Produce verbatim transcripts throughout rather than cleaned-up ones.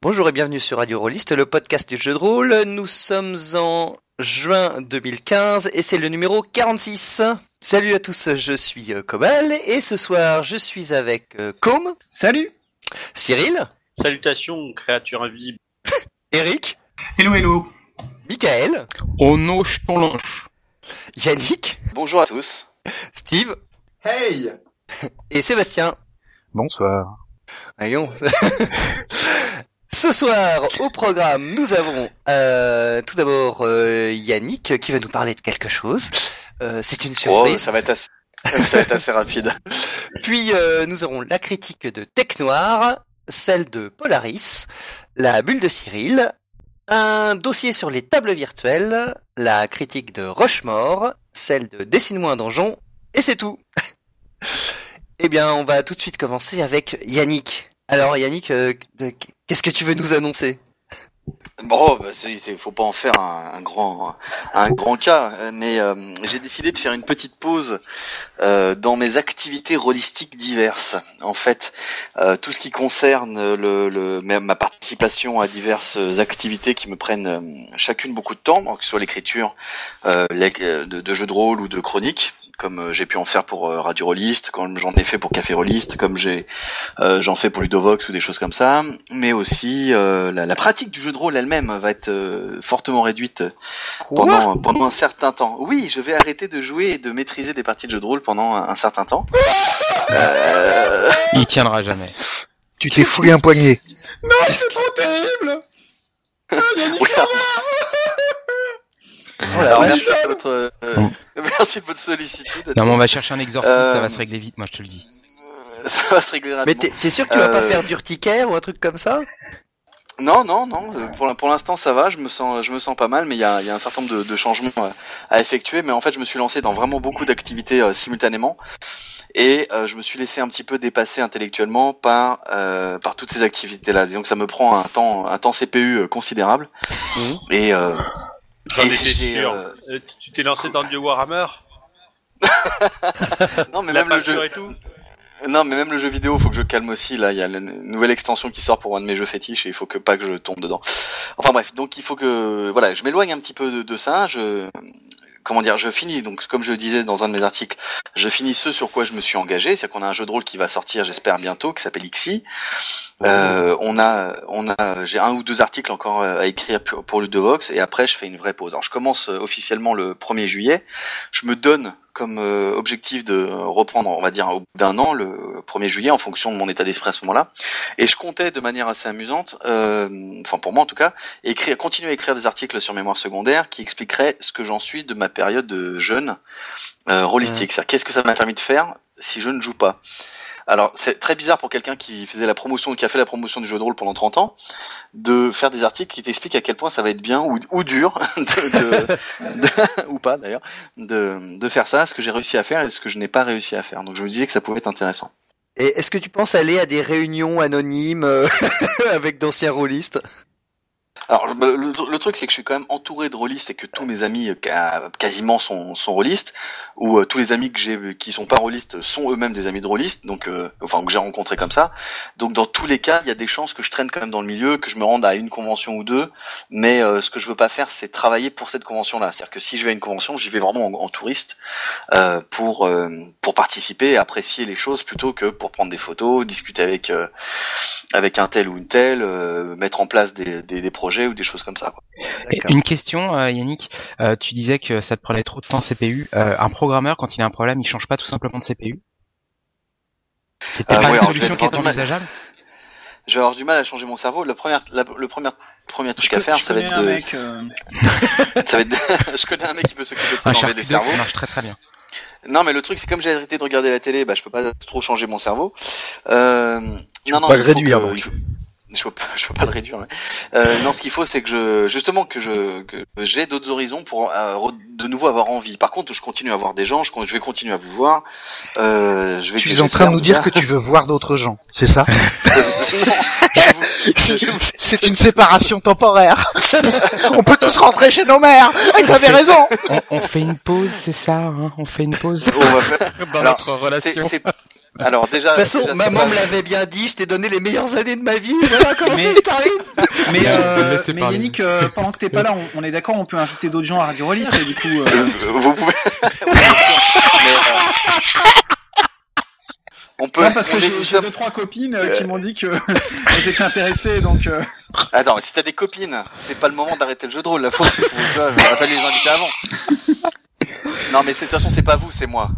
Bonjour et bienvenue sur Radio Rolliste, le podcast du jeu de rôle. Nous sommes en juin deux mille quinze et c'est le numéro quarante-six. Salut à tous, je suis Cobal et ce soir je suis avec euh, Com. Salut. Cyril. Salutations, créatures invisibles. Eric. Hello, hello. Michael. Oh non, je t'en lâche. Yannick. Bonjour à tous. Steve. Hey. Et Sébastien. Bonsoir. Voyons. Ce soir, au programme, nous avons euh, tout d'abord euh, Yannick qui va nous parler de quelque chose. Euh, c'est une surprise. Oh, ça va être assez, ça va être assez rapide. Puis euh, nous aurons la critique de Tech Noir, celle de Polaris, la bulle de Cyril, un dossier sur les tables virtuelles, la critique de Rochemort, celle de Dessine-moi un donjon, et c'est tout. Eh bien, on va tout de suite commencer avec Yannick. Alors Yannick, euh, de, qu'est-ce que tu veux nous annoncer ? Bon, bah, c'est, c'est, faut pas en faire un, un grand, un grand cas, mais euh, j'ai décidé de faire une petite pause euh, dans mes activités rôlistiques diverses. En fait, euh, tout ce qui concerne le, le, ma participation à diverses activités qui me prennent euh, chacune beaucoup de temps, donc que ce soit l'écriture euh, de, de jeux de rôle ou de chroniques, comme j'ai pu en faire pour euh, Radio Rolliste, comme j'en ai fait pour Café Rolliste, comme j'ai euh, j'en fais pour Ludovox ou des choses comme ça, mais aussi euh, la, la pratique du jeu de rôle elle-même va être euh, fortement réduite pendant pendant un certain temps. Oui, je vais arrêter de jouer et de maîtriser des parties de jeu de rôle pendant un, un certain temps. euh... Il tiendra jamais. Tu t'es foulé un poignet. Non, c'est trop terrible. Ah, Yannick, ça va. Alors, merci, de votre, euh, mm. merci de votre sollicitude. Non, mais on va chercher un exorcisme, euh... ça va se régler vite, moi je te le dis. Ça va se régler rapidement. Mais t'es, t'es sûr que tu vas euh... pas faire d'urticaire ou un truc comme ça ? Non, non, non. Pour, pour l'instant, ça va. Je me sens, je me sens pas mal, mais il y a, il y a un certain nombre de, de changements à, à effectuer. Mais en fait, je me suis lancé dans vraiment beaucoup d'activités euh, simultanément, et euh, je me suis laissé un petit peu dépasser intellectuellement par, euh, par toutes ces activités-là. Disons que ça me prend un temps, un temps C P U considérable. Mmh. Et euh, J'en étais sûr. Euh... Tu t'es lancé dans le vieux Warhammer ? Non, mais La même le jeu. Et tout non, mais même le jeu vidéo, faut que je calme aussi. Là, il y a la nouvelle extension qui sort pour un de mes jeux fétiches et il faut que pas que je tombe dedans. Enfin bref, donc il faut que voilà, je m'éloigne un petit peu de, de ça. Je comment dire, je finis donc comme je le disais dans un de mes articles, je finis ce sur quoi je me suis engagé. C'est qu'on a un jeu de rôle qui va sortir, j'espère bientôt, qui s'appelle X I. Euh, on a, on a, j'ai un ou deux articles encore à écrire pour, pour Ludovox et après je fais une vraie pause. Alors je commence officiellement le premier juillet. Je me donne comme euh, objectif de reprendre, on va dire, au bout d'un an, le premier juillet, en fonction de mon état d'esprit à ce moment-là. Et je comptais de manière assez amusante, euh, enfin pour moi en tout cas, écrire, continuer à écrire des articles sur mémoire secondaire qui expliqueraient ce que j'en suis de ma période de jeune euh, rôlistique. C'est-à-dire qu'est-ce que ça m'a permis de faire si je ne joue pas. Alors, c'est très bizarre pour quelqu'un qui faisait la promotion, qui a fait la promotion du jeu de rôle pendant trente ans, de faire des articles qui t'expliquent à quel point ça va être bien ou, ou dur, de, de, de, ou pas d'ailleurs, de, de faire ça, ce que j'ai réussi à faire et ce que je n'ai pas réussi à faire. Donc je me disais que ça pouvait être intéressant. Et est-ce que tu penses aller à des réunions anonymes euh, avec d'anciens rôlistes ? Alors le, le truc c'est que je suis quand même entouré de rôlistes et que tous mes amis euh, quasiment sont, sont rôlistes, ou euh, tous les amis que j'ai qui sont pas rôlistes sont eux-mêmes des amis de rôlistes, donc euh, enfin que j'ai rencontrés comme ça. Donc dans tous les cas, il y a des chances que je traîne quand même dans le milieu, que je me rende à une convention ou deux, mais euh, ce que je veux pas faire c'est travailler pour cette convention-là. C'est-à-dire que si je vais à une convention, j'y vais vraiment en, en touriste euh, pour euh, pour participer et apprécier les choses plutôt que pour prendre des photos, discuter avec euh, avec un tel ou une telle, euh, mettre en place des, des, des projets ou des choses comme ça, quoi. Une question, euh, Yannick, euh, tu disais que ça te prenait trop de temps C P U. Euh, un programmeur, quand il a un problème, il change pas tout simplement de C P U ? C'était euh, pas ouais, une solution qui est mal... envisageable ? Je vais avoir du mal à changer mon cerveau. Le premier, la, le premier, premier truc je à faire, ça va être de. Mec, euh... ça va être. De... je connais un mec qui peut s'occuper de ça, d'enlever des cerveaux. Ça marche très très bien. Non, mais le truc, c'est comme j'ai arrêté de regarder la télé, bah je peux pas trop changer mon cerveau. Euh... Tu non, peux non, pas il le faut réduire. Que... Donc. Il faut... Je peux pas, je peux pas le réduire. Ouais. Euh, non, ce qu'il faut, c'est que je, justement, que je, que j'ai d'autres horizons pour euh, de nouveau avoir envie. Par contre, je continue à voir des gens, je, je vais continuer à vous voir. Euh, je vais. Tu es en train de nous dire que tu veux voir d'autres gens, c'est ça? C'est une séparation temporaire. On peut tous rentrer chez nos mères. Vous avez raison. On, on fait une pause, c'est ça, hein? On fait une pause. On va faire... dans Alors, notre relation. C'est, c'est... Alors déjà. De toute façon, déjà, maman pas... me l'avait bien dit, je t'ai donné les meilleures années de ma vie, voilà comment Mais- ça se termine. Mais, euh, laisser mais parler. Yannick, euh, pendant que t'es pas là, on, on est d'accord, on peut inviter d'autres gens à Radio Rolliste, et du coup. Euh... Euh, vous pouvez. Oui, bien sûr. Mais, euh, on peut. Non, parce que on est- j'ai nous j'ai sommes- deux trois copines euh, qui m'ont dit que elles étaient intéressées, donc. Euh... Attends, si t'as des copines, c'est pas le moment d'arrêter le jeu de rôle. Là, faut, faut tu vois, j'aurais fallu les inviter avant. Non, mais c'est- de toute façon, c'est pas vous, c'est moi.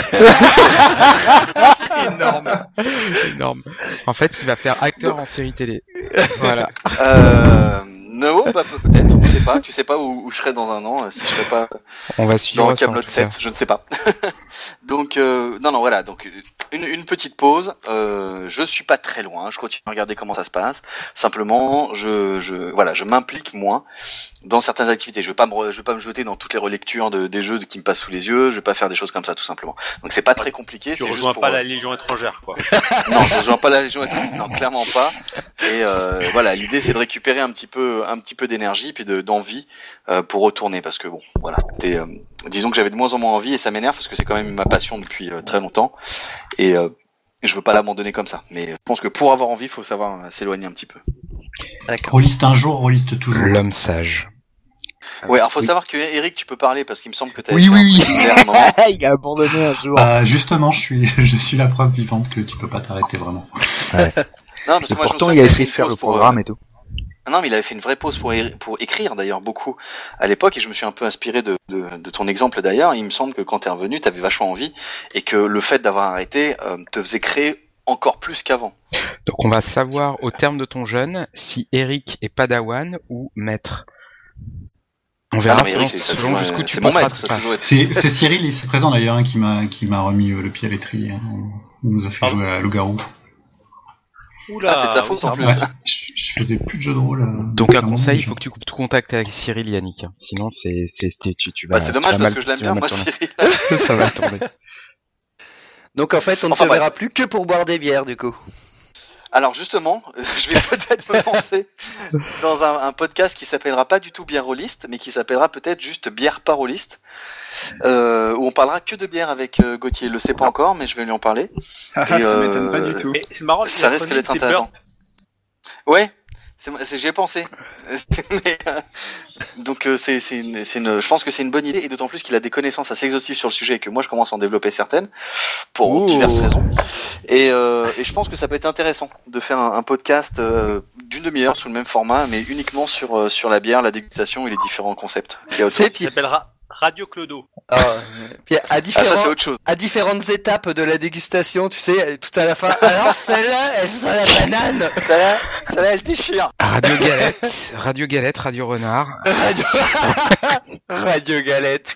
Énorme. Énorme. En fait, il va faire acteur en série télé. Voilà. Euh, no, bah, peut- peut-être, on sait pas. Tu sais pas où, où je serai dans un an, si je serai pas On va suivre. dans ça, en Camelot tout cas. sept, je ne sais pas. Donc, euh, non, non, voilà. Donc, une, une petite pause. Euh, je suis pas très loin. Je continue à regarder comment ça se passe. Simplement, je, je, voilà, je m'implique moins dans certaines activités. Je vais pas me, re- je vais pas me jeter dans toutes les relectures de, des jeux qui me passent sous les yeux. Je vais pas faire des choses comme ça, tout simplement. Donc, c'est pas très compliqué. Tu C'est juste rejoins pour, pas euh, la Légion étrangère, quoi. non, je rejoins pas la Légion étrangère. Non, clairement pas. Et euh, voilà, l'idée c'est de récupérer un petit peu, un petit peu d'énergie puis de d'envie euh, pour retourner, parce que bon, voilà, t'es, euh, disons que j'avais de moins en moins envie et ça m'énerve parce que c'est quand même ma passion depuis euh, très longtemps et euh, je veux pas l'abandonner comme ça. Mais je pense que pour avoir envie, il faut savoir euh, s'éloigner un petit peu. D'accord. Rolliste un jour, rolliste toujours. L'homme sage. Ouais, alors faut savoir que Eric, tu peux parler parce qu'il me semble que t'as Oui, oui, oui. similaire à un moment. Il a abandonné un jour. Bah, justement, je suis, je suis la preuve vivante que tu peux pas t'arrêter vraiment. Non, parce que Et moi, pourtant, je me souviens il a qu'il essayé de fait faire une le pause pour, euh, programme et tout. Non, mais il avait fait une vraie pause pour, é- pour écrire d'ailleurs beaucoup à l'époque et je me suis un peu inspiré de, de, de ton exemple d'ailleurs. Il me semble que quand t'es revenu, t'avais vachement envie et que le fait d'avoir arrêté euh, te faisait créer encore plus qu'avant. Donc on va savoir au terme de ton jeûne si Eric est padawan ou maître. On Ah verra non, mais selon, Eric, c'est, ça a selon toujours- jusqu'où tu c'est mon passeras maître, de ça a passe. toujours été. C'est, c'est Cyril, ici présent d'ailleurs, hein, qui m'a, qui m'a remis euh, le pied à l'étrier. Hein. Il nous a fait Pardon jouer à Loup-garou. Oula. Ah, c'est de sa faute oui, en c'est plus. vrai. Ouais, je, je faisais plus de jeu de rôle. euh, Donc un clairement, conseil, il je- faut que tu coupes tout contact avec Cyril Yannick. hein. Sinon c'est c'est c'est- tu tu vas. Bah, c'est dommage tu vas parce mal- que je l'aime tu vas bien, mal moi, tourner. Cyril. Ça va tourner. Donc en fait, on ne Enfin, te bref. verra plus que pour boire des bières du coup. Alors justement, je vais peut-être me lancer dans un, un podcast qui s'appellera pas du tout bière rôliste, mais qui s'appellera peut-être juste bière pas rôliste, euh, où on parlera que de bière avec euh, Gauthier. Il le sait pas encore, mais je vais lui en parler. Ah, ah, Et, ça euh, m'étonne pas du tout. Et c'est marrant. Ça la risque chronique, d'être c'est intéressant. Beurre. Ouais, c'est, c'est, j'y ai pensé. Mais, euh, donc euh, c'est, c'est, une, c'est une, je pense que c'est une bonne idée et d'autant plus qu'il a des connaissances assez exhaustives sur le sujet et que moi je commence à en développer certaines pour Ouh. diverses raisons. Et, euh, et je pense que ça peut être intéressant de faire un, un podcast euh, d'une demi-heure sous le même format, mais uniquement sur euh, sur la bière, la dégustation et les différents concepts qu'il y a autour. C'est Ça puis, s'appellera Radio Clodo. ah, puis à Ah ça différents, c'est autre chose. à différentes étapes de la dégustation, tu sais, tout à la fin. Alors celle-là, elle sent la banane. Celle-là, celle-là elle déchire. Radio Galette, Radio Galette, Radio Renard. Radio, Radio Galette.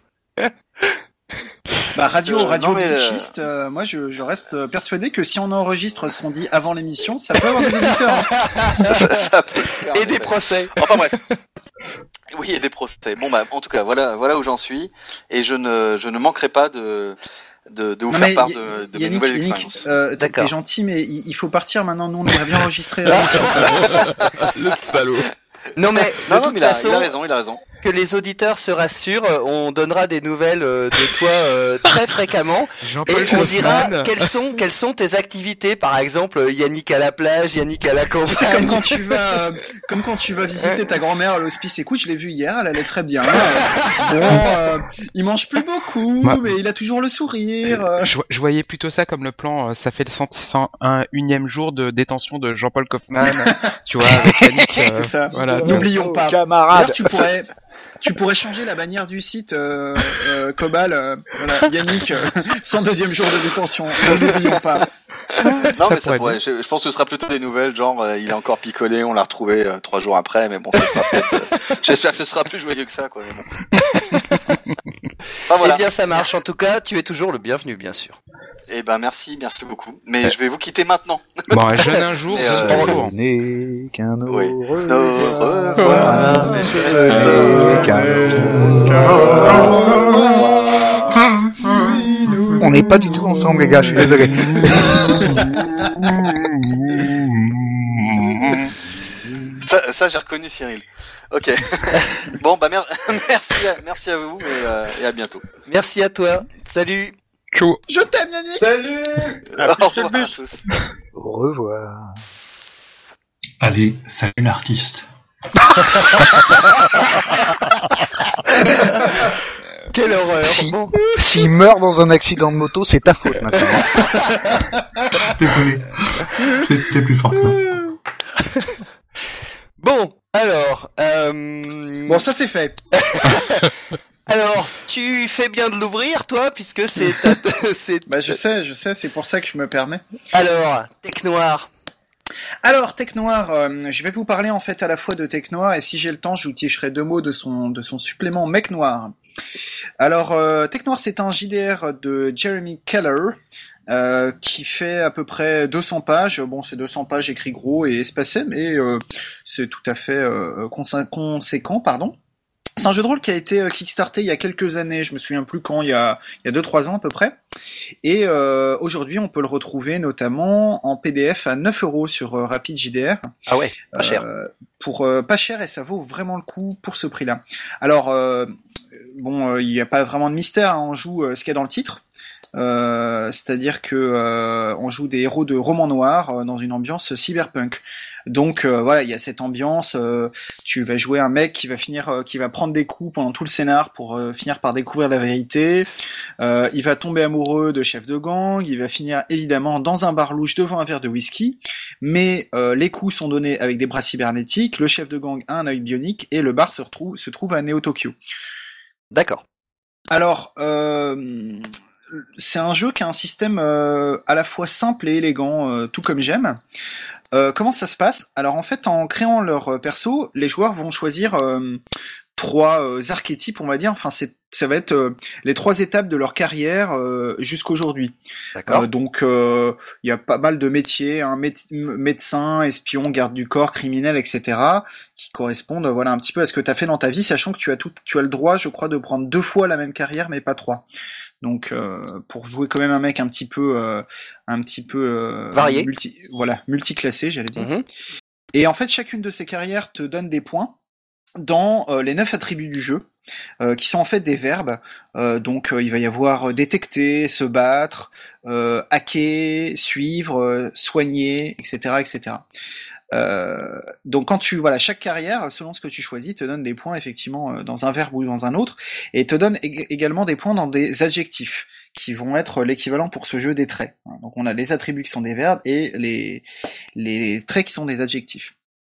Bah, radio, Euh, radio non, mais, glitchiste, euh, moi je, je reste persuadé que si on enregistre ce qu'on dit avant l'émission, ça peut avoir des auditeurs. hein. ça, ça peut le faire, Et en des effet. procès. Enfin bref. Oui, et des procès. Bon bah en tout cas, voilà voilà où j'en suis et je ne je ne manquerai pas de de, de vous Non, faire mais part Y- de, de mes Yannick, nouvelles Yannick, expériences. euh, t'es- D'accord. t'es gentil, mais il, il faut partir maintenant. Nous, on aimerait bien enregistrer. la mission, quoi. Le salaud. Non mais de Non non toute mais il a, façon, il a raison, il a raison. que les auditeurs se rassurent, on donnera des nouvelles euh, de toi euh, très fréquemment. Et Jean-Paul on dira Kaufmann. quelles sont quelles sont tes activités, par exemple euh, Yannick à la plage, Yannick à la C'est comme campagne. quand tu vas, euh, comme quand tu vas visiter ta grand-mère à l'hospice. Écoute, je l'ai vue hier, elle allait très bien. Euh, Bon, euh, il mange plus beaucoup, Bah. mais il a toujours le sourire. euh. Je, je voyais plutôt ça comme le plan, euh, ça fait le cent un unième jour de détention de Jean-Paul Kaufmann, tu vois, avec Yannick. euh, C'est ça. Voilà. N'oublions pas. Camarade. D'ailleurs, tu pourrais, tu pourrais changer la bannière du site euh, euh, Cobal. euh, voilà, Yannick, euh, cent deuxième jour de détention. N'oublions pas. Non mais Ça ça pourrait pourrait, je, je pense que ce sera plutôt des nouvelles genre euh, il est encore picolé, on l'a retrouvé euh, trois jours après mais bon ça sera peut-être euh, j'espère que ce sera plus joyeux que ça quoi mais bon. Enfin voilà. Eh bien ça marche, en tout cas tu es toujours le bienvenu bien sûr. Eh ben merci, merci beaucoup. Mais je vais vous quitter maintenant. Bon, un jeune un jour, Et, jeune euh, pas Ce jour. n'est qu'un au Oui. revoir. Au revoir, mes Ce frères. n'est qu'un au On n'est pas du tout ensemble, les gars, je suis désolé. Ça, ça j'ai reconnu Cyril. Ok. Bon bah mer- merci, à, merci à vous et, euh, et à bientôt. Merci à toi. Salut. Ciao. Je t'aime, Yannick. Salut. Au revoir à tous. Au revoir. Allez, salut l'artiste. Quelle horreur. Si, Bon. s'il meurt dans un accident de moto, c'est ta faute maintenant. Désolé. C'était plus fort que moi. Bon, alors... Euh... Bon, ça c'est fait. Alors, tu fais bien de l'ouvrir, toi, puisque c'est... c'est... Bah je sais, je sais, c'est pour ça que je me permets. Alors, Tech Noir. Alors, Tech Noir, euh, je vais vous parler en fait à la fois de Tech Noir et si j'ai le temps, je vous ticherai deux mots de son de son supplément Mech Noir. Alors, euh, Tech Noir, c'est un J D R de Jeremy Keller euh, qui fait à peu près deux cents pages. Bon, c'est deux cents pages écrit gros et espacé, mais euh, c'est tout à fait euh, consé- conséquent, pardon. C'est un jeu de rôle qui a été kickstarté il y a quelques années, je me souviens plus quand, il y a il y a deux trois ans à peu près. Et euh, aujourd'hui, on peut le retrouver notamment en P D F à neuf euros sur euh, Rapid J D R. Ah ouais, pas cher. Euh, pour euh, pas cher, et ça vaut vraiment le coup pour ce prix-là. Alors euh, bon, euh, il n'y a pas vraiment de mystère, hein, on joue euh, ce qu'il y a dans le titre. Euh, c'est-à-dire que euh, on joue des héros de romans noirs euh, dans une ambiance cyberpunk. Donc euh, voilà, il y a cette ambiance. Euh, tu vas jouer un mec qui va finir, euh, qui va prendre des coups pendant tout le scénar pour euh, finir par découvrir la vérité. Euh, il va tomber amoureux de chef de gang. Il va finir évidemment dans un bar louche devant un verre de whisky. Mais euh, les coups sont donnés avec des bras cybernétiques. Le chef de gang a un œil bionique et le bar se retrouve se trouve à Neo Tokyo. D'accord. Alors. Euh, C'est un jeu qui a un système euh, à la fois simple et élégant, euh, tout comme j'aime. Euh, comment ça se passe ? Alors en fait, en créant leur perso, les joueurs vont choisir euh, trois euh, archétypes, on va dire. Enfin, c'est ça va être euh, les trois étapes de leur carrière euh, jusqu'aujourd'hui. D'accord. Euh, donc, il euh, y a pas mal de métiers, hein, méde- médecin, espion, garde du corps, criminel, et cetera, qui correspondent, voilà, un petit peu à ce que tu as fait dans ta vie, sachant que tu as tout, tu as le droit, je crois, de prendre deux fois la même carrière, mais pas trois. Donc, euh, pour jouer quand même un mec un petit peu, euh, un petit peu euh, varié, multi, voilà, multiclassé, j'allais dire. Mm-hmm. Et en fait, chacune de ces carrières te donne des points dans euh, les neuf attributs du jeu, euh, qui sont en fait des verbes. Euh, donc, euh, il va y avoir détecter, se battre, euh, hacker, suivre, euh, soigner, et cetera, et cetera. Euh, donc quand tu voilà, chaque carrière selon ce que tu choisis te donne des points effectivement euh, dans un verbe ou dans un autre et te donne ég- également des points dans des adjectifs qui vont être l'équivalent pour ce jeu des traits. Donc on a les attributs qui sont des verbes et les les traits qui sont des adjectifs.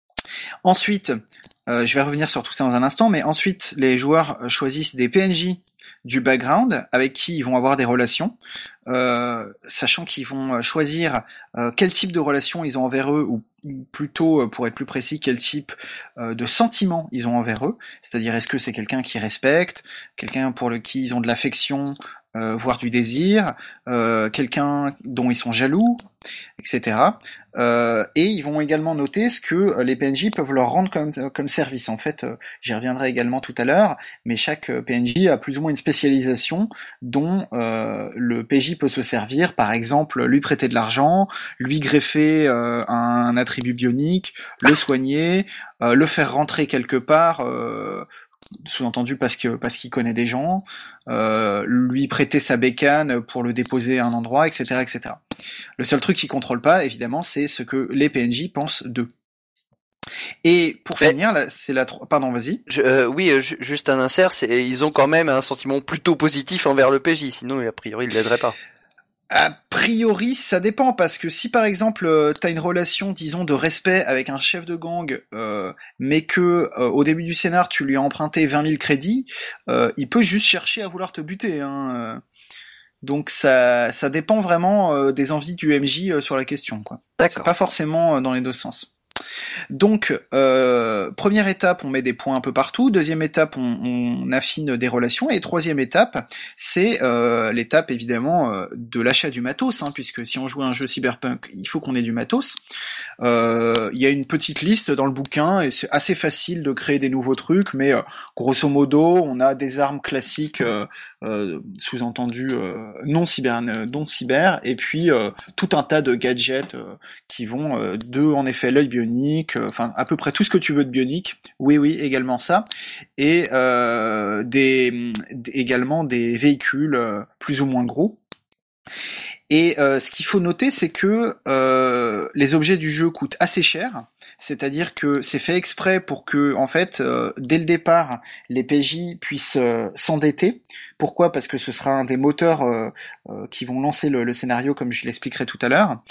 Ensuite, euh, je vais revenir sur tout ça dans un instant, mais ensuite les joueurs choisissent des P N J du background avec qui ils vont avoir des relations, euh, sachant qu'ils vont choisir euh, quel type de relation ils ont envers eux, ou plutôt, pour être plus précis, quel type euh, de sentiments ils ont envers eux, c'est-à-dire est-ce que c'est quelqu'un qui respecte, quelqu'un pour le qui ils ont de l'affection, euh, voire du désir, euh, quelqu'un dont ils sont jaloux, et cetera. Euh, et ils vont également noter ce que les P N J peuvent leur rendre comme, comme service. En fait, euh, j'y reviendrai également tout à l'heure, mais chaque P N J a plus ou moins une spécialisation dont euh, le P J peut se servir, par exemple lui prêter de l'argent, lui greffer euh, un attribut bionique, le soigner, euh, le faire rentrer quelque part, euh, sous-entendu parce que parce qu'il connaît des gens, euh, lui prêter sa bécane pour le déposer à un endroit, et cetera, et cetera. Le seul truc qu'il contrôle pas, évidemment, c'est ce que les P N J pensent d'eux. Et pour Mais... finir, là, c'est la tro... pardon, vas-y. Je, euh, oui, euh, juste un insert, c'est ils ont quand même un sentiment plutôt positif envers le P J, sinon a priori ils l'aideraient pas. A priori, ça dépend, parce que si par exemple euh, t'as une relation, disons, de respect avec un chef de gang, euh, mais que euh, au début du scénar tu lui as emprunté vingt mille crédits, euh, il peut juste chercher à vouloir te buter. Hein. Donc ça, ça dépend vraiment euh, des envies du M J euh, sur la question, quoi. D'accord. C'est pas forcément euh, dans les deux sens. Donc, euh, première étape, on met des points un peu partout. Deuxième étape, on, on affine des relations. Et troisième étape, c'est euh, l'étape évidemment euh, de l'achat du matos, hein, puisque si on joue à un jeu cyberpunk, il faut qu'on ait du matos. Euh, il y a une petite liste dans le bouquin et c'est assez facile de créer des nouveaux trucs, mais euh, grosso modo, on a des armes classiques, euh, euh, sous-entendu euh, non cyber, non cyber, et puis euh, tout un tas de gadgets euh, qui vont euh, de en effet l'œil bionique, enfin à peu près tout ce que tu veux de bionique, oui oui également ça, et euh, des, des également des véhicules euh, plus ou moins gros, Et euh, ce qu'il faut noter, c'est que euh, les objets du jeu coûtent assez cher, c'est-à-dire que c'est fait exprès pour que, en fait, euh, dès le départ, les P J puissent euh, s'endetter. Pourquoi ? Parce que ce sera un des moteurs euh, euh, qui vont lancer le, le scénario, comme je l'expliquerai tout à l'heure.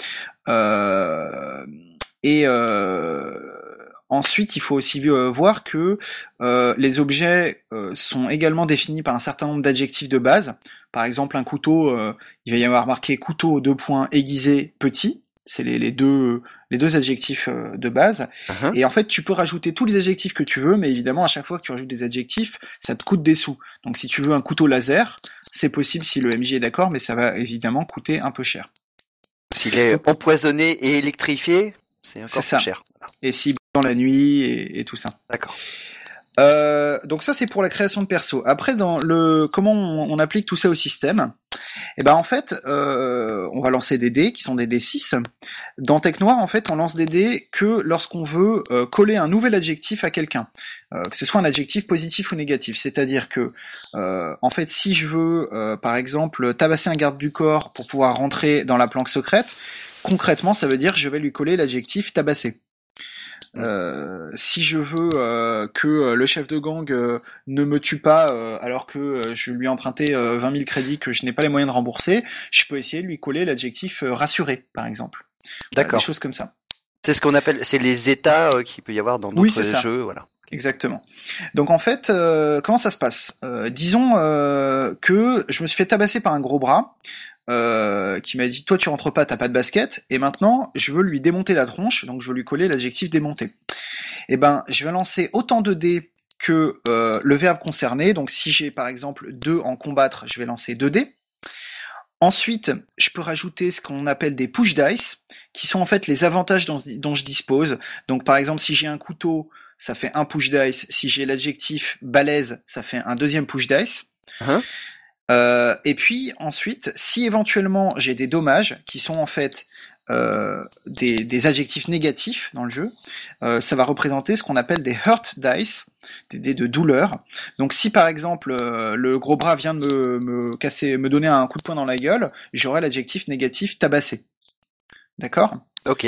Euh, et euh, ensuite, il faut aussi euh, voir que euh, les objets euh, sont également définis par un certain nombre d'adjectifs de base. Par exemple, un couteau, euh, il va y avoir marqué couteau deux points aiguisé petit. C'est les, les deux les deux adjectifs euh, de base. Uh-huh. Et en fait, tu peux rajouter tous les adjectifs que tu veux, mais évidemment, à chaque fois que tu rajoutes des adjectifs, ça te coûte des sous. Donc, si tu veux un couteau laser, c'est possible si le M J est d'accord, mais ça va évidemment coûter un peu cher. S'il est empoisonné et électrifié, c'est encore C'est ça. plus cher. Et si dans la nuit et, et tout ça. D'accord. Euh, donc ça c'est pour la création de perso. Après dans le comment on, on applique tout ça au système, et ben en fait euh, on va lancer des dés qui sont des dés six. Dans Tech Noir en fait on lance des dés que lorsqu'on veut euh, coller un nouvel adjectif à quelqu'un, euh, que ce soit un adjectif positif ou négatif. C'est-à-dire que euh, en fait si je veux euh, par exemple tabasser un garde du corps pour pouvoir rentrer dans la planque secrète, concrètement ça veut dire que je vais lui coller l'adjectif tabasser. Euh, si je veux euh, que euh, le chef de gang euh, ne me tue pas euh, alors que euh, je lui ai emprunté euh, vingt mille crédits que je n'ai pas les moyens de rembourser, je peux essayer de lui coller l'adjectif euh, rassuré, par exemple. D'accord. Voilà, des choses comme ça. C'est ce qu'on appelle, c'est les états euh, qu'il peut y avoir dans d'autres Oui, c'est ça. jeux, voilà. Exactement. Donc en fait, euh, comment ça se passe ? euh, Disons euh, que je me suis fait tabasser par un gros bras. Euh, qui m'a dit toi tu rentres pas, t'as pas de basket, et maintenant je veux lui démonter la tronche, donc je veux lui coller l'adjectif démonter. Et ben je vais lancer autant de dés que euh, le verbe concerné, donc si j'ai par exemple deux en combattre, je vais lancer deux dés. Ensuite, je peux rajouter ce qu'on appelle des push dice, qui sont en fait les avantages dont, dont je dispose. Donc par exemple si j'ai un couteau, ça fait un push dice, si j'ai l'adjectif balèze, ça fait un deuxième push dice. Hein ? Euh, et puis ensuite, si éventuellement j'ai des dommages qui sont en fait euh, des, des adjectifs négatifs dans le jeu, euh, ça va représenter ce qu'on appelle des hurt dice, des dés de douleur. Donc si par exemple euh, le gros bras vient de me, me casser, me donner un coup de poing dans la gueule, j'aurai l'adjectif négatif tabasser. D'accord ? Ok.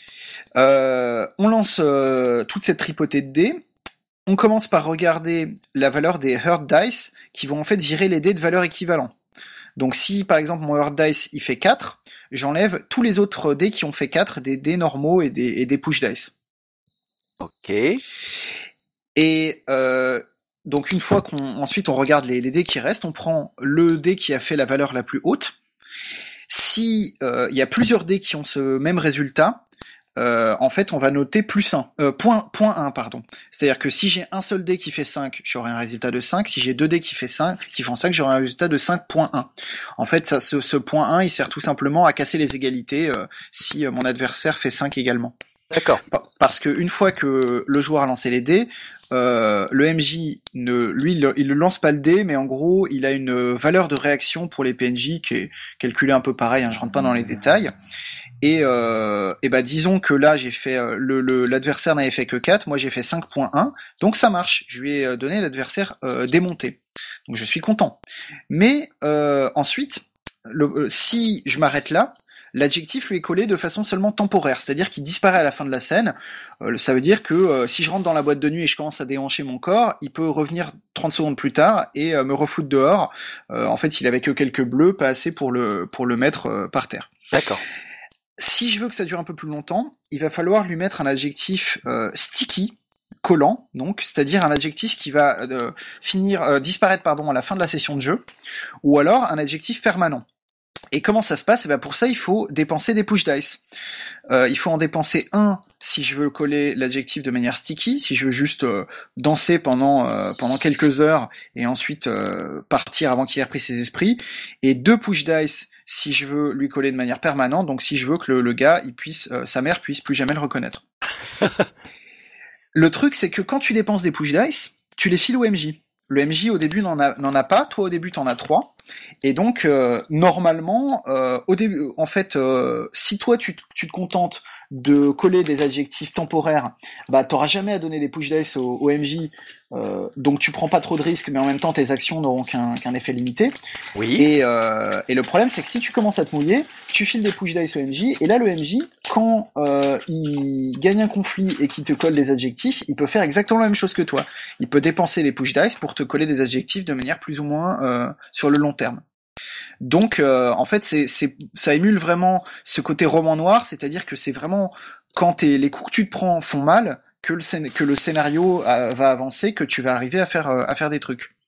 Euh, on lance euh, toute cette tripotée de dés. On commence par regarder la valeur des hurt dice qui vont en fait virer les dés de valeur équivalent. Donc si par exemple mon hurt dice il fait quatre, j'enlève tous les autres dés qui ont fait quatre, des dés normaux et des, et des push dice. Ok. Et euh, donc une fois qu'on ensuite on regarde les, les dés qui restent, on prend le dé qui a fait la valeur la plus haute. Si euh, il y a plusieurs dés qui ont ce même résultat, Euh, en fait, on va noter plus un, euh, point, point un, pardon. C'est-à-dire que si j'ai un seul dé qui fait cinq, j'aurai un résultat de cinq. Si j'ai deux dés qui fait cinq, qui font cinq, j'aurai un résultat de cinq point un. En fait, ça, ce, ce point un, il sert tout simplement à casser les égalités euh, si euh, mon adversaire fait cinq également. D'accord. Parce que une fois que le joueur a lancé les dés, euh, le M J ne, lui, il, il ne lance pas le dé, mais en gros, il a une valeur de réaction pour les P N J qui est calculée un peu pareil. Hein, je rentre pas dans les détails. Et, euh, et bah disons que là j'ai fait euh, le, le l'adversaire n'avait fait que quatre, moi j'ai fait cinq point un, donc ça marche. Je lui ai donné l'adversaire euh, démonté, donc je suis content. Mais euh, ensuite, le, euh, si je m'arrête là, l'adjectif lui est collé de façon seulement temporaire, c'est-à-dire qu'il disparaît à la fin de la scène. Euh, ça veut dire que euh, si je rentre dans la boîte de nuit et je commence à déhancher mon corps, il peut revenir trente secondes plus tard et euh, me refoutre dehors. Euh, en fait, il avait que quelques bleus, pas assez pour le pour le mettre euh, par terre. D'accord. Si je veux que ça dure un peu plus longtemps, il va falloir lui mettre un adjectif euh, sticky, collant, donc, c'est-à-dire un adjectif qui va euh, finir, euh, disparaître pardon, à la fin de la session de jeu, ou alors un adjectif permanent. Et comment ça se passe ? Et ben pour ça, il faut dépenser des push dice. Euh, il faut en dépenser un si je veux coller l'adjectif de manière sticky, si je veux juste euh, danser pendant euh, pendant quelques heures et ensuite euh, partir avant qu'il ait repris ses esprits, et deux push dice si je veux lui coller de manière permanente, donc si je veux que le, le gars, il puisse, euh, sa mère puisse plus jamais le reconnaître. Le truc, c'est que quand tu dépenses des push dice, tu les files au M J. Le M J au début n'en a, n'en a pas, toi au début t'en as trois, et donc euh, normalement, euh, au début, en fait, euh, si toi tu, tu te contentes de coller des adjectifs temporaires, bah t'auras jamais à donner des push dice au, au M J, euh, donc tu prends pas trop de risques, mais en même temps tes actions n'auront qu'un, qu'un effet limité. Oui. Et, euh, et le problème c'est que si tu commences à te mouiller, tu files des push dice au M J, et là le M J, quand euh, il gagne un conflit et qu'il te colle des adjectifs, il peut faire exactement la même chose que toi. Il peut dépenser des push dice pour te coller des adjectifs de manière plus ou moins euh, sur le long terme. Donc, euh, en fait, c'est, c'est, ça émule vraiment ce côté roman noir, c'est-à-dire que c'est vraiment quand t'es, les coups que tu te prends font mal, que le, scén- que le scénario euh, va avancer, que tu vas arriver à faire, euh, à faire des trucs.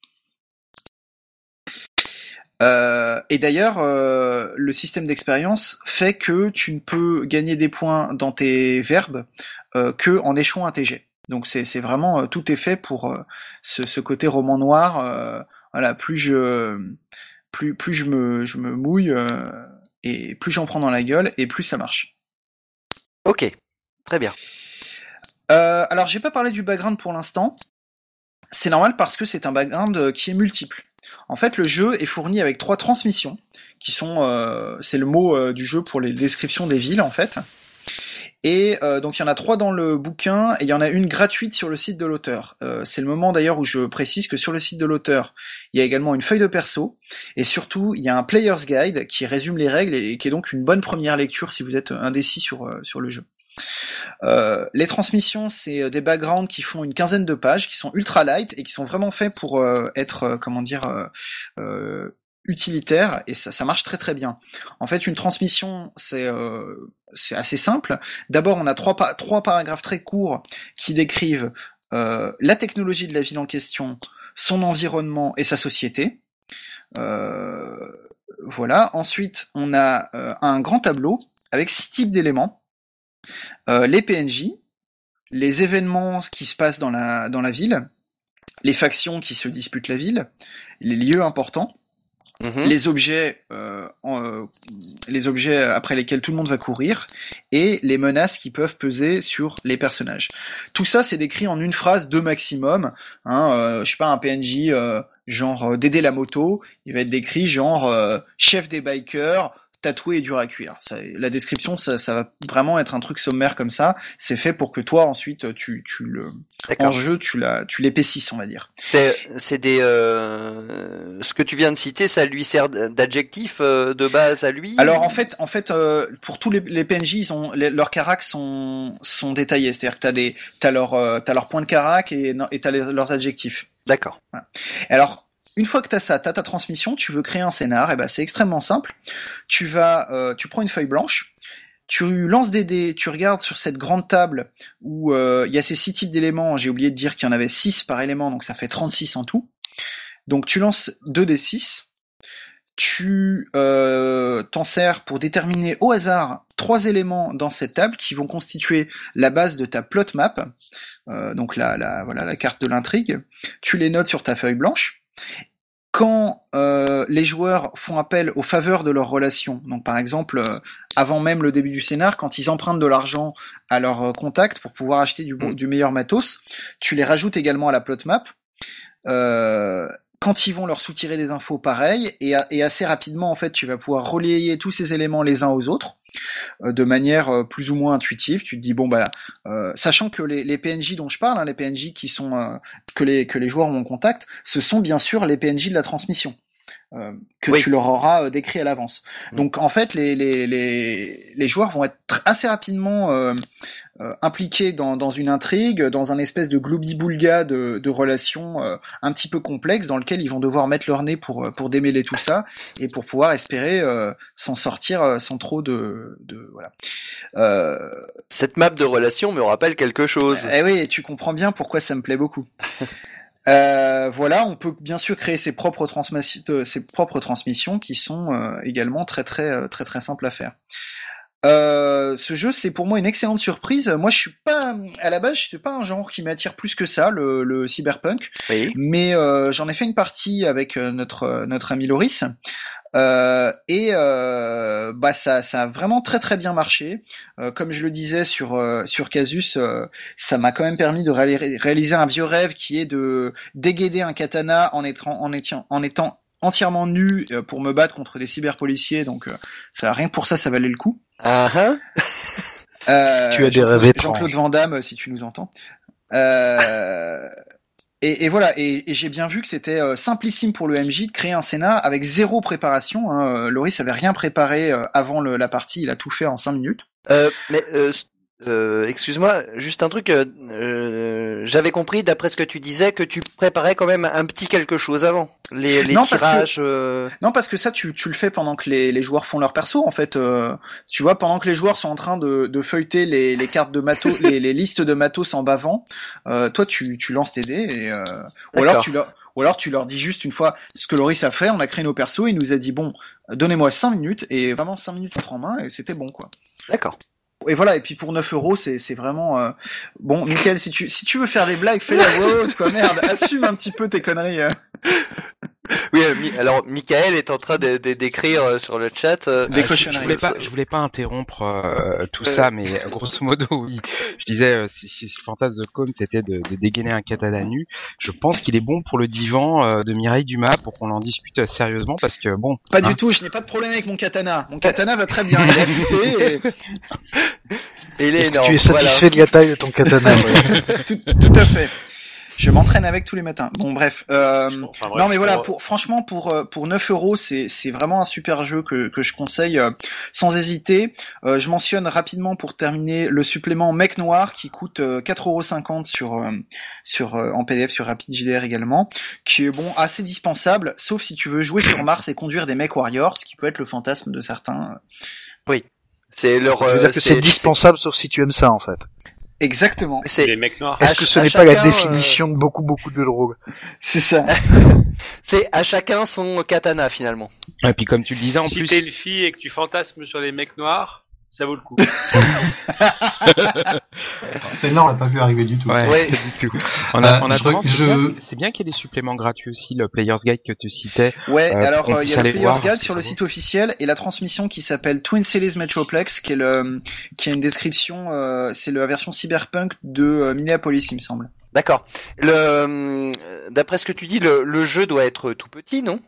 Euh, et d'ailleurs, euh, le système d'expérience fait que tu ne peux gagner des points dans tes verbes euh, que en échouant un T G. Donc, c'est, c'est vraiment euh, tout est fait pour euh, ce, ce côté roman noir. Euh, voilà, plus je Plus, plus je me, je me mouille euh, et plus j'en prends dans la gueule et plus ça marche. Ok, très bien. Euh, alors j'ai pas parlé du background pour l'instant. C'est normal parce que c'est un background qui est multiple. En fait, le jeu est fourni avec trois transmissions qui sont, euh, c'est le mot euh, du jeu pour les descriptions des villes en fait. Et euh, donc il y en a trois dans le bouquin et il y en a une gratuite sur le site de l'auteur. Euh, c'est le moment d'ailleurs où je précise que sur le site de l'auteur, il y a également une feuille de perso et surtout il y a un player's guide qui résume les règles et qui est donc une bonne première lecture si vous êtes indécis sur euh, sur le jeu. Euh, les transmissions, c'est des backgrounds qui font une quinzaine de pages, qui sont ultra light et qui sont vraiment faits pour euh, être, euh, comment dire, euh, euh, utilitaire et ça, ça marche très très bien. En fait, une transmission, c'est euh, c'est assez simple. D'abord, on a trois pa- trois paragraphes très courts qui décrivent euh, la technologie de la ville en question, son environnement et sa société. Euh, voilà. Ensuite, on a euh, un grand tableau avec six types d'éléments. Euh, les P N J, les événements qui se passent dans la dans la ville, les factions qui se disputent la ville, les lieux importants. Mmh. Les objets, euh, euh, les objets après lesquels tout le monde va courir, et les menaces qui peuvent peser sur les personnages. Tout ça, c'est décrit en une phrase de maximum. Hein, euh, je sais pas, un P N J euh, genre euh, Dédé la moto, il va être décrit genre euh, chef des bikers, tatoué et dur à cuire. Ça, la description, ça, ça va vraiment être un truc sommaire comme ça. C'est fait pour que toi ensuite tu, tu le en jeu tu la, tu l'épaississes, on va dire. C'est, c'est des, euh, ce que tu viens de citer, ça lui sert d'adjectif euh, de base à lui. Alors en fait, en fait, euh, pour tous les, les P N J, ils ont les, leurs caracs sont sont détaillés. C'est-à-dire que t'as des, t'as leur, euh, t'as leur point de carac et et t'as les, leurs adjectifs. D'accord. Voilà. Alors. Une fois que t'as ça, t'as ta transmission, tu veux créer un scénar, et ben c'est extrêmement simple. Tu vas, euh, tu prends une feuille blanche, tu lances des dés, tu regardes sur cette grande table où il euh, y a ces six types d'éléments. J'ai oublié de dire qu'il y en avait six par élément, donc ça fait trente-six en tout. Donc tu lances deux dés six, tu euh, t'en sers pour déterminer au hasard trois éléments dans cette table qui vont constituer la base de ta plot map, euh, donc la, la, voilà, la carte de l'intrigue. Tu les notes sur ta feuille blanche. Quand euh, les joueurs font appel aux faveurs de leur relation, donc par exemple euh, avant même le début du scénar, quand ils empruntent de l'argent à leur euh, contact pour pouvoir acheter du, bon, du meilleur matos, tu les rajoutes également à la plot map. Euh, quand ils vont leur soutirer des infos, pareil, et, et assez rapidement en fait tu vas pouvoir relayer tous ces éléments les uns aux autres euh, de manière euh, plus ou moins intuitive. Tu te dis bon bah euh, sachant que les, les P N J dont je parle, hein, les P N J qui sont euh, que les que les joueurs ont en contact, ce sont bien sûr les P N J de la transmission. Euh, que oui. Tu leur auras euh, décrit à l'avance. Mmh. Donc en fait, les les les les joueurs vont être assez rapidement euh, euh, impliqués dans dans une intrigue, dans un espèce de globi-boulga de de relations euh, un petit peu complexes dans lequel ils vont devoir mettre leur nez pour pour démêler tout ça et pour pouvoir espérer euh, s'en sortir euh, sans trop de de voilà. Euh... Cette map de relations me rappelle quelque chose. Eh oui, tu comprends bien pourquoi ça me plaît beaucoup. Euh, voilà, on peut bien sûr créer ses propres transmissions, euh, ses propres transmissions qui sont euh, également très très très très très simples à faire. Euh, ce jeu, c'est pour moi une excellente surprise. Moi, je suis pas à la base, c'est pas un genre qui m'attire plus que ça, le, le cyberpunk. Oui. Mais euh, j'en ai fait une partie avec notre notre ami Loris. Euh, et euh, bah ça, ça a vraiment très très bien marché. Euh, comme je le disais sur euh, sur Casus, euh, ça m'a quand même permis de ré- réaliser un vieux rêve qui est de déguider un katana en étant en étant en étant entièrement nu pour me battre contre des cyberpoliciers. Donc euh, ça rien que pour ça, ça valait le coup. Uh-huh. Euh, Tu as des Jean-Claude- rêves étranges. Jean-Claude Van Damme, si tu nous entends. Euh, et, et voilà, et, et j'ai bien vu que c'était euh, simplissime pour le M J de créer un scénar avec zéro préparation. Hein. Euh, Loris avait rien préparé euh, avant le, la partie, il a tout fait en cinq minutes. Euh, mais euh, euh, excuse-moi, juste un truc. Euh, euh, j'avais compris d'après ce que tu disais que tu préparais quand même un petit quelque chose avant les, les Non, parce que- tirages. euh, Non, parce que ça, tu, tu le fais pendant que les, les joueurs font leur perso, en fait. Euh, tu vois, pendant que les joueurs sont en train de, de feuilleter les, les cartes de matos, les, les listes de matos en bavant, euh, toi, tu, tu lances tes dés et euh, ou alors D'accord. tu leur, ou alors tu leur dis juste une fois ce que Loris a fait. On a créé nos persos, il nous a dit bon, donnez-moi cinq minutes et vraiment cinq minutes entre en main et c'était bon, quoi. D'accord. Et voilà, et puis pour neuf euros, c'est c'est vraiment euh... bon. Mickaël, si tu si tu veux faire des blagues, fais la voix haute, quoi. Merde, assume un petit peu tes conneries. euh. Oui, euh, Mi- alors Michael est en train de, de- d'écrire euh, sur le chat. euh, Des Je cochonneries. voulais pas, je voulais pas interrompre euh, tout Euh. ça, mais grosso modo, oui. Je disais, euh, si, si le fantasme de Côme, c'était de, de dégainer un katana nu, je pense qu'il est bon pour le divan euh, de Mireille Dumas pour qu'on en discute euh, sérieusement, parce que bon. Pas hein, du tout, je n'ai pas de problème avec mon katana. Mon katana va très bien, il est affûté et Et il est Est-ce que énorme. tu es satisfait de la taille de ton katana? tout, tout à fait. Je m'entraîne avec tous les matins. Bon, bref. Euh, Enfin, bref, non, mais voilà, pour- pour, franchement, pour, euh, pour neuf euros, c'est, c'est vraiment un super jeu que, que je conseille euh, sans hésiter. Euh, je mentionne rapidement pour terminer le supplément Mec Noir qui coûte euh, quatre euros cinquante sur, euh, sur, euh, en P D F sur Rapid J D R également, qui est bon, assez dispensable, sauf si tu veux jouer sur Mars et conduire des Mech Warriors, ce qui peut être le fantasme de certains. C'est leur. Je veux euh, dire que c'est dispensable sauf si tu aimes ça, en fait. Exactement. C'est, Les mecs noirs. Est-ce à que ch- ce à n'est pas la chacun, définition de beaucoup, beaucoup de jeux de rôle? C'est ça. c'est à chacun son katana finalement. Et puis comme tu le disais en Si plus, t'es une fille et que tu fantasmes sur les mecs noirs, ça vaut le coup. Celle-là, on l'a pas vu arriver du tout. ouais, Ouais. pas du tout. En, a- Euh, en je attendant, re- c'est je- bien, c'est bien qu'il y ait des suppléments gratuits aussi, le Player's Guide que tu citais. Ouais, Euh, alors on euh, il y puisse a le aller Player's voir Guide ce sur que le ça site officiel et la transmission qui s'appelle Twin Cities Metroplex, qui est le, qui a une description, euh, c'est la version cyberpunk de euh, Minneapolis, il me semble. D'accord. Le, euh, d'après ce que tu dis, le, le jeu doit être tout petit, non?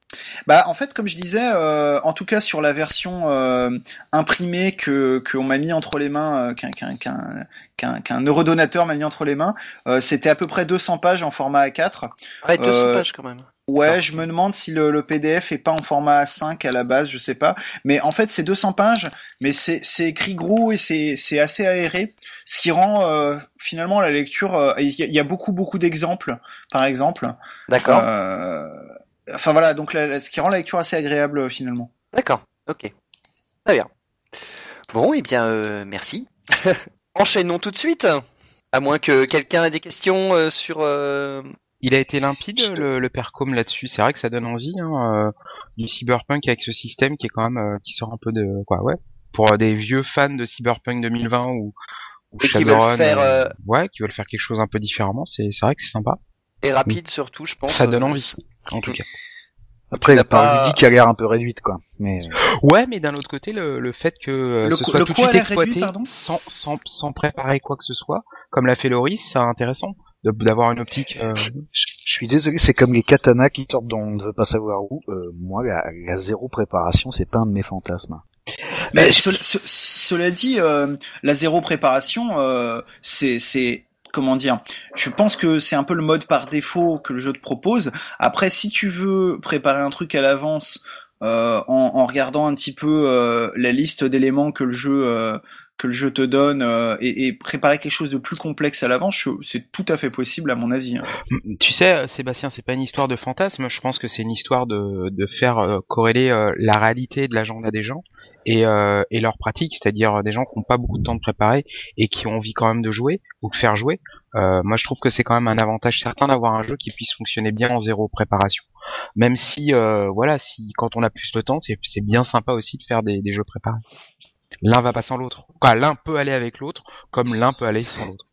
Bah en fait, comme je disais, euh, en tout cas sur la version euh, imprimée que qu'on m'a mis entre les mains, euh, qu'un qu'un qu'un qu'un qu'un neurodonateur m'a mis entre les mains, euh, c'était à peu près deux cents pages en format A quatre. Ouais, deux cents Euh, pages quand même. Ouais, D'accord. je me demande si le, le P D F est pas en format A cinq à la base, je sais pas. Mais en fait, c'est deux cents pages, mais c'est c'est écrit gros et c'est c'est assez aéré, ce qui rend euh, finalement la lecture. euh, Il y, a- il y a beaucoup beaucoup d'exemples, par exemple. D'accord. Euh, Enfin voilà, donc la- la- ce qui rend la lecture assez agréable euh, finalement. D'accord. Ok. Très bien. Bon, eh bien, euh, merci. Enchaînons tout de suite. À moins que quelqu'un ait des questions euh, sur. euh, Il a été limpide le, le Percom là-dessus. C'est vrai que ça donne envie hein, euh, du cyberpunk avec ce système qui est quand même euh, qui sort un peu de quoi ouais pour euh, des vieux fans de cyberpunk deux mille vingt ou, ou Et qui veulent Shadowrun, faire, euh, euh, ouais qui veulent faire quelque chose un peu différemment. C'est c'est vrai que c'est sympa. Et rapide surtout, je pense. Ça donne euh, envie en tout cas. Après, Il a la part pas- ludique a l'air un peu réduite, quoi. Mais Ouais, mais d'un autre côté, le, le fait que euh, Le ce co- soit le tout de quoi suite a l'air réduit, exploité pardon sans, sans, sans préparer quoi que ce soit, comme l'a fait Loris, c'est intéressant de- d'avoir une optique. euh, je je suis désolé, c'est comme les katanas qui sortent dont on ne veut pas savoir où. Euh, moi, la, la zéro préparation, c'est pas un de mes fantasmes. Mais Mais ce- ce- cela dit, euh, la zéro préparation, euh, c'est c'est comment dire, je pense que c'est un peu le mode par défaut que le jeu te propose. Après, si tu veux préparer un truc à l'avance euh, en, en regardant un petit peu euh, la liste d'éléments que le jeu euh, que le jeu te donne euh, et, et préparer quelque chose de plus complexe à l'avance, je- c'est tout à fait possible à mon avis. hein. Tu sais, Sébastien, c'est pas une histoire de fantasme. Je pense que c'est une histoire de, de faire euh, corréler euh, la réalité de l'agenda des gens et, euh, et leur pratique, c'est-à-dire des gens qui n'ont pas beaucoup de temps de préparer et qui ont envie quand même de jouer ou de faire jouer. Euh, moi, je trouve que c'est quand même un avantage certain d'avoir un jeu qui puisse fonctionner bien en zéro préparation. Même si, euh, voilà, si quand on a plus le temps, c'est c'est bien sympa aussi de faire des, des jeux préparés. L'un va pas sans l'autre. Quoi, l'un peut aller avec l'autre, comme l'un peut aller sans l'autre.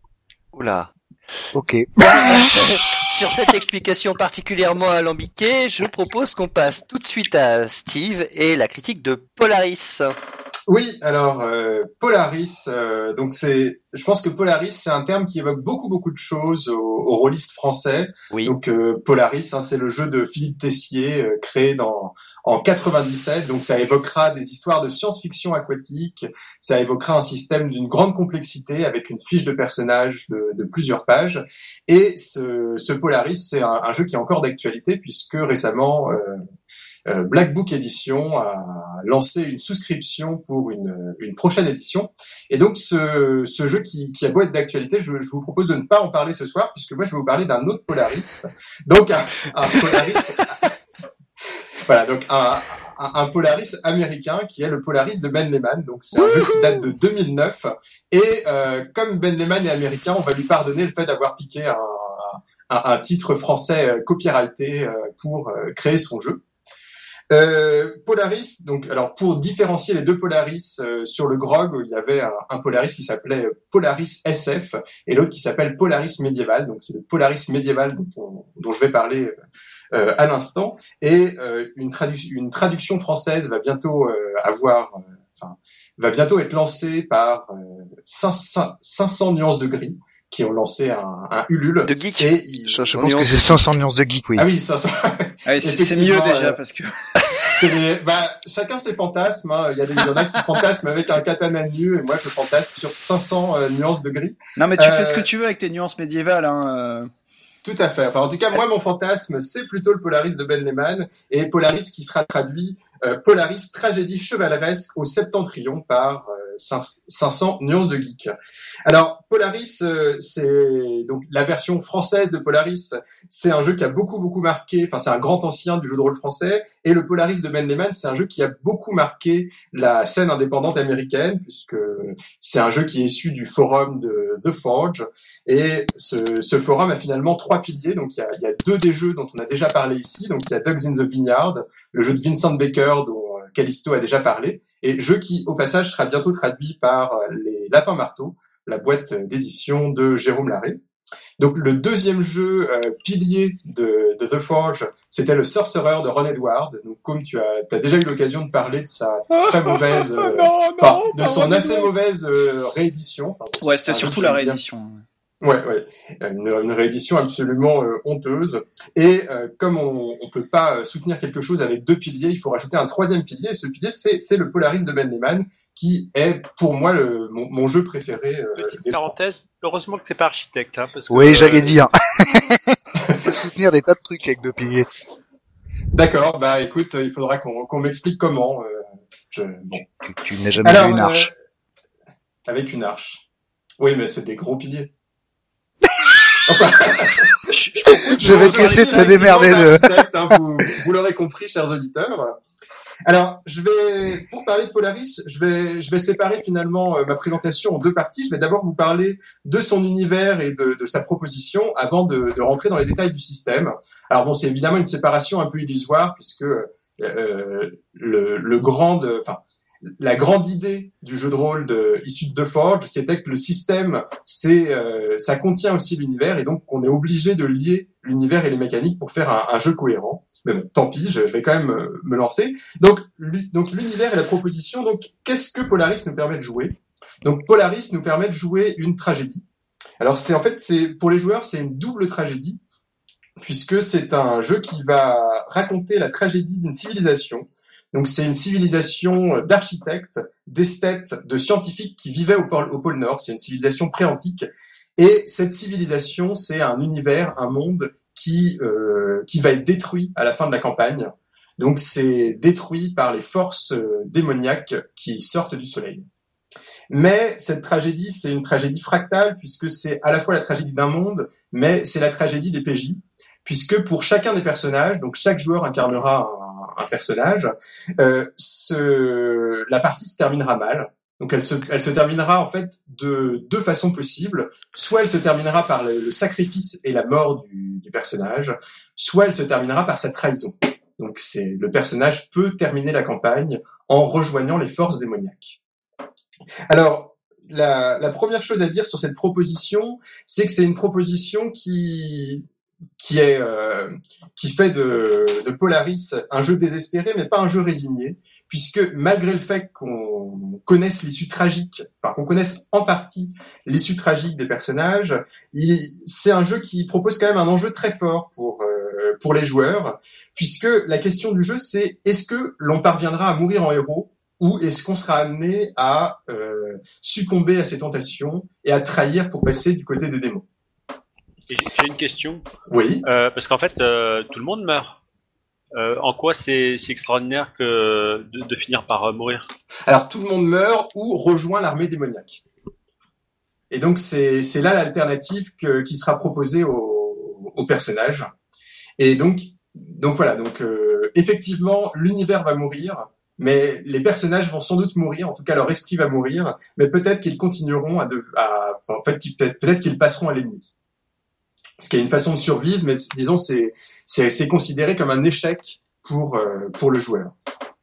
Oula. Ok. Sur cette explication particulièrement alambiquée, je propose qu'on passe tout de suite à Steve et la critique de Polaris. Oui, alors euh, Polaris, euh, donc c'est, je pense que Polaris c'est un terme qui évoque beaucoup beaucoup de choses aux, aux rôlistes français. Oui. Donc euh, Polaris, hein, c'est le jeu de Philippe Tessier euh, créé dans en quatre-vingt-dix-sept. Donc ça évoquera des histoires de science-fiction aquatique. Ça évoquera un système d'une grande complexité avec une fiche de personnage de, de plusieurs pages. Et ce, ce Polaris, c'est un, un jeu qui est encore d'actualité puisque récemment euh, Euh, Black Book Edition a lancé une souscription pour une, une prochaine édition. Et donc, ce, ce jeu qui, qui a beau être d'actualité, je, je vous propose de ne pas en parler ce soir, puisque moi, je vais vous parler d'un autre Polaris. Donc, un, un Polaris... voilà, donc un, un, un Polaris américain qui est le Polaris de Ben Lehman. Donc, c'est un jeu qui date de deux mille neuf. Et euh, comme Ben Lehman est américain, on va lui pardonner le fait d'avoir piqué un, un, un titre français euh, copyrighté euh, pour euh, créer son jeu. Euh, Polaris, donc alors pour différencier les deux Polaris euh, sur le Grog, il y avait un, un Polaris qui s'appelait Polaris S F et l'autre qui s'appelle Polaris médiéval. Donc c'est le Polaris médiéval dont, on, dont je vais parler euh, à l'instant. Et euh, une, tradu- une traduction française va bientôt euh, avoir, euh, enfin va bientôt être lancée par euh, cinq cents nuances de gris, qui ont lancé un, un Ulule. De geek. Et il, je, je pense que c'est cinq cents nuances de geek, oui. Ah oui, cinq cents. Ah oui, c'est, c'est mieux déjà euh, parce que. C'est les, bah, chacun ses fantasmes. Hein. Il y a des, il y en a qui fantasment avec un katana nu et moi je fantasme sur cinq cents euh, nuances de gris. Non mais tu euh, fais ce que tu veux avec tes nuances médiévales. Hein. Euh... Tout à fait. Enfin, en tout cas, moi mon fantasme c'est plutôt le Polaris de Ben Lehman et Polaris qui sera traduit euh, Polaris tragédie chevaleresque au Septentrion par euh, cinq cents nuances de geek. Alors Polaris, euh, c'est donc la version française de Polaris. C'est un jeu qui a beaucoup beaucoup marqué. Enfin, c'est un grand ancien du jeu de rôle français. Et le Polaris de Ben Lehman, c'est un jeu qui a beaucoup marqué la scène indépendante américaine puisque c'est un jeu qui est issu du forum de The Forge. Et ce, ce forum a finalement trois piliers. Donc il y a, il y a deux des jeux dont on a déjà parlé ici. Donc il y a Dogs in the Vineyard, le jeu de Vincent Baker dont Callisto a déjà parlé, et jeu qui au passage sera bientôt traduit par les Lapins Marteaux, la boîte d'édition de Jérôme Larrey. Donc le deuxième jeu euh, pilier de, de The Forge, c'était le Sorcerer de Ron Edward. Donc comme tu as, as déjà eu l'occasion de parler de sa très mauvaise, euh, non, enfin non, de son assez mauvaise euh, réédition. Enfin, ouais, c'était surtout la réédition. Ouais, ouais, une, une réédition absolument euh, honteuse. Et euh, comme on, on peut pas soutenir quelque chose avec deux piliers, il faut rajouter un troisième pilier. Et ce pilier, c'est, c'est le Polaris de Ben Lehman, qui est pour moi le, mon, mon jeu préféré. Euh, Petite parenthèse, heureusement que t'es pas architecte, hein, parce que, oui, euh, j'allais dire. On peut soutenir des tas de trucs avec deux piliers. D'accord, bah écoute, il faudra qu'on, qu'on m'explique comment. Euh, je, bon. Tu, tu n'as jamais Alors, vu une arche. Euh, avec une arche. Oui, mais c'est des gros piliers. Enfin, je, je, je vais te laisser te démerder de... Hein, vous, vous l'aurez compris, chers auditeurs. Alors, je vais, pour parler de Polaris, je vais, je vais séparer finalement euh, ma présentation en deux parties. Je vais d'abord vous parler de son univers et de, de sa proposition avant de, de rentrer dans les détails du système. Alors bon, c'est évidemment une séparation un peu illusoire puisque euh, le, le grand, enfin, la grande idée du jeu de rôle de, issu de The Forge, c'était que le système, c'est, euh, ça contient aussi l'univers et donc on est obligé de lier l'univers et les mécaniques pour faire un, un jeu cohérent. Mais bon, tant pis, je, je vais quand même euh, me lancer. Donc, lu, donc l'univers et la proposition. Donc, qu'est-ce que Polaris nous permet de jouer ? Donc, Polaris nous permet de jouer une tragédie. Alors, c'est en fait, c'est pour les joueurs, c'est une double tragédie puisque c'est un jeu qui va raconter la tragédie d'une civilisation. Donc c'est une civilisation d'architectes, d'esthètes, de scientifiques qui vivaient au pôle, au pôle Nord. C'est une civilisation pré-antique. Et cette civilisation, c'est un univers, un monde qui euh, qui va être détruit à la fin de la campagne. Donc c'est détruit par les forces euh, démoniaques qui sortent du soleil. Mais cette tragédie, c'est une tragédie fractale puisque c'est à la fois la tragédie d'un monde, mais c'est la tragédie des P J. Puisque pour chacun des personnages, donc chaque joueur incarnera un, un personnage, euh, ce, la partie se terminera mal. Donc elle se, elle se terminera en fait de deux façons possibles. Soit elle se terminera par le, le sacrifice et la mort du, du personnage, soit elle se terminera par sa trahison. Donc c'est, le personnage peut terminer la campagne en rejoignant les forces démoniaques. Alors, la, la première chose à dire sur cette proposition, c'est que c'est une proposition qui... qui est euh, qui fait de, de Polaris un jeu désespéré, mais pas un jeu résigné, puisque malgré le fait qu'on connaisse l'issue tragique, enfin qu'on connaisse en partie l'issue tragique des personnages, il, c'est un jeu qui propose quand même un enjeu très fort pour euh, pour les joueurs, puisque la question du jeu c'est est-ce que l'on parviendra à mourir en héros ou est-ce qu'on sera amené à euh, succomber à ses tentations et à trahir pour passer du côté des démons. J'ai une question. Oui. Euh, parce qu'en fait, euh, tout le monde meurt. Euh, en quoi c'est, c'est extraordinaire que de, de finir par euh, mourir? Alors tout le monde meurt ou rejoint l'armée démoniaque. Et donc c'est, c'est là l'alternative que, qui sera proposée au, au personnage. Et donc, donc voilà. Donc euh, effectivement, l'univers va mourir. Mais les personnages vont sans doute mourir, en tout cas leur esprit va mourir, mais peut-être qu'ils continueront à, de, à enfin, en fait, qu'ils, peut-être, peut-être qu'ils passeront à l'ennemi. Ce qui est une façon de survivre, mais disons c'est c'est, c'est considéré comme un échec pour euh, pour le joueur.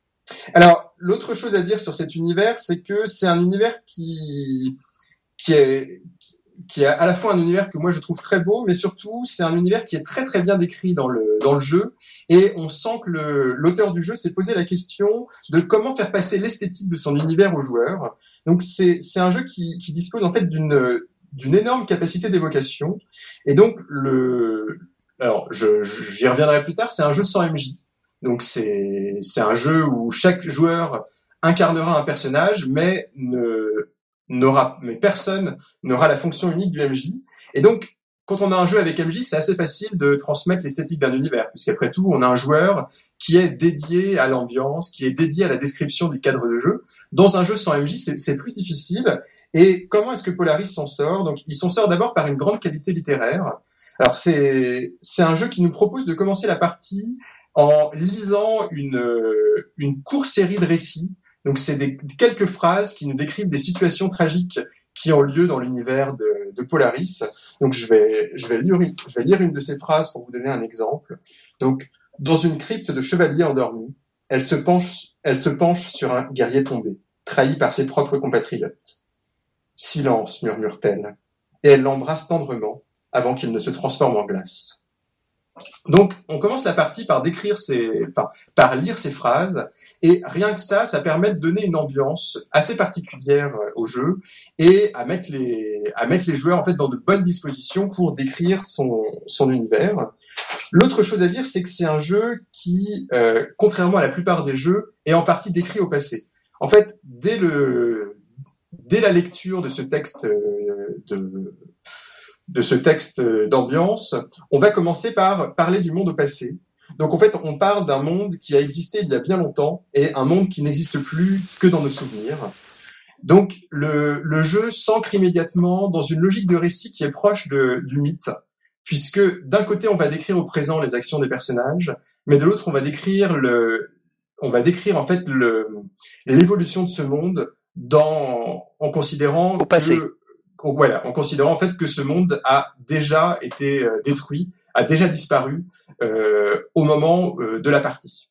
Alors l'autre chose à dire sur cet univers, c'est que c'est un univers qui qui est qui est à la fois un univers que moi je trouve très beau, mais surtout c'est un univers qui est très très bien décrit dans le dans le jeu, et on sent que le, l'auteur du jeu s'est posé la question de comment faire passer l'esthétique de son univers aux joueurs. Donc c'est c'est un jeu qui qui dispose en fait d'une d'une énorme capacité d'évocation, et donc le alors je, je j'y reviendrai plus tard, c'est un jeu sans M J. Donc c'est c'est un jeu où chaque joueur incarnera un personnage, mais ne n'aura, mais personne n'aura la fonction unique du M J. Et donc, quand on a un jeu avec M J, c'est assez facile de transmettre l'esthétique d'un univers, puisqu'après tout, on a un joueur qui est dédié à l'ambiance, qui est dédié à la description du cadre de jeu. Dans un jeu sans M J, c'est, c'est plus difficile. Et comment est-ce que Polaris s'en sort? Donc, il s'en sort d'abord par une grande qualité littéraire. Alors, c'est, c'est un jeu qui nous propose de commencer la partie en lisant une, une courte série de récits. Donc, c'est des, quelques phrases qui nous décrivent des situations tragiques qui ont lieu dans l'univers de, de Polaris. Donc, je vais, je vais lire, je vais lire une de ces phrases pour vous donner un exemple. Donc, dans une crypte de chevaliers endormis, elle se penche, elle se penche sur un guerrier tombé, trahi par ses propres compatriotes. Silence, murmure-t-elle, et elle l'embrasse tendrement avant qu'il ne se transforme en glace. Donc, on commence la partie par décrire ces, enfin, par lire ces phrases, et rien que ça, ça permet de donner une ambiance assez particulière au jeu et à mettre les, à mettre les joueurs en fait dans de bonnes dispositions pour décrire son, son univers. L'autre chose à dire, c'est que c'est un jeu qui, euh, contrairement à la plupart des jeux, est en partie décrit au passé. En fait, dès le, dès la lecture de ce texte euh, de de ce texte d'ambiance, on va commencer par parler du monde au passé. Donc en fait, on parle d'un monde qui a existé il y a bien longtemps et un monde qui n'existe plus que dans nos souvenirs. Donc le, le jeu s'ancre immédiatement dans une logique de récit qui est proche de, du mythe, puisque d'un côté, on va décrire au présent les actions des personnages, mais de l'autre, on va décrire le, on va décrire en fait le, l'évolution de ce monde dans, en considérant au passé. que Donc, voilà, en considérant en fait que ce monde a déjà été euh, détruit, a déjà disparu euh, au moment euh, de la partie.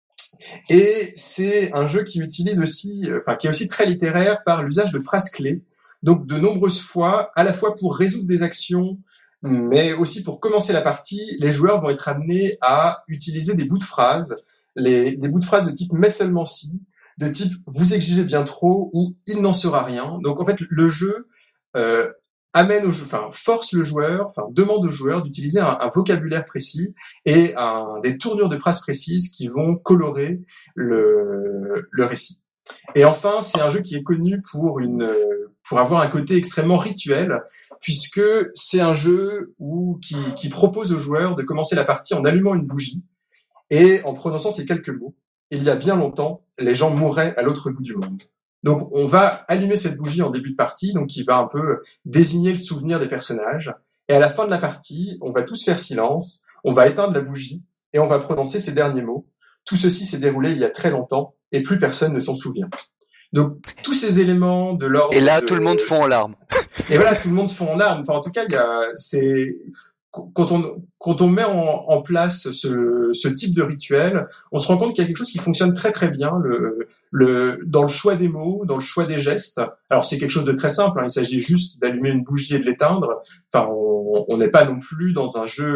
Et c'est un jeu qui utilise aussi, euh, enfin qui est aussi très littéraire par l'usage de phrases clés. Donc de nombreuses fois, à la fois pour résoudre des actions, mais aussi pour commencer la partie, les joueurs vont être amenés à utiliser des bouts de phrases, les, des bouts de phrases de type mais seulement si, de type vous exigez bien trop ou il n'en sera rien. Donc en fait le jeu Euh, amène au jeu, enfin force le joueur, enfin demande au joueur d'utiliser un, un vocabulaire précis et un, des tournures de phrases précises qui vont colorer le, le récit. Et enfin, c'est un jeu qui est connu pour une, pour avoir un côté extrêmement rituel, puisque c'est un jeu où qui, qui propose aux joueurs de commencer la partie en allumant une bougie et en prononçant ces quelques mots. Il y a bien longtemps, les gens mouraient à l'autre bout du monde. Donc, on va allumer cette bougie en début de partie, donc qui va un peu désigner le souvenir des personnages. Et à la fin de la partie, on va tous faire silence, on va éteindre la bougie et on va prononcer ces derniers mots. Tout ceci s'est déroulé il y a très longtemps et plus personne ne s'en souvient. Donc, tous ces éléments de l'ordre... Et là, de... tout le monde fond en larmes. Et voilà, tout le monde fond en larmes. Enfin, en tout cas, il y a, c'est... Quand on, quand on met en, en place ce, ce type de rituel, on se rend compte qu'il y a quelque chose qui fonctionne très très bien le, le, dans le choix des mots, dans le choix des gestes. Alors c'est quelque chose de très simple, hein, il s'agit juste d'allumer une bougie et de l'éteindre. Enfin, on n'est pas non plus dans un jeu euh,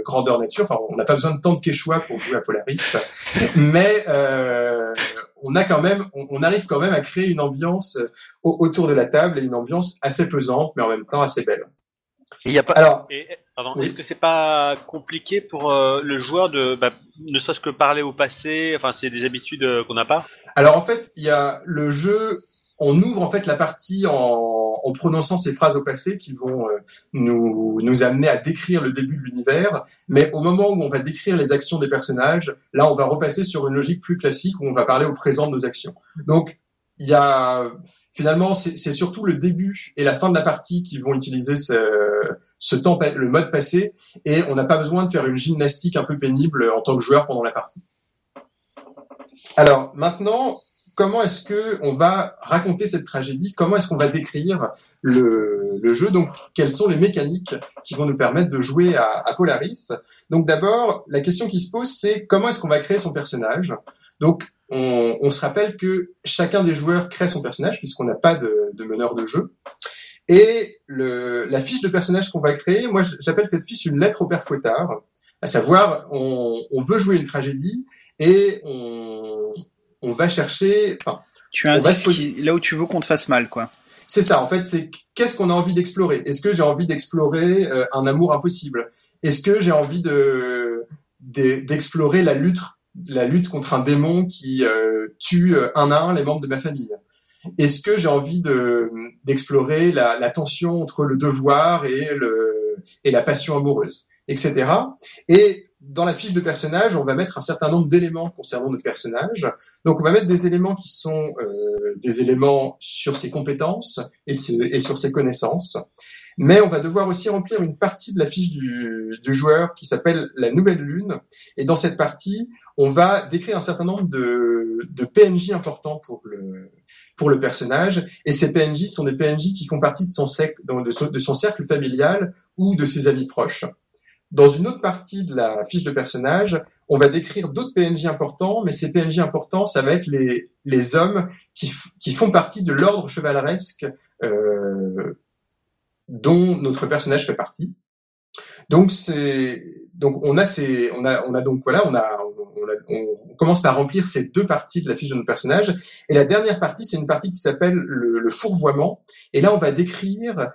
euh, grandeur nature. Enfin, on n'a pas besoin de tant de Quechua pour jouer à Polaris, mais euh, on a quand même, on, on arrive quand même à créer une ambiance au, autour de la table et une ambiance assez pesante, mais en même temps assez belle. Il y a pas. Alors, Et, pardon, oui. est-ce que c'est pas compliqué pour euh, le joueur de, bah, ne serait-ce que parler au passé, enfin, c'est des habitudes euh, qu'on n'a pas? Alors en fait, il y a le jeu, on ouvre en fait la partie en, en prononçant ces phrases au passé qui vont euh, nous, nous amener à décrire le début de l'univers, mais au moment où on va décrire les actions des personnages, là on va repasser sur une logique plus classique où on va parler au présent de nos actions. Donc il y a finalement c'est, c'est surtout le début et la fin de la partie qui vont utiliser ce, ce temps, le mode passé, et on n'a pas besoin de faire une gymnastique un peu pénible en tant que joueur pendant la partie. Alors maintenant, comment est-ce que on va raconter cette tragédie? Comment est-ce qu'on va décrire le, le jeu? Donc, quelles sont les mécaniques qui vont nous permettre de jouer à, à Polaris? Donc, d'abord, la question qui se pose, c'est comment est-ce qu'on va créer son personnage? Donc, on, on se rappelle que chacun des joueurs crée son personnage puisqu'on n'a pas de, de meneur de jeu. Et le, la fiche de personnage qu'on va créer, moi, j'appelle cette fiche une lettre au père Fouettard. À savoir, on, on veut jouer une tragédie et on, on va chercher. Enfin, tu indiques qui, là où tu veux qu'on te fasse mal, quoi. C'est ça, en fait, c'est qu'est-ce qu'on a envie d'explorer? Est-ce que j'ai envie d'explorer euh, un amour impossible? Est-ce que j'ai envie de, de d'explorer la lutte, la lutte contre un démon qui euh, tue un à un les membres de ma famille? Est-ce que j'ai envie de d'explorer la, la tension entre le devoir et le et la passion amoureuse, et cetera. Et dans la fiche de personnage, on va mettre un certain nombre d'éléments concernant notre personnage. Donc, on va mettre des éléments qui sont euh, des éléments sur ses compétences et, ce, et sur ses connaissances. Mais on va devoir aussi remplir une partie de la fiche du, du joueur qui s'appelle la nouvelle lune. Et dans cette partie, on va décrire un certain nombre de, de P N J importants pour le, pour le personnage. Et ces P N J sont des P N J qui font partie de son, sec, de son, de son cercle familial ou de ses amis proches. Dans une autre partie de la fiche de personnage, on va décrire d'autres P N J importants, mais ces P N J importants, ça va être les, les hommes qui, qui font partie de l'ordre chevaleresque euh, dont notre personnage fait partie. Donc c'est donc on a ces on a on a donc voilà on a on, a, on commence par remplir ces deux parties de la fiche de notre personnage, et la dernière partie c'est une partie qui s'appelle le, le fourvoiement, et là on va décrire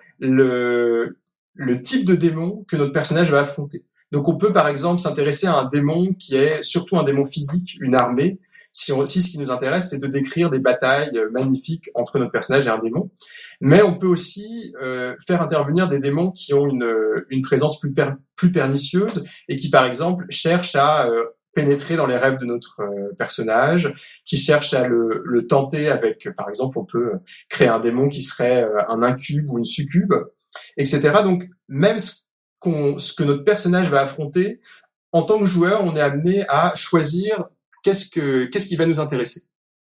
le le type de démon que notre personnage va affronter. Donc on peut par exemple s'intéresser à un démon qui est surtout un démon physique, une armée, si, on, si ce qui nous intéresse c'est de décrire des batailles magnifiques entre notre personnage et un démon. Mais on peut aussi euh, faire intervenir des démons qui ont une, une présence plus, per, plus pernicieuse et qui par exemple cherchent à euh, pénétrer dans les rêves de notre euh, personnage, qui cherchent à le, le tenter avec, par exemple, on peut créer un démon qui serait euh, un incube ou une succube, et cetera. Donc, même ce, qu'on, ce que notre personnage va affronter, en tant que joueur, on est amené à choisir qu'est-ce que qu'est-ce qui va nous intéresser.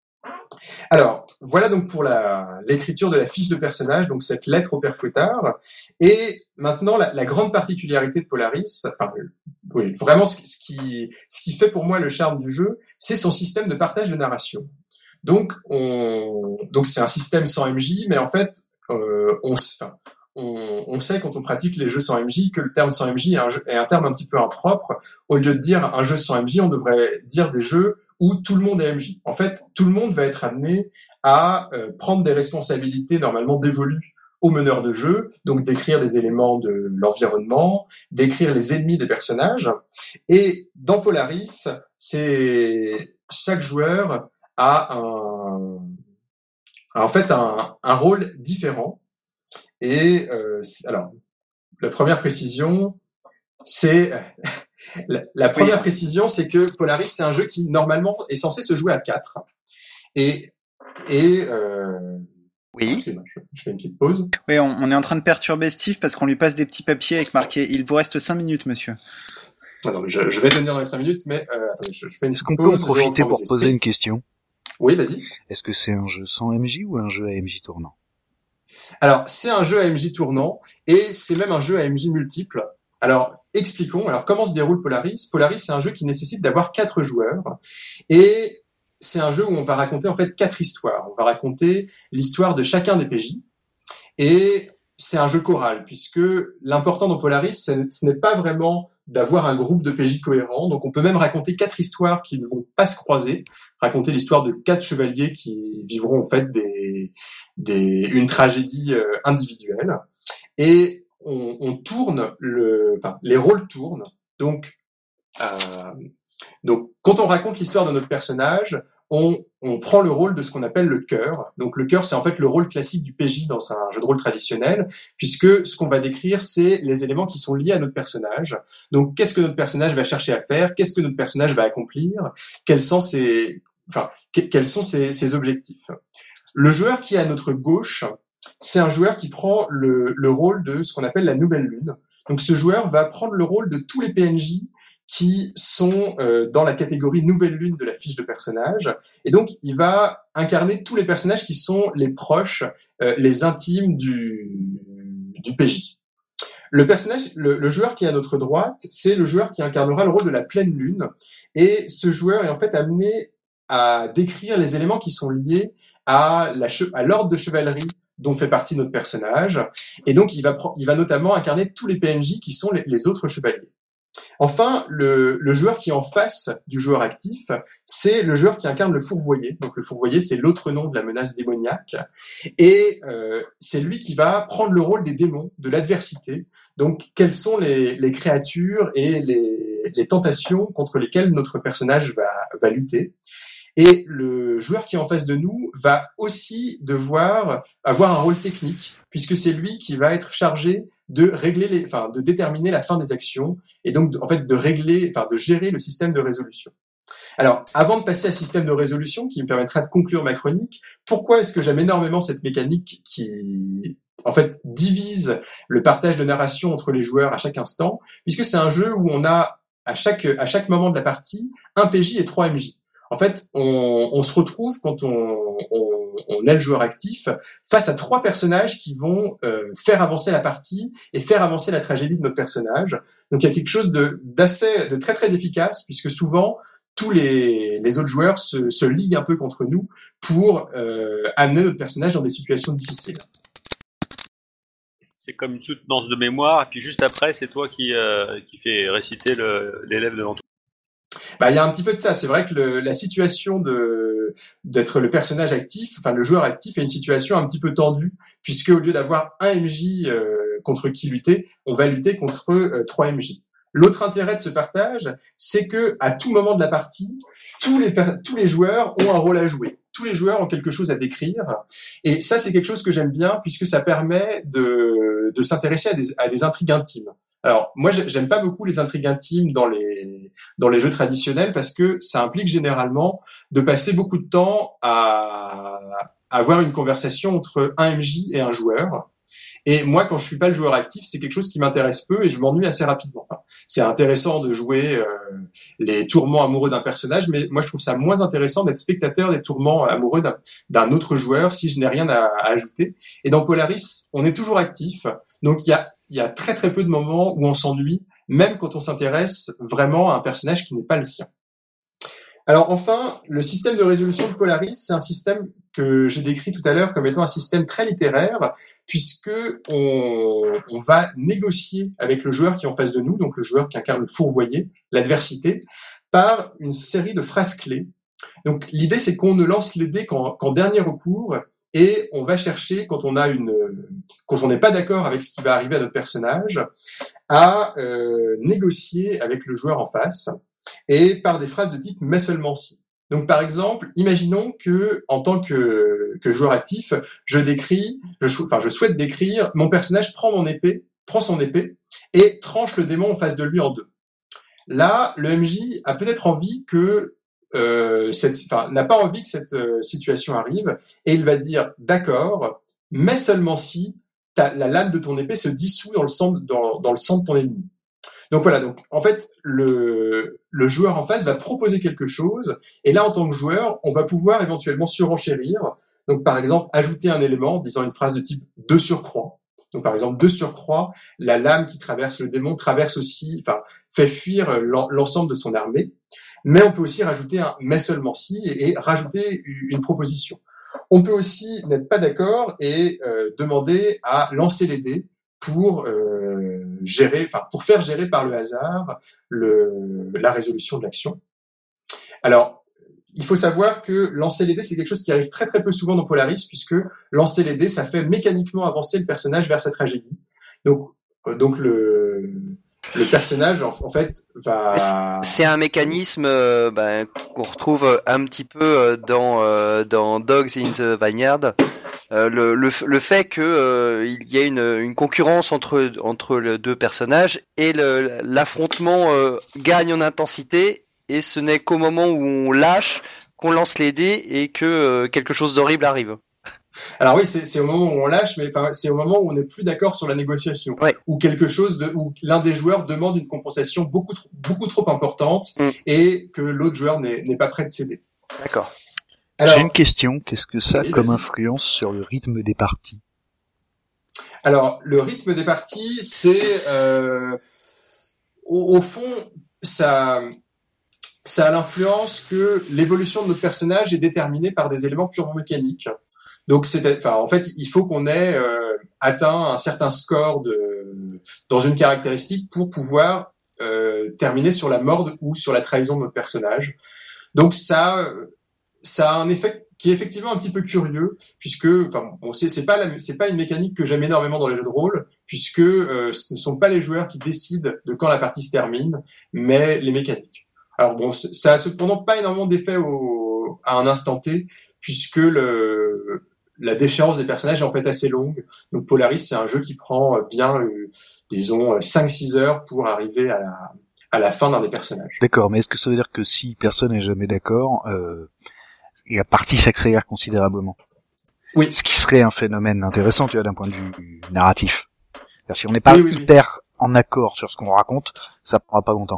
Alors, voilà donc pour la, l'écriture de la fiche de personnage, donc cette lettre au père Fouettard. Et maintenant, la, la grande particularité de Polaris, enfin, oui, vraiment ce, ce qui ce qui fait pour moi le charme du jeu, c'est son système de partage de narration. Donc, on, donc c'est un système sans M J, mais en fait, euh, on, enfin, on, on sait quand on pratique les jeux sans M J que le terme sans M J est un, jeu, est un terme un petit peu impropre. Au lieu de dire un jeu sans M J, on devrait dire des jeux où tout le monde est M J. En fait, tout le monde va être amené à euh, prendre des responsabilités normalement dévolues au meneur de jeu, donc décrire des éléments de l'environnement, décrire les ennemis des personnages. Et dans Polaris, c'est chaque joueur a un, a en fait un, un rôle différent. Et euh, alors, la première précision, c'est la, la première oui. précision, c'est que Polaris, c'est un jeu qui normalement est censé se jouer à quatre. Et et euh, oui, je, je fais une petite pause. Oui, on, on est en train de perturber Steve parce qu'on lui passe des petits papiers avec marqué "Il vous reste cinq minutes, monsieur." Ah non, mais je, je vais tenir dans les cinq minutes, mais euh, attendez, je, je fais une Est-ce petite qu'on pause. peut en profiter pour poser une question? Oui, vas-y. Est-ce que c'est un jeu sans M J ou un jeu à M J tournant? Alors, c'est un jeu à M J tournant et c'est même un jeu à M J multiple. Alors, expliquons. Alors, comment se déroule Polaris? Polaris, c'est un jeu qui nécessite d'avoir quatre joueurs et c'est un jeu où on va raconter en fait quatre histoires. On va raconter l'histoire de chacun des P J et c'est un jeu choral puisque l'important dans Polaris, ce n'est pas vraiment d'avoir un groupe de P J cohérent. Donc on peut même raconter quatre histoires qui ne vont pas se croiser, raconter l'histoire de quatre chevaliers qui vivront en fait des, des, une tragédie euh, individuelle. Et on, on tourne, le, enfin les rôles tournent. Donc, euh, donc quand on raconte l'histoire de notre personnage, On, on prend le rôle de ce qu'on appelle le cœur. Donc le cœur, c'est en fait le rôle classique du P J dans un jeu de rôle traditionnel, puisque ce qu'on va décrire, c'est les éléments qui sont liés à notre personnage. Donc qu'est-ce que notre personnage va chercher à faire, qu'est-ce que notre personnage va accomplir, quels sont ses, enfin, que, quels sont ses, ses objectifs. Le joueur qui est à notre gauche, c'est un joueur qui prend le, le rôle de ce qu'on appelle la nouvelle lune. Donc ce joueur va prendre le rôle de tous les P N J qui sont euh, dans la catégorie nouvelle lune de la fiche de personnage, et donc il va incarner tous les personnages qui sont les proches, euh, les intimes du, du P J. Le personnage, le, le joueur qui est à notre droite, c'est le joueur qui incarnera le rôle de la pleine lune, et ce joueur est en fait amené à décrire les éléments qui sont liés à, la che- à l'ordre de chevalerie dont fait partie notre personnage, et donc il va, pro- il va notamment incarner tous les P N J qui sont les, les autres chevaliers. Enfin, le, le joueur qui est en face du joueur actif, c'est le joueur qui incarne le fourvoyé. Donc le fourvoyé, c'est l'autre nom de la menace démoniaque. Et euh, c'est lui qui va prendre le rôle des démons, de l'adversité. Donc quelles sont les, les créatures et les, les tentations contre lesquelles notre personnage va, va lutter. Et le joueur qui est en face de nous va aussi devoir avoir un rôle technique, puisque c'est lui qui va être chargé de régler les, enfin, de déterminer la fin des actions, et donc, en fait, de régler, enfin, de gérer le système de résolution. Alors, avant de passer à système de résolution, qui me permettra de conclure ma chronique, pourquoi est-ce que j'aime énormément cette mécanique qui, en fait, divise le partage de narration entre les joueurs à chaque instant, puisque c'est un jeu où on a, à chaque, à chaque moment de la partie, un P J et trois M J. En fait, on, on se retrouve quand on, on, on est le joueur actif face à trois personnages qui vont euh, faire avancer la partie et faire avancer la tragédie de notre personnage. Donc il y a quelque chose de d'assez, de très très efficace, puisque souvent tous les, les autres joueurs se, se liguent un peu contre nous pour euh, amener notre personnage dans des situations difficiles. C'est comme une soutenance de mémoire, et puis juste après, c'est toi qui euh, qui fait réciter le, l'élève devant toi. Bah, il y a un petit peu de ça. C'est vrai que le, la situation de d'être le personnage actif, enfin le joueur actif, est une situation un petit peu tendue, puisque au lieu d'avoir un M J euh, contre qui lutter, on va lutter contre euh, trois M J. L'autre intérêt de ce partage, c'est que à tout moment de la partie, tous les tous les joueurs ont un rôle à jouer. Tous les joueurs ont quelque chose à décrire, et ça c'est quelque chose que j'aime bien, puisque ça permet de de s'intéresser à des à des intrigues intimes. Alors, moi, j'aime pas beaucoup les intrigues intimes dans les dans les jeux traditionnels, parce que ça implique généralement de passer beaucoup de temps à, à avoir une conversation entre un M J et un joueur. Et moi, quand je suis pas le joueur actif, c'est quelque chose qui m'intéresse peu et je m'ennuie assez rapidement. C'est intéressant de jouer euh, les tourments amoureux d'un personnage, mais moi, je trouve ça moins intéressant d'être spectateur des tourments amoureux d'un, d'un autre joueur si je n'ai rien à, à ajouter. Et dans Polaris, on est toujours actif, donc il y a il y a très très peu de moments où on s'ennuie, même quand on s'intéresse vraiment à un personnage qui n'est pas le sien. Alors enfin, le système de résolution de Polaris, c'est un système que j'ai décrit tout à l'heure comme étant un système très littéraire, puisque on, on va négocier avec le joueur qui est en face de nous, donc le joueur qui incarne le fourvoyé, l'adversité, par une série de phrases clés. Donc l'idée, c'est qu'on ne lance les dés qu'en, qu'en dernier recours, et on va chercher, quand on a une, quand on n'est pas d'accord avec ce qui va arriver à notre personnage, à euh, négocier avec le joueur en face, et par des phrases de type mais seulement si. Donc par exemple, imaginons que en tant que, que joueur actif, je décris, je, enfin je souhaite décrire, mon personnage prend mon épée, prend son épée et tranche le démon en face de lui en deux. Là, le M J a peut-être envie que Euh, cette, enfin, n'a pas envie que cette euh, situation arrive, et il va dire d'accord, mais seulement si ta, la lame de ton épée se dissout dans le sang, dans, dans le sang de ton ennemi. Donc voilà, donc en fait le, le joueur en face va proposer quelque chose, et là en tant que joueur, on va pouvoir éventuellement surenchérir. Donc par exemple ajouter un élément en disant une phrase de type de surcroît. Donc par exemple de surcroît, la lame qui traverse le démon traverse aussi, enfin fait fuir l'ensemble de son armée. Mais on peut aussi rajouter un « mais seulement si » et rajouter une proposition. On peut aussi n'être pas d'accord et euh, demander à lancer les dés pour euh, gérer, enfin pour faire gérer par le hasard le, la résolution de l'action. Alors, il faut savoir que lancer les dés, c'est quelque chose qui arrive très très peu souvent dans Polaris, puisque lancer les dés, ça fait mécaniquement avancer le personnage vers sa tragédie. Donc, euh, donc le, le personnage, en, en fait, va... C'est un mécanisme euh, ben, qu'on retrouve un petit peu dans, euh, dans Dogs in the Vineyard. Euh, le, le, le fait que euh, il y ait une, une concurrence entre, entre les deux personnages et le, l'affrontement euh, gagne en intensité. Et ce n'est qu'au moment où on lâche, qu'on lance les dés et que euh, quelque chose d'horrible arrive. Alors oui, c'est, c'est au moment où on lâche, mais enfin, c'est au moment où on n'est plus d'accord sur la négociation, ouais. Où quelque chose de, où l'un des joueurs demande une compensation beaucoup trop, beaucoup trop importante mm. et que l'autre joueur n'est, n'est pas prêt de céder. D'accord. Alors, j'ai une question. Qu'est-ce que ça a oui, comme vas-y. influence sur le rythme des parties? Alors, le rythme des parties, c'est euh, au, au fond, ça. Ça a l'influence que l'évolution de notre personnage est déterminée par des éléments purement mécaniques. Donc, c'est, enfin, en fait, il faut qu'on ait euh, atteint un certain score de, dans une caractéristique pour pouvoir euh, terminer sur la mort ou sur la trahison de notre personnage. Donc, ça, ça a un effet qui est effectivement un petit peu curieux, puisque, enfin, on sait, c'est pas la, c'est pas une mécanique que j'aime énormément dans les jeux de rôle, puisque euh, ce ne sont pas les joueurs qui décident de quand la partie se termine, mais les mécaniques. Alors bon, ça a cependant pas énormément d'effet au, à un instant T, puisque le, la déchéance des personnages est en fait assez longue. Donc Polaris, c'est un jeu qui prend bien, euh, disons, cinq six heures pour arriver à la, à la fin d'un des personnages. D'accord, mais est-ce que ça veut dire que si personne n'est jamais d'accord, euh, la partie s'accélère considérablement? Oui. Ce qui serait un phénomène intéressant, tu vois, d'un point de vue narratif. C'est-à-dire, si on n'est pas oui, oui, hyper oui. en accord sur ce qu'on raconte, ça prendra pas longtemps.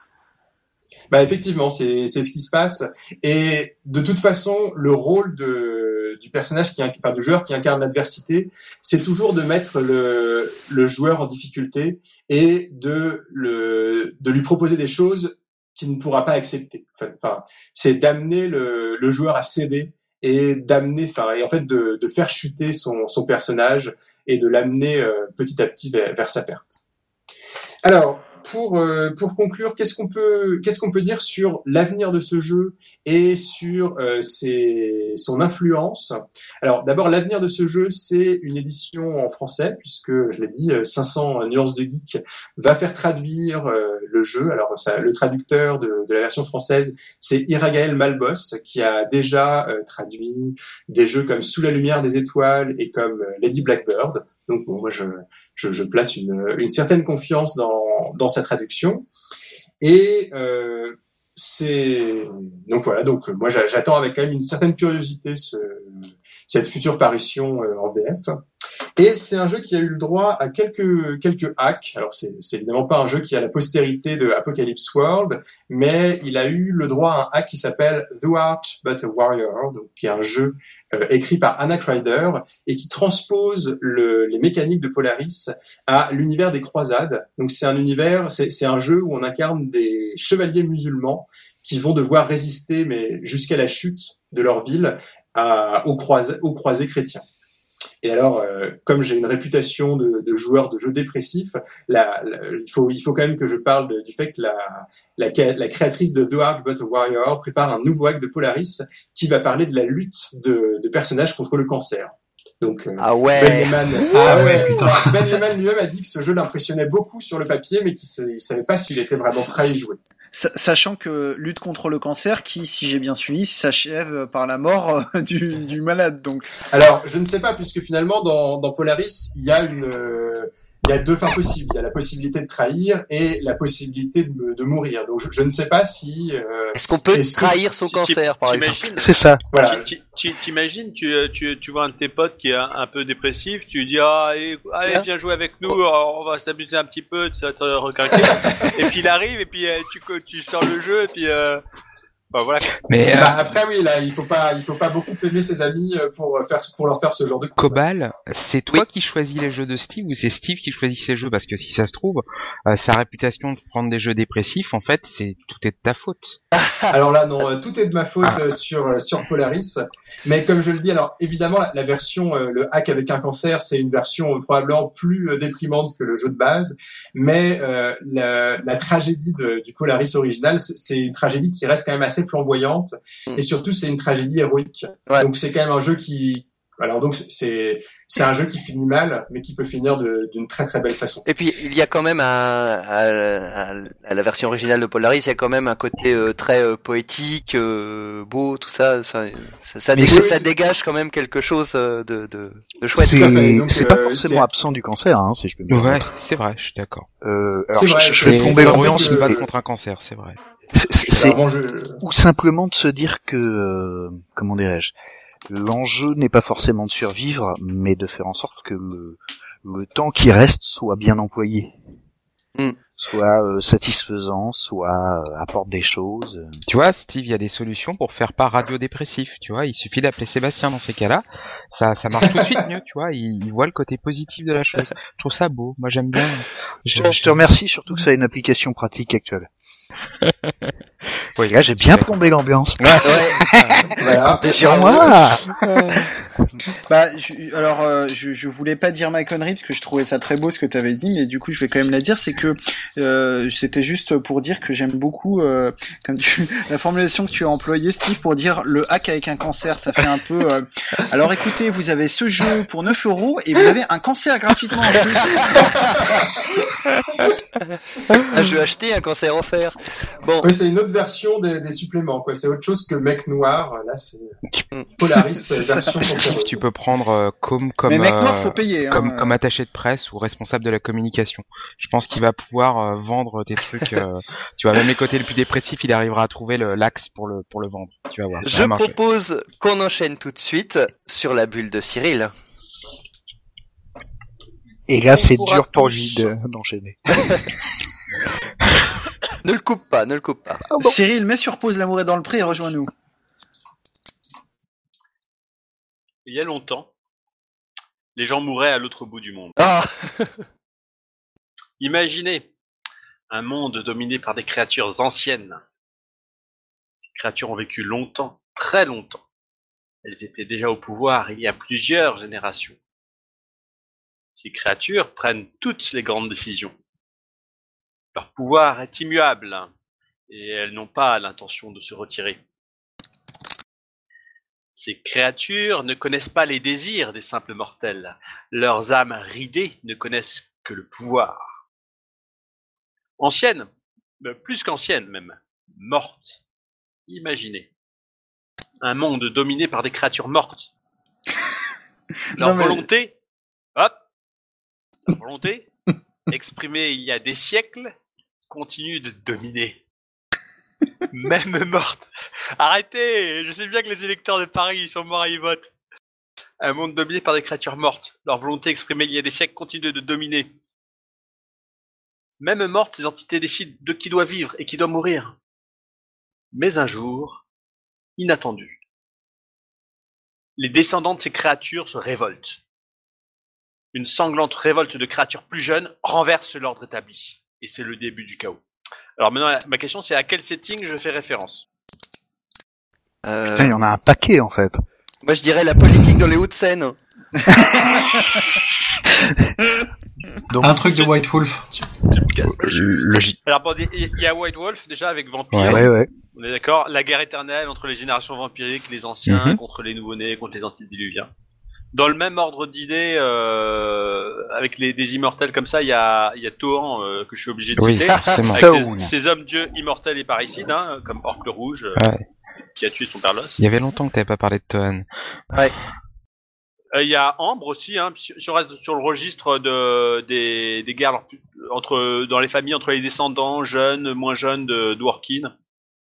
Bah effectivement, c'est c'est ce qui se passe. Et de toute façon, le rôle de du personnage qui enfin du joueur qui incarne l'adversité, c'est toujours de mettre le le joueur en difficulté et de le de lui proposer des choses qu'il ne pourra pas accepter. Enfin, c'est d'amener le le joueur à céder et d'amener enfin et en fait de de faire chuter son son personnage et de l'amener euh, petit à petit vers, vers sa perte. Alors, Pour euh, pour conclure, qu'est-ce qu'on peut qu'est-ce qu'on peut dire sur l'avenir de ce jeu et sur euh, ses, son influence? Alors d'abord, l'avenir de ce jeu, c'est une édition en français, puisque je l'ai dit, cinq cents nuances de geek va faire traduire euh, le jeu. Alors ça, le traducteur de, de la version française, c'est Iragaël Malbos, qui a déjà euh, traduit des jeux comme Sous la lumière des étoiles et comme euh, Lady Blackbird. Donc bon, moi je je, je place une, une certaine confiance dans dans sa traduction et euh, c'est donc voilà donc moi j'attends avec quand même une certaine curiosité ce, cette future parution euh, en V F et c'est un jeu qui a eu le droit à quelques quelques hacks. Alors c'est c'est évidemment pas un jeu qui a la postérité de Apocalypse World, mais il a eu le droit à un hack qui s'appelle Thou Art But a Warrior, donc qui est un jeu euh, écrit par Anna Crider et qui transpose le, les mécaniques de Polaris à l'univers des croisades. Donc c'est un univers, c'est c'est un jeu où on incarne des chevaliers musulmans qui vont devoir résister, mais jusqu'à la chute de leur ville, à, aux croisés aux croisés chrétiens. Et alors, euh, comme j'ai une réputation de, de joueur de jeux dépressif, la, la, il faut il faut quand même que je parle de, du fait que la, la la créatrice de Thou Art But a Warrior prépare un nouveau hack de Polaris qui va parler de la lutte de, de personnages contre le cancer. Donc euh, ah ouais. Ben Lehman, ah euh, ouais, putain. Ben Lehman lui-même a dit que ce jeu l'impressionnait beaucoup sur le papier, mais qu'il ne savait pas s'il était vraiment prêt à y jouer. Sachant que lutte contre le cancer, qui, si j'ai bien suivi, s'achève par la mort du, du malade, donc. Alors, je ne sais pas, puisque finalement, dans, dans Polaris, il y a une, il y a deux fins possibles. Il y a la possibilité de trahir et la possibilité de, de mourir. Donc, je, je ne sais pas si. Euh, est-ce qu'on peut est-ce trahir que, son cancer, par exemple? C'est ça. Voilà. Tu, tu, t'imagines, tu, tu, tu vois un de tes potes qui est un, un peu dépressif, tu lui dis ah allez, allez viens jouer avec nous, on va s'amuser un petit peu, tu vas te requinquer. Et puis il arrive et puis tu, tu sors le jeu et puis euh, Bah, voilà. Mais Bah, euh, après oui, là, il faut pas, il faut pas beaucoup aimer ses amis euh, pour faire, pour leur faire ce genre de coup. Cobal, c'est toi Oui. qui choisis les jeux de Steve ou c'est Steve qui choisit ses jeux? Parce que si ça se trouve, euh, sa réputation de prendre des jeux dépressifs, en fait, c'est tout est de ta faute. Alors là, non, euh, tout est de ma faute euh, sur euh, sur Polaris. Mais comme je le dis, alors évidemment, la, la version euh, le hack avec un cancer, c'est une version euh, probablement plus euh, déprimante que le jeu de base. Mais euh, la, la tragédie de, du Polaris original, c'est, c'est une tragédie qui reste quand même assez flamboyante. Mm. Et surtout, c'est une tragédie héroïque. Ouais. Donc c'est quand même un jeu qui alors donc c'est c'est un jeu qui finit mal, mais qui peut finir de, d'une très très belle façon. Et puis il y a quand même un, à, à, à la version originale de Polaris, il y a quand même un côté euh, très euh, poétique, euh, beau, tout ça. Enfin, ça, ça, Mais dé- c'est- ça dégage quand même quelque chose euh, de, de, de chouette. C'est tout à fait. Donc, c'est pas euh, forcément c'est- absent du cancer, hein, si je peux me Ouais, permettre. c'est vrai, je suis d'accord. Euh, alors, C'est je, vrai, je c'est- fais c'est- tomber c'est l'ambiance, vrai Se que- battre mais contre un cancer, c'est vrai. c'est- c'est- c'est- Alors, bon, je... ou simplement de se dire que, euh, comment dirais-je, l'enjeu n'est pas forcément de survivre, mais de faire en sorte que le, le temps qui reste soit bien employé, Mm. soit euh, satisfaisant, soit euh, apporte des choses. Tu vois, Steve, il y a des solutions pour faire pas radiodépressif, tu vois, il suffit d'appeler Sébastien dans ces cas-là, ça ça marche tout de suite mieux, tu vois, il, il voit le côté positif de la chose. Je trouve ça beau, moi j'aime bien. Je, te- je te remercie surtout que ça a une application pratique actuelle. Oui, Et là, j'ai bien plombé l'ambiance. Voilà. Comptez sur moi. Bah, je- alors, euh, je, je voulais pas dire ma connerie parce que je trouvais ça très beau ce que tu avais dit, mais du coup, je vais quand même la dire. C'est que euh, c'était juste pour dire que j'aime beaucoup, euh, comme tu, la formulation que tu as employée, Steve, pour dire le hack avec un cancer. Ça fait un peu. euh, alors, écoutez, vous avez ce jeu pour neuf euros et vous avez un cancer gratuitement en plus. Un jeu acheté, un cancer offert. Bon, Oui, c'est une autre version des, des suppléments, quoi. C'est autre chose que Mec Noir. Là, c'est Mm. Polaris C'est euh, ça. version cancéreuse. Tu peux prendre euh, comme comme mais mec noir, euh, faut payer. Hein. comme comme attaché de presse ou responsable de la communication. Je pense qu'il va pouvoir euh, vendre tes trucs. euh, tu vois, même les côtés les plus dépressifs, il arrivera à trouver le l'axe pour le pour le vendre. Tu vas voir. Ça je va marcher. propose qu'on enchaîne tout de suite sur la bulle de Cyril. Et là, c'est pourra dur pour tous. lui de- d'enchaîner. Ne le coupe pas, ne le coupe pas. Cyril, mets sur pause L'amour est dans le pré et rejoins-nous. Il y a longtemps, les gens mouraient à l'autre bout du monde. Ah, Imaginez un monde dominé par des créatures anciennes. Ces créatures ont vécu longtemps, très longtemps. Elles étaient déjà au pouvoir il y a plusieurs générations. Ces créatures prennent toutes les grandes décisions. Leur pouvoir est immuable et elles n'ont pas l'intention de se retirer. Ces créatures ne connaissent pas les désirs des simples mortels. Leurs âmes ridées ne connaissent que le pouvoir. Anciennes, euh, plus qu'anciennes même, mortes. Imaginez un monde dominé par des créatures mortes. Leur Non, mais- volonté, hop, leur volonté, exprimée il y a des siècles, continue de dominer. Même morte. Arrêtez! Je sais bien que les électeurs de Paris ils sont morts et ils votent. Un monde dominé par des créatures mortes. Leur volonté exprimée il y a des siècles continue de dominer. Même mortes, ces entités décident de qui doit vivre et qui doit mourir. Mais un jour, inattendu, les descendants de ces créatures se révoltent. Une sanglante révolte de créatures plus jeunes renverse l'ordre établi. Et c'est le début du chaos. Alors maintenant, ma question c'est à quel setting je fais référence? euh, Putain, il y en a un paquet, en fait. moi je dirais la politique dans les Hauts-de-Seine. Donc, Un truc de White Wolf. Tu me casses. Logique. Alors bon, il y a White Wolf déjà avec Vampire. Ouais. ouais, ouais. On est d'accord. La guerre éternelle entre les générations vampiriques, les anciens Mhm. contre les nouveau-nés, contre les antédiluviens. Dans le même ordre d'idées, euh, avec les des immortels comme ça, il y a il y a Tohan euh, que je suis obligé de Oui, citer, forcément. avec Tohan. ces, ces hommes dieux immortels et parricides, hein, comme Orc le Rouge, euh, Ouais. qui a tué son père Los. Il y avait longtemps que t'avais pas parlé de Tohan. Euh, Il y a Ambre aussi, hein, si si on reste sur le registre de des des guerres entre dans les familles entre les descendants jeunes, moins jeunes de Dworkin.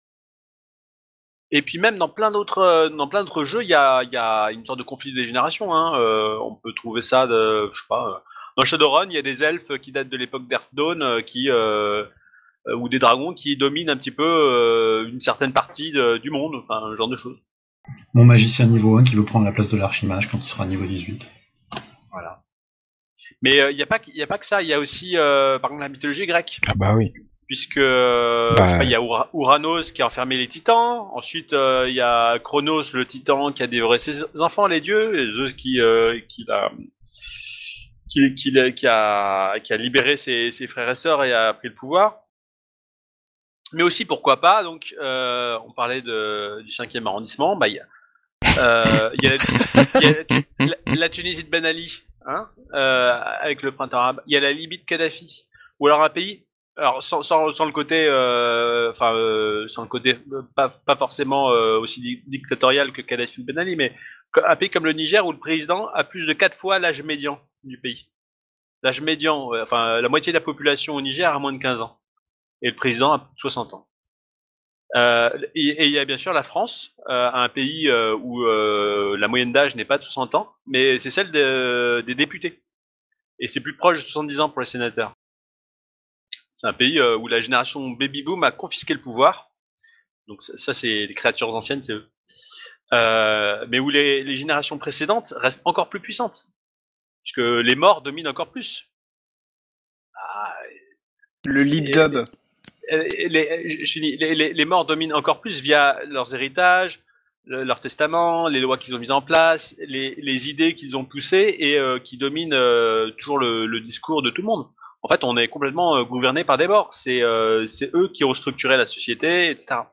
Et puis même dans plein d'autres euh, dans plein d'autres jeux, il y a il y a une sorte de conflit des générations. Hein. Euh, on peut trouver ça, de, je sais pas. euh, Dans Shadowrun, il y a des elfes qui datent de l'époque d'Hearthstone euh, qui euh, euh, ou des dragons qui dominent un petit peu euh, une certaine partie de, du monde, enfin, un genre de choses. Mon magicien niveau un qui veut prendre la place de l'archimage quand il sera niveau dix-huit. Voilà. Mais il euh, n'y a, a pas que ça, il y a aussi, euh, par exemple, la mythologie grecque. Ah bah oui. Puisque euh, Bah, je sais pas, il y a Ura- Uranos qui a enfermé les titans, ensuite il euh, y a Chronos le titan qui a dévoré ses enfants, les dieux, et Zeus qui euh, qui l'a qui, qui, qui a qui a libéré ses, ses frères et sœurs et a pris le pouvoir. Mais aussi pourquoi pas, donc euh, on parlait de, du cinquième arrondissement, bah il y a euh, il y a, la, y a la, la Tunisie de Ben Ali, hein, euh, avec le printemps arabe, il y a la Libye de Kadhafi, ou alors un pays. Alors sans, sans, sans le côté, enfin euh, euh, sans le côté euh, pas, pas forcément euh, aussi di- dictatorial que Kadhafi ou Ben Ali, mais un pays comme le Niger où le président a plus de quatre fois l'âge médian du pays. L'âge médian, euh, enfin la moitié de la population au Niger a moins de quinze ans et le président a soixante ans. Euh, et il y a bien sûr la France, euh, un pays euh, où euh, la moyenne d'âge n'est pas de soixante ans, mais c'est celle de, des députés. Et c'est plus proche de soixante-dix ans pour les sénateurs. C'est un pays euh, où la génération baby-boom a confisqué le pouvoir. Donc ça, c'est les créatures anciennes, c'est eux. Euh, mais où les, les générations précédentes restent encore plus puissantes. Puisque les morts dominent encore plus. Ah, Le lip-dub. Les, les, les, les, les morts dominent encore plus via leurs héritages, le, leur testament, les lois qu'ils ont mises en place, les, les idées qu'ils ont poussées et euh, qui dominent euh, toujours le, le discours de tout le monde. En fait, on est complètement euh, gouverné par des morts. C'est euh, c'est eux qui ont structuré la société, et cetera.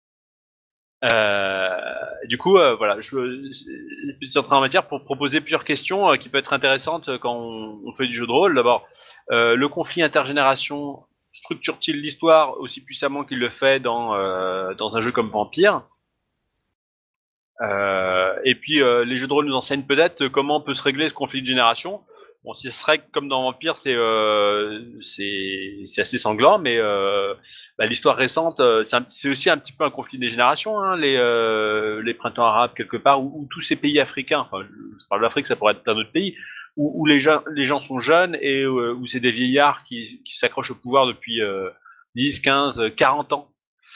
Euh, du coup, euh, voilà, je, je suis en train en matière pour proposer plusieurs questions euh, qui peuvent être intéressantes quand on, on fait du jeu de rôle. D'abord, euh, le conflit intergénération structure-t-il l'histoire aussi puissamment qu'il le fait dans euh, dans un jeu comme Vampire? euh, Et puis, euh, les jeux de rôle nous enseignent peut-être comment peut se régler ce conflit de génération. Bon, si ce serait comme dans Vampire, c'est euh, c'est c'est assez sanglant, mais euh, bah, l'histoire récente, euh, c'est, un, c'est aussi un petit peu un conflit des générations, hein, les euh, les printemps arabes quelque part, ou, ou tous ces pays africains. Enfin, je, je parle de l'Afrique, ça pourrait être plein d'autres pays où, où les gens les gens sont jeunes et euh, où c'est des vieillards qui qui s'accrochent au pouvoir depuis euh, dix, quinze, quarante ans.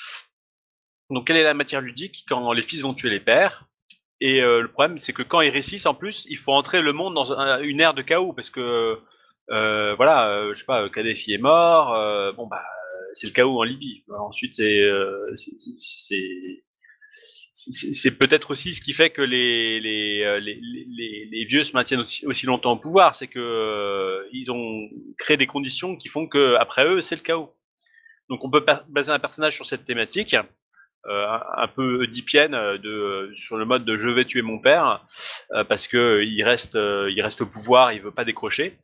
Donc, quelle est la matière ludique quand les fils vont tuer les pères? Et euh, le problème, c'est que quand ils réussissent, en plus, il faut entrer le monde dans un, une ère de chaos, parce que, euh, voilà, euh, je sais pas, Kadhafi est mort, euh, bon bah, c'est le chaos en Libye. Alors, ensuite, c'est, euh, c'est, c'est, c'est, c'est peut-être aussi ce qui fait que les, les, les, les, les vieux se maintiennent aussi, aussi longtemps au pouvoir, c'est que euh, ils ont créé des conditions qui font que après eux, c'est le chaos. Donc, on peut baser un personnage sur cette thématique. Euh, un, un peu oedipienne euh, de euh, sur le mode de je vais tuer mon père euh, parce que euh, il reste euh, il reste au pouvoir, il veut pas décrocher.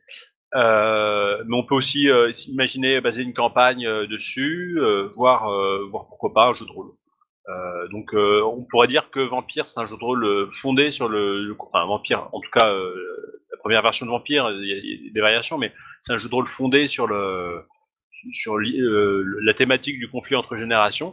Euh, mais on peut aussi euh, imaginer baser une campagne euh, dessus, euh, voir euh, voir pourquoi pas un jeu de rôle. Euh, donc euh, on pourrait dire que Vampire c'est un jeu de rôle fondé sur le, le enfin Vampire en tout cas euh, la première version de Vampire, il y, a, il y a des variations, mais c'est un jeu de rôle fondé sur le sur euh, la thématique du conflit entre générations.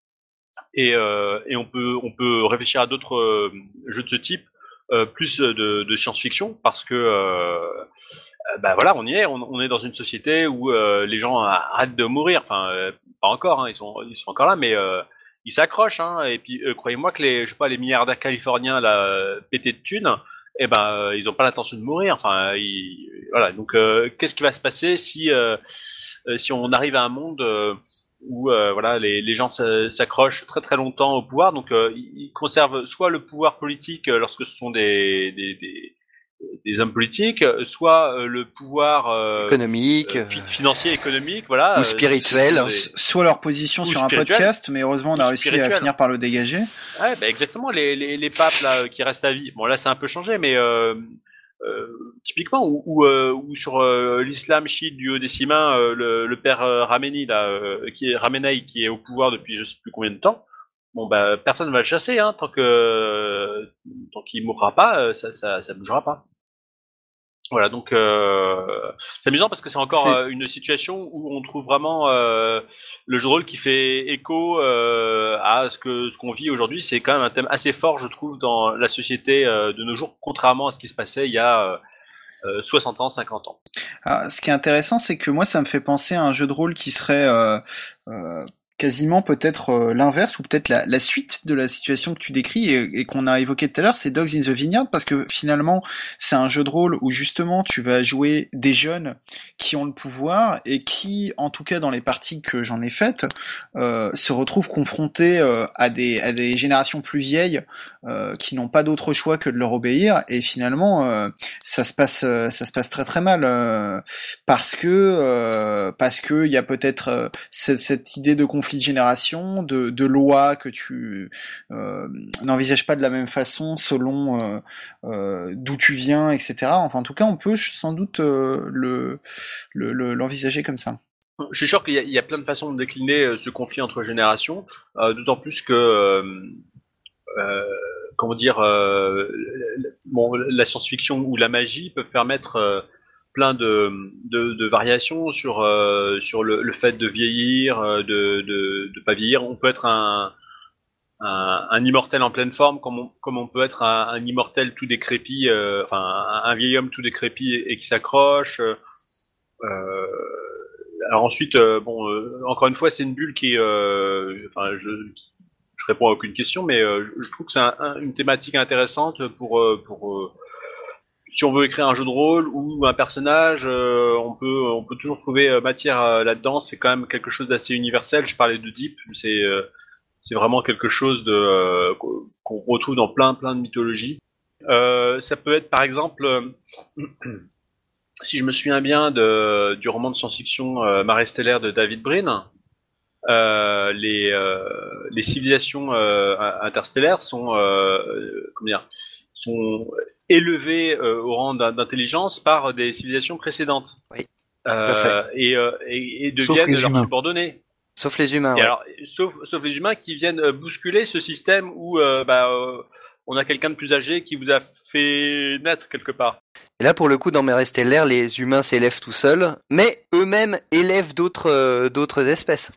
Et, euh, et on peut on peut réfléchir à d'autres euh, jeux de ce type, euh, plus de, de science-fiction, parce que euh, bah voilà, on y est, on, on est dans une société où euh, les gens arrêtent de mourir, enfin euh, pas encore, hein, ils sont ils sont encore là, mais euh, ils s'accrochent, hein, et puis euh, croyez-moi que les je sais pas les milliardaires californiens là pétés de thunes, eh ben euh, ils ont pas l'intention de mourir, enfin ils, voilà, donc euh, qu'est-ce qui va se passer si euh, si on arrive à un monde euh, où euh, voilà les, les gens s'accrochent très très longtemps au pouvoir, donc euh, ils conservent soit le pouvoir politique euh, lorsque ce sont des, des, des, des hommes politiques, soit euh, le pouvoir euh, économique, euh, fi financier, économique, voilà, ou spirituel, euh, des... soit leur position sur un podcast, mais heureusement on a réussi spirituel. à finir par le dégager. Ouais, bah exactement, les, les, les papes là qui restent à vie. Bon là c'est un peu changé, mais euh, Euh, typiquement ou, ou, euh, ou sur euh, l'islam chiite du haut-décimain, euh, le, le père euh, Rameni là, euh, qui est Ramenei, qui est au pouvoir depuis je sais plus combien de temps. Bon bah personne va le chasser, hein, tant que euh, tant qu'il mourra pas, euh, ça, ça ça bougera pas. Voilà, donc euh, c'est amusant parce que c'est encore euh, une situation où on trouve vraiment euh, le jeu de rôle qui fait écho euh, à ce que ce qu'on vit aujourd'hui. C'est quand même un thème assez fort, je trouve, dans la société euh, de nos jours, contrairement à ce qui se passait il y a euh, soixante ans, cinquante ans. Ah, ce qui est intéressant, c'est que moi, ça me fait penser à un jeu de rôle qui serait euh, euh, quasiment peut-être euh, l'inverse ou peut-être la, la suite de la situation que tu décris et, et qu'on a évoqué tout à l'heure, c'est Dogs in the Vineyard, parce que finalement, c'est un jeu de rôle où justement tu vas jouer des jeunes qui ont le pouvoir et qui, en tout cas dans les parties que j'en ai faites, euh, se retrouvent confrontés euh, à des à des générations plus vieilles euh, qui n'ont pas d'autre choix que de leur obéir, et finalement euh, ça se passe euh, ça se passe très très mal euh, parce que euh, parce que il y a peut-être euh, cette, cette idée de conflit de génération, de, de loi que tu euh, n'envisages pas de la même façon selon euh, euh, d'où tu viens, et cetera. Enfin, en tout cas, on peut sans doute euh, le, le, le l'envisager comme ça. Je suis sûr qu'il y a, il y a plein de façons de décliner euh, ce conflit entre générations, euh, d'autant plus que euh, euh, comment dire, euh, bon, la science-fiction ou la magie peuvent permettre euh, plein de, de, de variations sur euh, sur le, le fait de vieillir, euh, de, de de pas vieillir. On peut être un un, un immortel en pleine forme, comme on, comme on peut être un, un immortel tout décrépit, euh, enfin un, un vieil homme tout décrépit et, et qui s'accroche. Euh, alors ensuite, euh, bon, euh, encore une fois, c'est une bulle qui, euh, enfin, je je réponds à aucune question, mais euh, je trouve que c'est un, un, une thématique intéressante pour euh, pour euh, si on veut écrire un jeu de rôle ou un personnage, euh, on peut on peut toujours trouver matière euh, là-dedans. C'est quand même quelque chose d'assez universel. Je parlais de Deep, c'est euh, c'est vraiment quelque chose de euh, qu'on retrouve dans plein plein de mythologies. Euh, ça peut être par exemple, euh, si je me souviens bien de du roman de science-fiction euh, Marée stellaire de David Brin, euh, les euh, les civilisations euh, interstellaires sont euh, comment dire sont élevés euh, au rang d'intelligence par des civilisations précédentes. Oui. Euh, et, euh, et, et deviennent leurs humains. subordonnés. Sauf les humains. Et Ouais. alors, sauf, sauf les humains qui viennent bousculer ce système où euh, bah, euh, on a quelqu'un de plus âgé qui vous a fait naître quelque part. Et là, pour le coup, dans Marée stellaire, les humains s'élèvent tout seuls, mais eux-mêmes élèvent d'autres euh, d'autres espèces.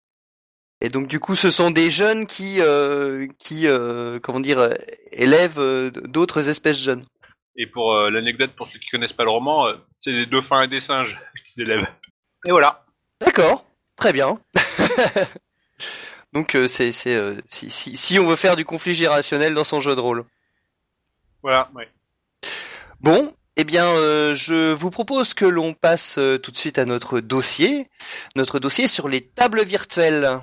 Et donc du coup, ce sont des jeunes qui, euh, qui, euh, comment dire, euh, élèvent euh, d'autres espèces jeunes. Et pour euh, l'anecdote, pour ceux qui connaissent pas le roman, euh, c'est des dauphins et des singes qui élèvent. Et voilà. D'accord, très bien. Donc euh, c'est, c'est euh, si, si, si on veut faire du conflit générationnel dans son jeu de rôle. Voilà, ouais. Bon, eh bien, euh, je vous propose que l'on passe euh, tout de suite à notre dossier, notre dossier sur les tables virtuelles.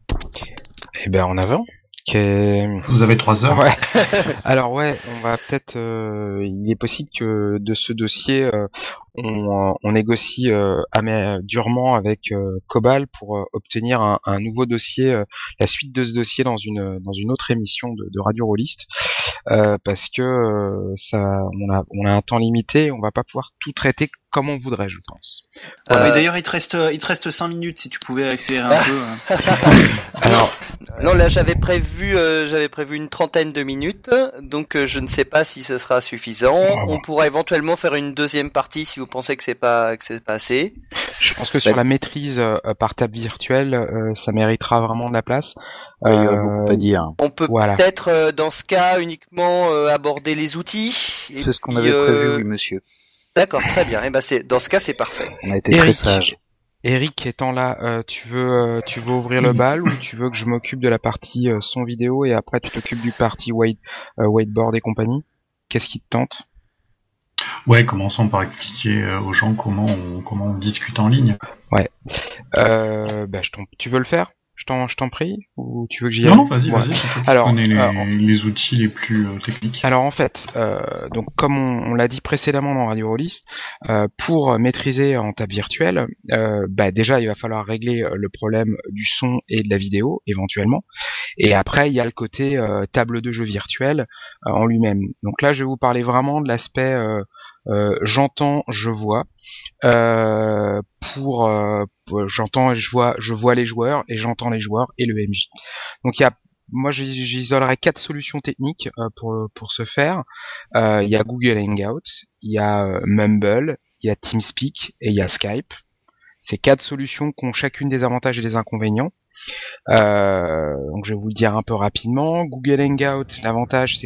Eh ben en avant. Qu'est... Vous avez trois heures. Ouais. Alors ouais, on va peut-être. Euh, il est possible que de ce dossier, euh, on, on négocie euh, amé- durement avec euh, Cobal pour euh, obtenir un, un nouveau dossier, euh, la suite de ce dossier dans une dans une autre émission de, de Radio Rollist, euh, parce que euh, ça, on a on a un temps limité, on va pas pouvoir tout traiter comme on voudrait, je pense. Ouais, Euh, mais d'ailleurs, il te reste, il te reste cinq minutes si tu pouvais accélérer un peu. hein. Alors. Non, là j'avais prévu, euh, j'avais prévu une trentaine de minutes, donc euh, je ne sais pas si ce sera suffisant. On pourra éventuellement faire une deuxième partie si vous pensez que c'est pas que c'est pas assez. Je pense que sur la maîtrise euh, par table virtuelle, euh, ça méritera vraiment de la place. Ouais, il y aurait Euh, beaucoup à dire. On peut Voilà. peut-être euh, dans ce cas uniquement euh, aborder les outils. et C'est ce qu'on puis, avait euh, prévu, oui, monsieur. D'accord, très bien. Et ben c'est dans ce cas c'est parfait. On a été Eric. très sages. Eric étant là, euh, tu veux euh, tu veux ouvrir le bal ou tu veux que je m'occupe de la partie euh, son vidéo et après tu t'occupes du partie white, euh, whiteboard et compagnie? Qu'est-ce qui te tente? Ouais, commençons par expliquer euh, aux gens comment on, comment on discute en ligne. Euh, bah, je t'en... Tu veux le faire? Je t'en, je t'en prie? Ou tu veux que j'y Non, aille? non, vas-y, Ouais. vas-y, c'est toi qui Alors, connais les, euh, les outils les plus euh, techniques. Alors en fait, euh, donc comme on, on l'a dit précédemment dans Radio Rollist, euh, pour maîtriser en table virtuelle, euh, bah déjà il va falloir régler euh, le problème du son et de la vidéo éventuellement, et après il y a le côté euh, table de jeu virtuelle euh, en lui-même. Donc là je vais vous parler vraiment de l'aspect euh, euh, j'entends, je vois. Euh, pour, euh, pour- j'entends et je vois, je vois les joueurs et j'entends les joueurs et le M J. Donc il y a moi, j'is- j'isolerai quatre solutions techniques euh, pour pour ce faire. Euh, Il y a Google Hangout, il y a euh, Mumble, il y a TeamSpeak et il y a Skype. Ces quatre solutions qui ont chacune des avantages et des inconvénients. Euh, donc je vais vous le dire un peu rapidement. Google Hangout, l'avantage c'est que c'est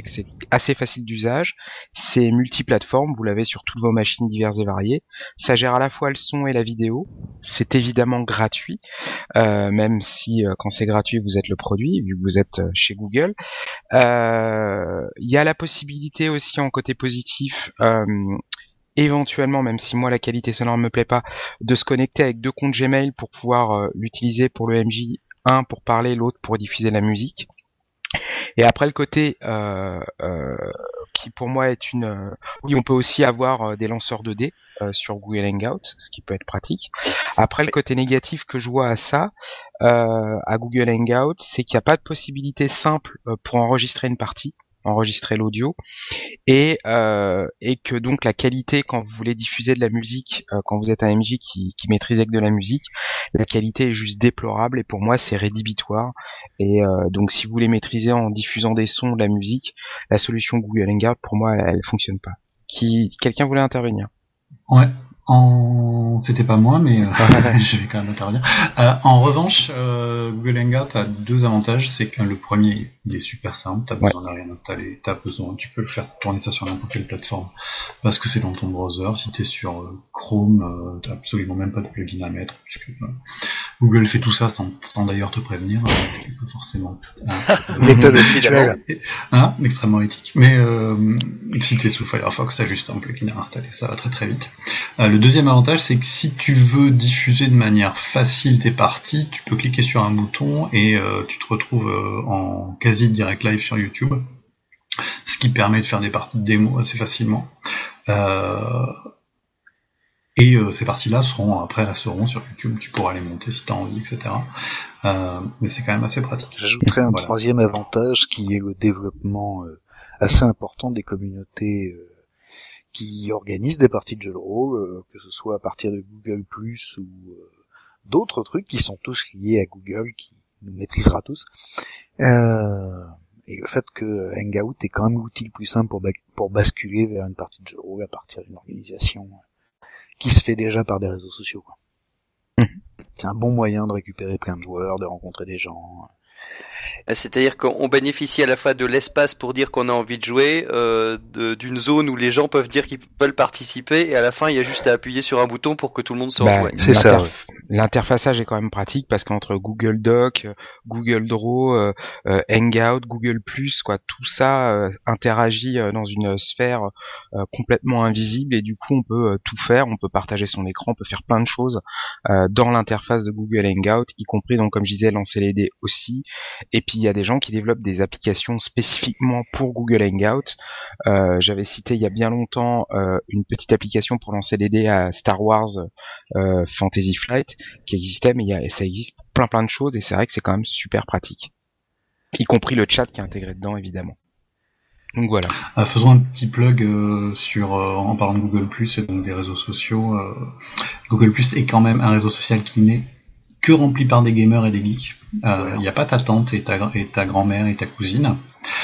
assez facile d'usage, c'est multiplateforme, vous l'avez sur toutes vos machines diverses et variées, ça gère à la fois le son et la vidéo, c'est évidemment gratuit, euh, même si euh, quand c'est gratuit vous êtes le produit, vu que vous êtes euh, chez Google. Il euh, y a la possibilité aussi en côté positif, euh, éventuellement, même si moi la qualité sonore me plaît pas, de se connecter avec deux comptes Gmail pour pouvoir euh, l'utiliser pour le M J, un pour parler, l'autre pour diffuser la musique. Et après le côté euh, euh, qui pour moi est une... Euh, oui, on peut aussi avoir euh, des lanceurs de dés euh, sur Google Hangout, ce qui peut être pratique. Après le côté négatif que je vois à ça, euh, à Google Hangout, c'est qu'il n'y a pas de possibilité simple euh, pour enregistrer une partie, enregistrer l'audio, et euh, et que donc la qualité quand vous voulez diffuser de la musique, euh, quand vous êtes un M J qui, qui maîtrise que de la musique, la qualité est juste déplorable et pour moi c'est rédhibitoire. Et euh, donc si vous voulez maîtriser en diffusant des sons, de la musique, la solution Google Hangout pour moi elle, elle fonctionne pas. Qui quelqu'un voulait intervenir? Ouais. En... C'était pas moi, mais euh, je vais quand même intervenir. Euh, en revanche, euh, Google Hangout a deux avantages. C'est que le premier, il est super simple. T'as besoin ouais. de rien installer. T'as besoin, tu peux le faire tourner ça sur n'importe quelle plateforme parce que c'est dans ton browser. Si t'es sur euh, Chrome, euh, t'as absolument même pas de plugin à mettre puisque euh, Google fait tout ça sans, sans d'ailleurs te prévenir, hein, ce qui est pas forcément méthode habituelle, hein, extrêmement éthique. Mais euh, si t'es sous Firefox, t'as juste un plugin à installer, ça va très très vite. Euh, le deuxième avantage, c'est que si tu veux diffuser de manière facile tes parties, tu peux cliquer sur un bouton et euh, tu te retrouves euh, en quasi direct live sur YouTube, ce qui permet de faire des parties de démo assez facilement. Euh, et euh, ces parties-là seront après resteront sur YouTube, tu pourras les monter si tu as envie, et cetera. Euh, mais c'est quand même assez pratique. J'ajouterais un voilà. troisième avantage qui est le développement euh, assez important des communautés euh, qui organisent des parties de jeux de rôle, euh, que ce soit à partir de Google plus, ou euh, d'autres trucs qui sont tous liés à Google, qui nous maîtrisera tous. Euh, et le fait que Hangout est quand même l'outil le plus simple pour, ba- pour basculer vers une partie de jeu de rôle à partir d'une organisation qui se fait déjà par des réseaux sociaux, quoi. Mmh. C'est un bon moyen de récupérer plein de joueurs, de rencontrer des gens. C'est-à-dire qu'on bénéficie à la fois de l'espace pour dire qu'on a envie de jouer, euh, de, d'une zone où les gens peuvent dire qu'ils veulent participer, et à la fin il y a juste à appuyer sur un bouton pour que tout le monde se rejoigne. Bah, c'est ça. L'interfaçage est quand même pratique parce qu'entre Google Doc, Google Draw, euh, euh, Hangout, Google plus, quoi, tout ça euh, interagit euh, dans une sphère euh, complètement invisible et du coup on peut euh, tout faire, on peut partager son écran, on peut faire plein de choses euh, dans l'interface de Google Hangout, y compris donc comme je disais lancer les dés aussi. Et puis il y a des gens qui développent des applications spécifiquement pour Google Hangout. Euh, j'avais cité il y a bien longtemps euh, une petite application pour lancer des dés à Star Wars euh, Fantasy Flight qui existait, mais il y a, ça existe pour plein plein de choses et c'est vrai que c'est quand même super pratique. Y compris le chat qui est intégré dedans évidemment. Donc voilà. Euh, faisons un petit plug euh, sur euh, en parlant de Google plus et donc des réseaux sociaux. Euh, Google plus est quand même un réseau social qui n'est que rempli par des gamers et des geeks. Il euh, n'y a pas ta tante et ta, et ta grand-mère et ta cousine.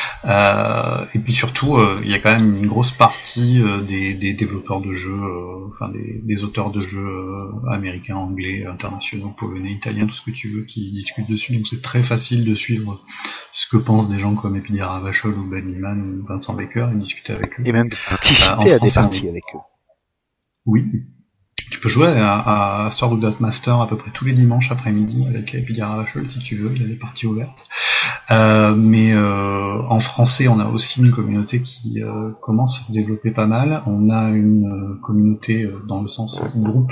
Euh, et puis surtout, il euh, y a quand même une grosse partie euh, des, des développeurs de jeux, euh, enfin des, des auteurs de jeux euh, américains, anglais, internationaux, polonais, italiens, tout ce que tu veux, qui discutent dessus. Donc c'est très facile de suivre ce que pensent des gens comme Epidia Ravachol ou Ben Liman ou Vincent Baker et discuter avec eux. Et même de participer euh, à des parties avec eux. Oui. Tu peux jouer à, à Sword of Master à peu près tous les dimanches après-midi avec Epidia Ravachol si tu veux, il a des parties ouvertes. Euh, mais euh, en français, on a aussi une communauté qui euh, commence à se développer pas mal. On a une euh, communauté euh, dans le sens euh, groupe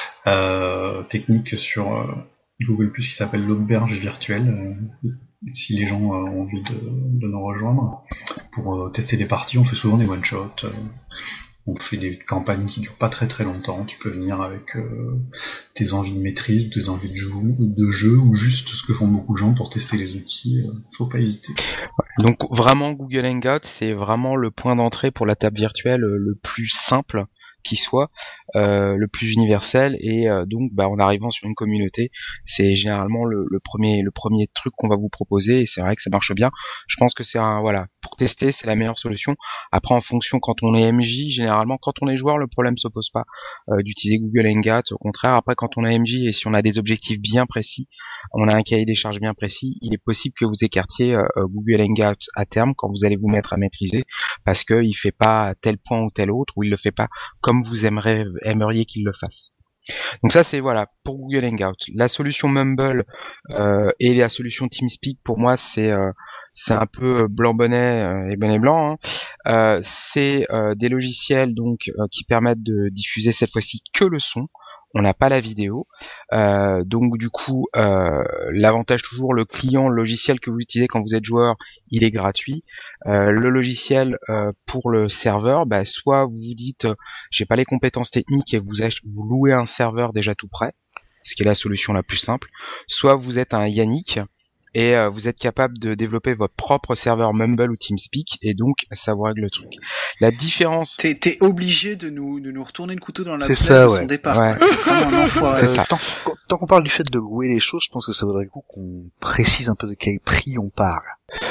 euh, technique sur euh, Google plus qui s'appelle l'Auberge virtuelle. Euh, si les gens euh, ont envie de, de nous rejoindre pour euh, tester des parties, on fait souvent des one-shots. Euh, On fait des campagnes qui durent pas très très longtemps. Tu peux venir avec euh, tes envies de maîtrise, ou tes envies de jeu, de jeu, ou juste ce que font beaucoup de gens pour tester les outils. Euh, faut pas hésiter. Donc vraiment, Google Hangout, c'est vraiment le point d'entrée pour la table virtuelle le plus simple qui soit, euh, le plus universel. Et euh, donc, bah, en arrivant sur une communauté, c'est généralement le, le premier le premier truc qu'on va vous proposer. Et c'est vrai que ça marche bien. Je pense que c'est un voilà pour tester, c'est la meilleure solution. Après, en fonction, quand on est M J, généralement, quand on est joueur, le problème se pose pas euh, d'utiliser Google Hangout. Au contraire, après, quand on est M J et si on a des objectifs bien précis, on a un cahier des charges bien précis, il est possible que vous écartiez euh, Google Hangout à terme quand vous allez vous mettre à maîtriser, parce que il fait pas tel point ou tel autre, ou il le fait pas comme vous aimeriez, aimeriez qu'il le fasse. Donc ça c'est voilà pour Google Hangout. La solution Mumble euh, et la solution TeamSpeak pour moi c'est euh, c'est un peu blanc bonnet euh, et bonnet blanc. Hein. Euh, c'est euh, des logiciels donc euh, qui permettent de diffuser cette fois-ci que le son. On n'a pas la vidéo, euh, donc du coup euh, l'avantage toujours le client, le logiciel que vous utilisez quand vous êtes joueur, il est gratuit. Euh, le logiciel euh, pour le serveur, bah, soit vous vous dites euh, j'ai pas les compétences techniques et vous ach- vous louez un serveur déjà tout prêt, ce qui est la solution la plus simple. Soit vous êtes un Yannick et euh, vous êtes capable de développer votre propre serveur Mumble ou TeamSpeak et donc ça vous règle le truc. La différence... T'es, t'es obligé de nous, de nous retourner le couteau dans la C'est plaie ça, de ouais. son départ. Ouais. C'est vraiment un enfoiré. C'est Euh, ça. tant, tant qu'on parle du fait de louer les choses, je pense que ça vaudrait le coup qu'on précise un peu de quel prix on parle.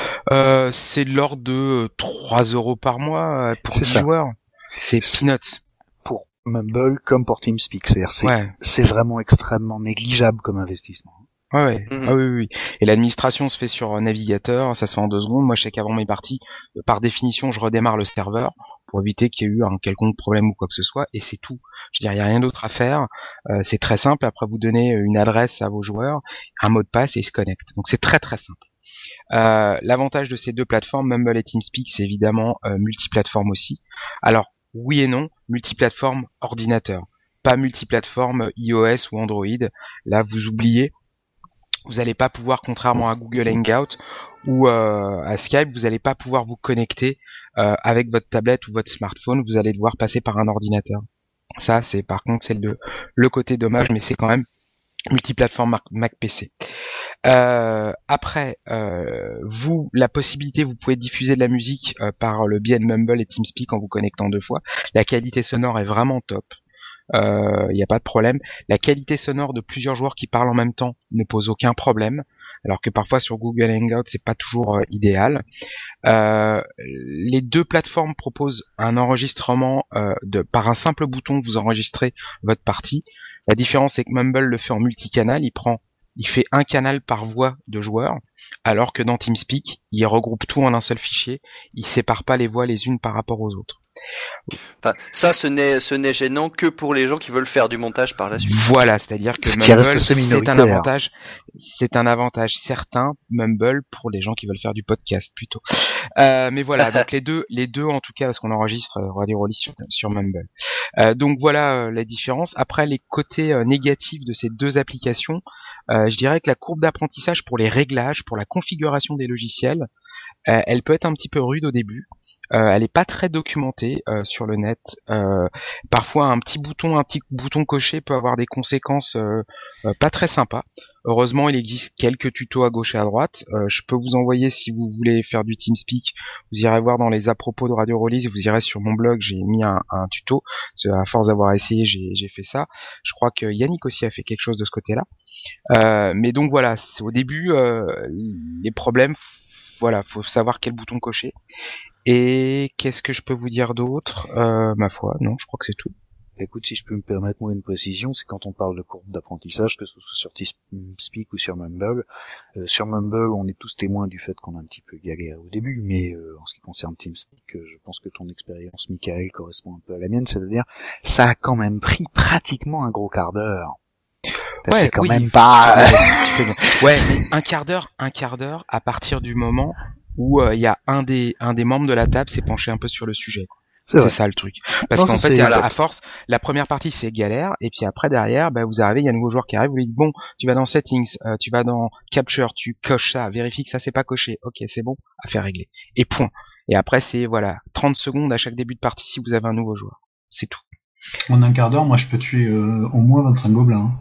Euh, c'est de l'ordre de trois euros par mois euh, pour C'est dix ça. joueurs. C'est C'est- peanuts. Pour Mumble comme pour TeamSpeak, c'est-à-dire c'est, Ouais. c'est vraiment extrêmement négligeable comme investissement. Ouais, ouais. Mhm. Ah oui, oui, oui. Et l'administration se fait sur un navigateur, ça se fait en deux secondes. Moi, je sais qu'avant mes parties, euh, par définition, je redémarre le serveur pour éviter qu'il y ait eu un quelconque problème ou quoi que ce soit, et c'est tout. Je veux dire, il n'y a rien d'autre à faire. Euh, c'est très simple. Après, vous donnez une adresse à vos joueurs, un mot de passe et ils se connectent. Donc, c'est très très simple. Euh, l'avantage de ces deux plateformes, Mumble et TeamSpeak, c'est évidemment euh, multiplateforme aussi. Alors, oui et non, multiplateforme ordinateur, pas multiplateforme iOS ou Android. Là, vous oubliez. Vous n'allez pas pouvoir, contrairement à Google Hangout ou euh, à Skype, vous n'allez pas pouvoir vous connecter euh, avec votre tablette ou votre smartphone. Vous allez devoir passer par un ordinateur. Ça, c'est par contre, c'est le, le côté dommage, mais c'est quand même multiplateforme Mac, Mac P C. Euh, après, euh, vous, la possibilité, vous pouvez diffuser de la musique euh, par le biais de Mumble et TeamSpeak en vous connectant deux fois. La qualité sonore est vraiment top. Il euh, n'y a pas de problème. La qualité sonore de plusieurs joueurs qui parlent en même temps ne pose aucun problème, alors que parfois sur Google Hangout c'est pas toujours euh, idéal. Euh, les deux plateformes proposent un enregistrement euh, de par un simple bouton, vous enregistrez votre partie. La différence c'est que Mumble le fait en multicanal, il prend, il fait un canal par voix de joueur, alors que dans TeamSpeak il regroupe tout en un seul fichier, il sépare pas les voix les unes par rapport aux autres. Enfin, ça, ce n'est, ce n'est gênant que pour les gens qui veulent faire du montage par la suite. Voilà, c'est-à-dire que Ce qui reste Mumble, assez c'est un minoritaire. avantage, c'est un avantage certain, Mumble, pour les gens qui veulent faire du podcast plutôt. Euh, mais voilà, donc les deux, les deux en tout cas, parce qu'on enregistre euh, Radio Rollis sur, sur Mumble. Euh, donc voilà euh, la différence. Après, les côtés euh, négatifs de ces deux applications, euh, je dirais que la courbe d'apprentissage pour les réglages, pour la configuration des logiciels, euh, elle peut être un petit peu rude au début. Euh, elle n'est pas très documentée euh, sur le net. Euh, parfois, un petit bouton, un petit bouton coché peut avoir des conséquences euh, euh, pas très sympas. Heureusement, il existe quelques tutos à gauche et à droite. Euh, je peux vous envoyer si vous voulez faire du TeamSpeak. Vous irez voir dans les à propos de Radio Rollis. Vous irez sur mon blog. J'ai mis un, un tuto. À force d'avoir essayé, j'ai, j'ai fait ça. Je crois que Yannick aussi a fait quelque chose de ce côté-là. Euh, mais donc voilà, c'est au début euh, les problèmes. Voilà, faut savoir quel bouton cocher. Et qu'est-ce que je peux vous dire d'autre euh, ma foi, non, je crois que c'est tout. Écoute, si je peux me permettre moi une précision, c'est quand on parle de courbe d'apprentissage, que ce soit sur TeamSpeak ou sur Mumble. Euh, sur Mumble, on est tous témoins du fait qu'on a un petit peu galéré au début, mais euh, en ce qui concerne TeamSpeak, euh, je pense que ton expérience, Michael, correspond un peu à la mienne, c'est-à-dire ça a quand même pris pratiquement un gros quart d'heure. Ça, Ouais, c'est quand oui. même pas... Ouais, mais un quart d'heure, un quart d'heure à partir du moment où il euh, y a un des un des membres de la table s'est penché un peu sur le sujet. C'est vrai. C'est ça le truc. Parce Non, qu'en ça, fait, c'est à, exact. à force, la première partie c'est galère, et puis après derrière, bah, vous arrivez, il y a un nouveau joueur qui arrive, vous lui dites bon, tu vas dans Settings, euh, tu vas dans Capture, tu coches ça, vérifie que ça c'est pas coché, ok c'est bon, affaire réglée. Et point. Et après c'est voilà trente secondes à chaque début de partie si vous avez un nouveau joueur. C'est tout. En un quart d'heure, moi je peux tuer euh, au moins vingt-cinq gobelins.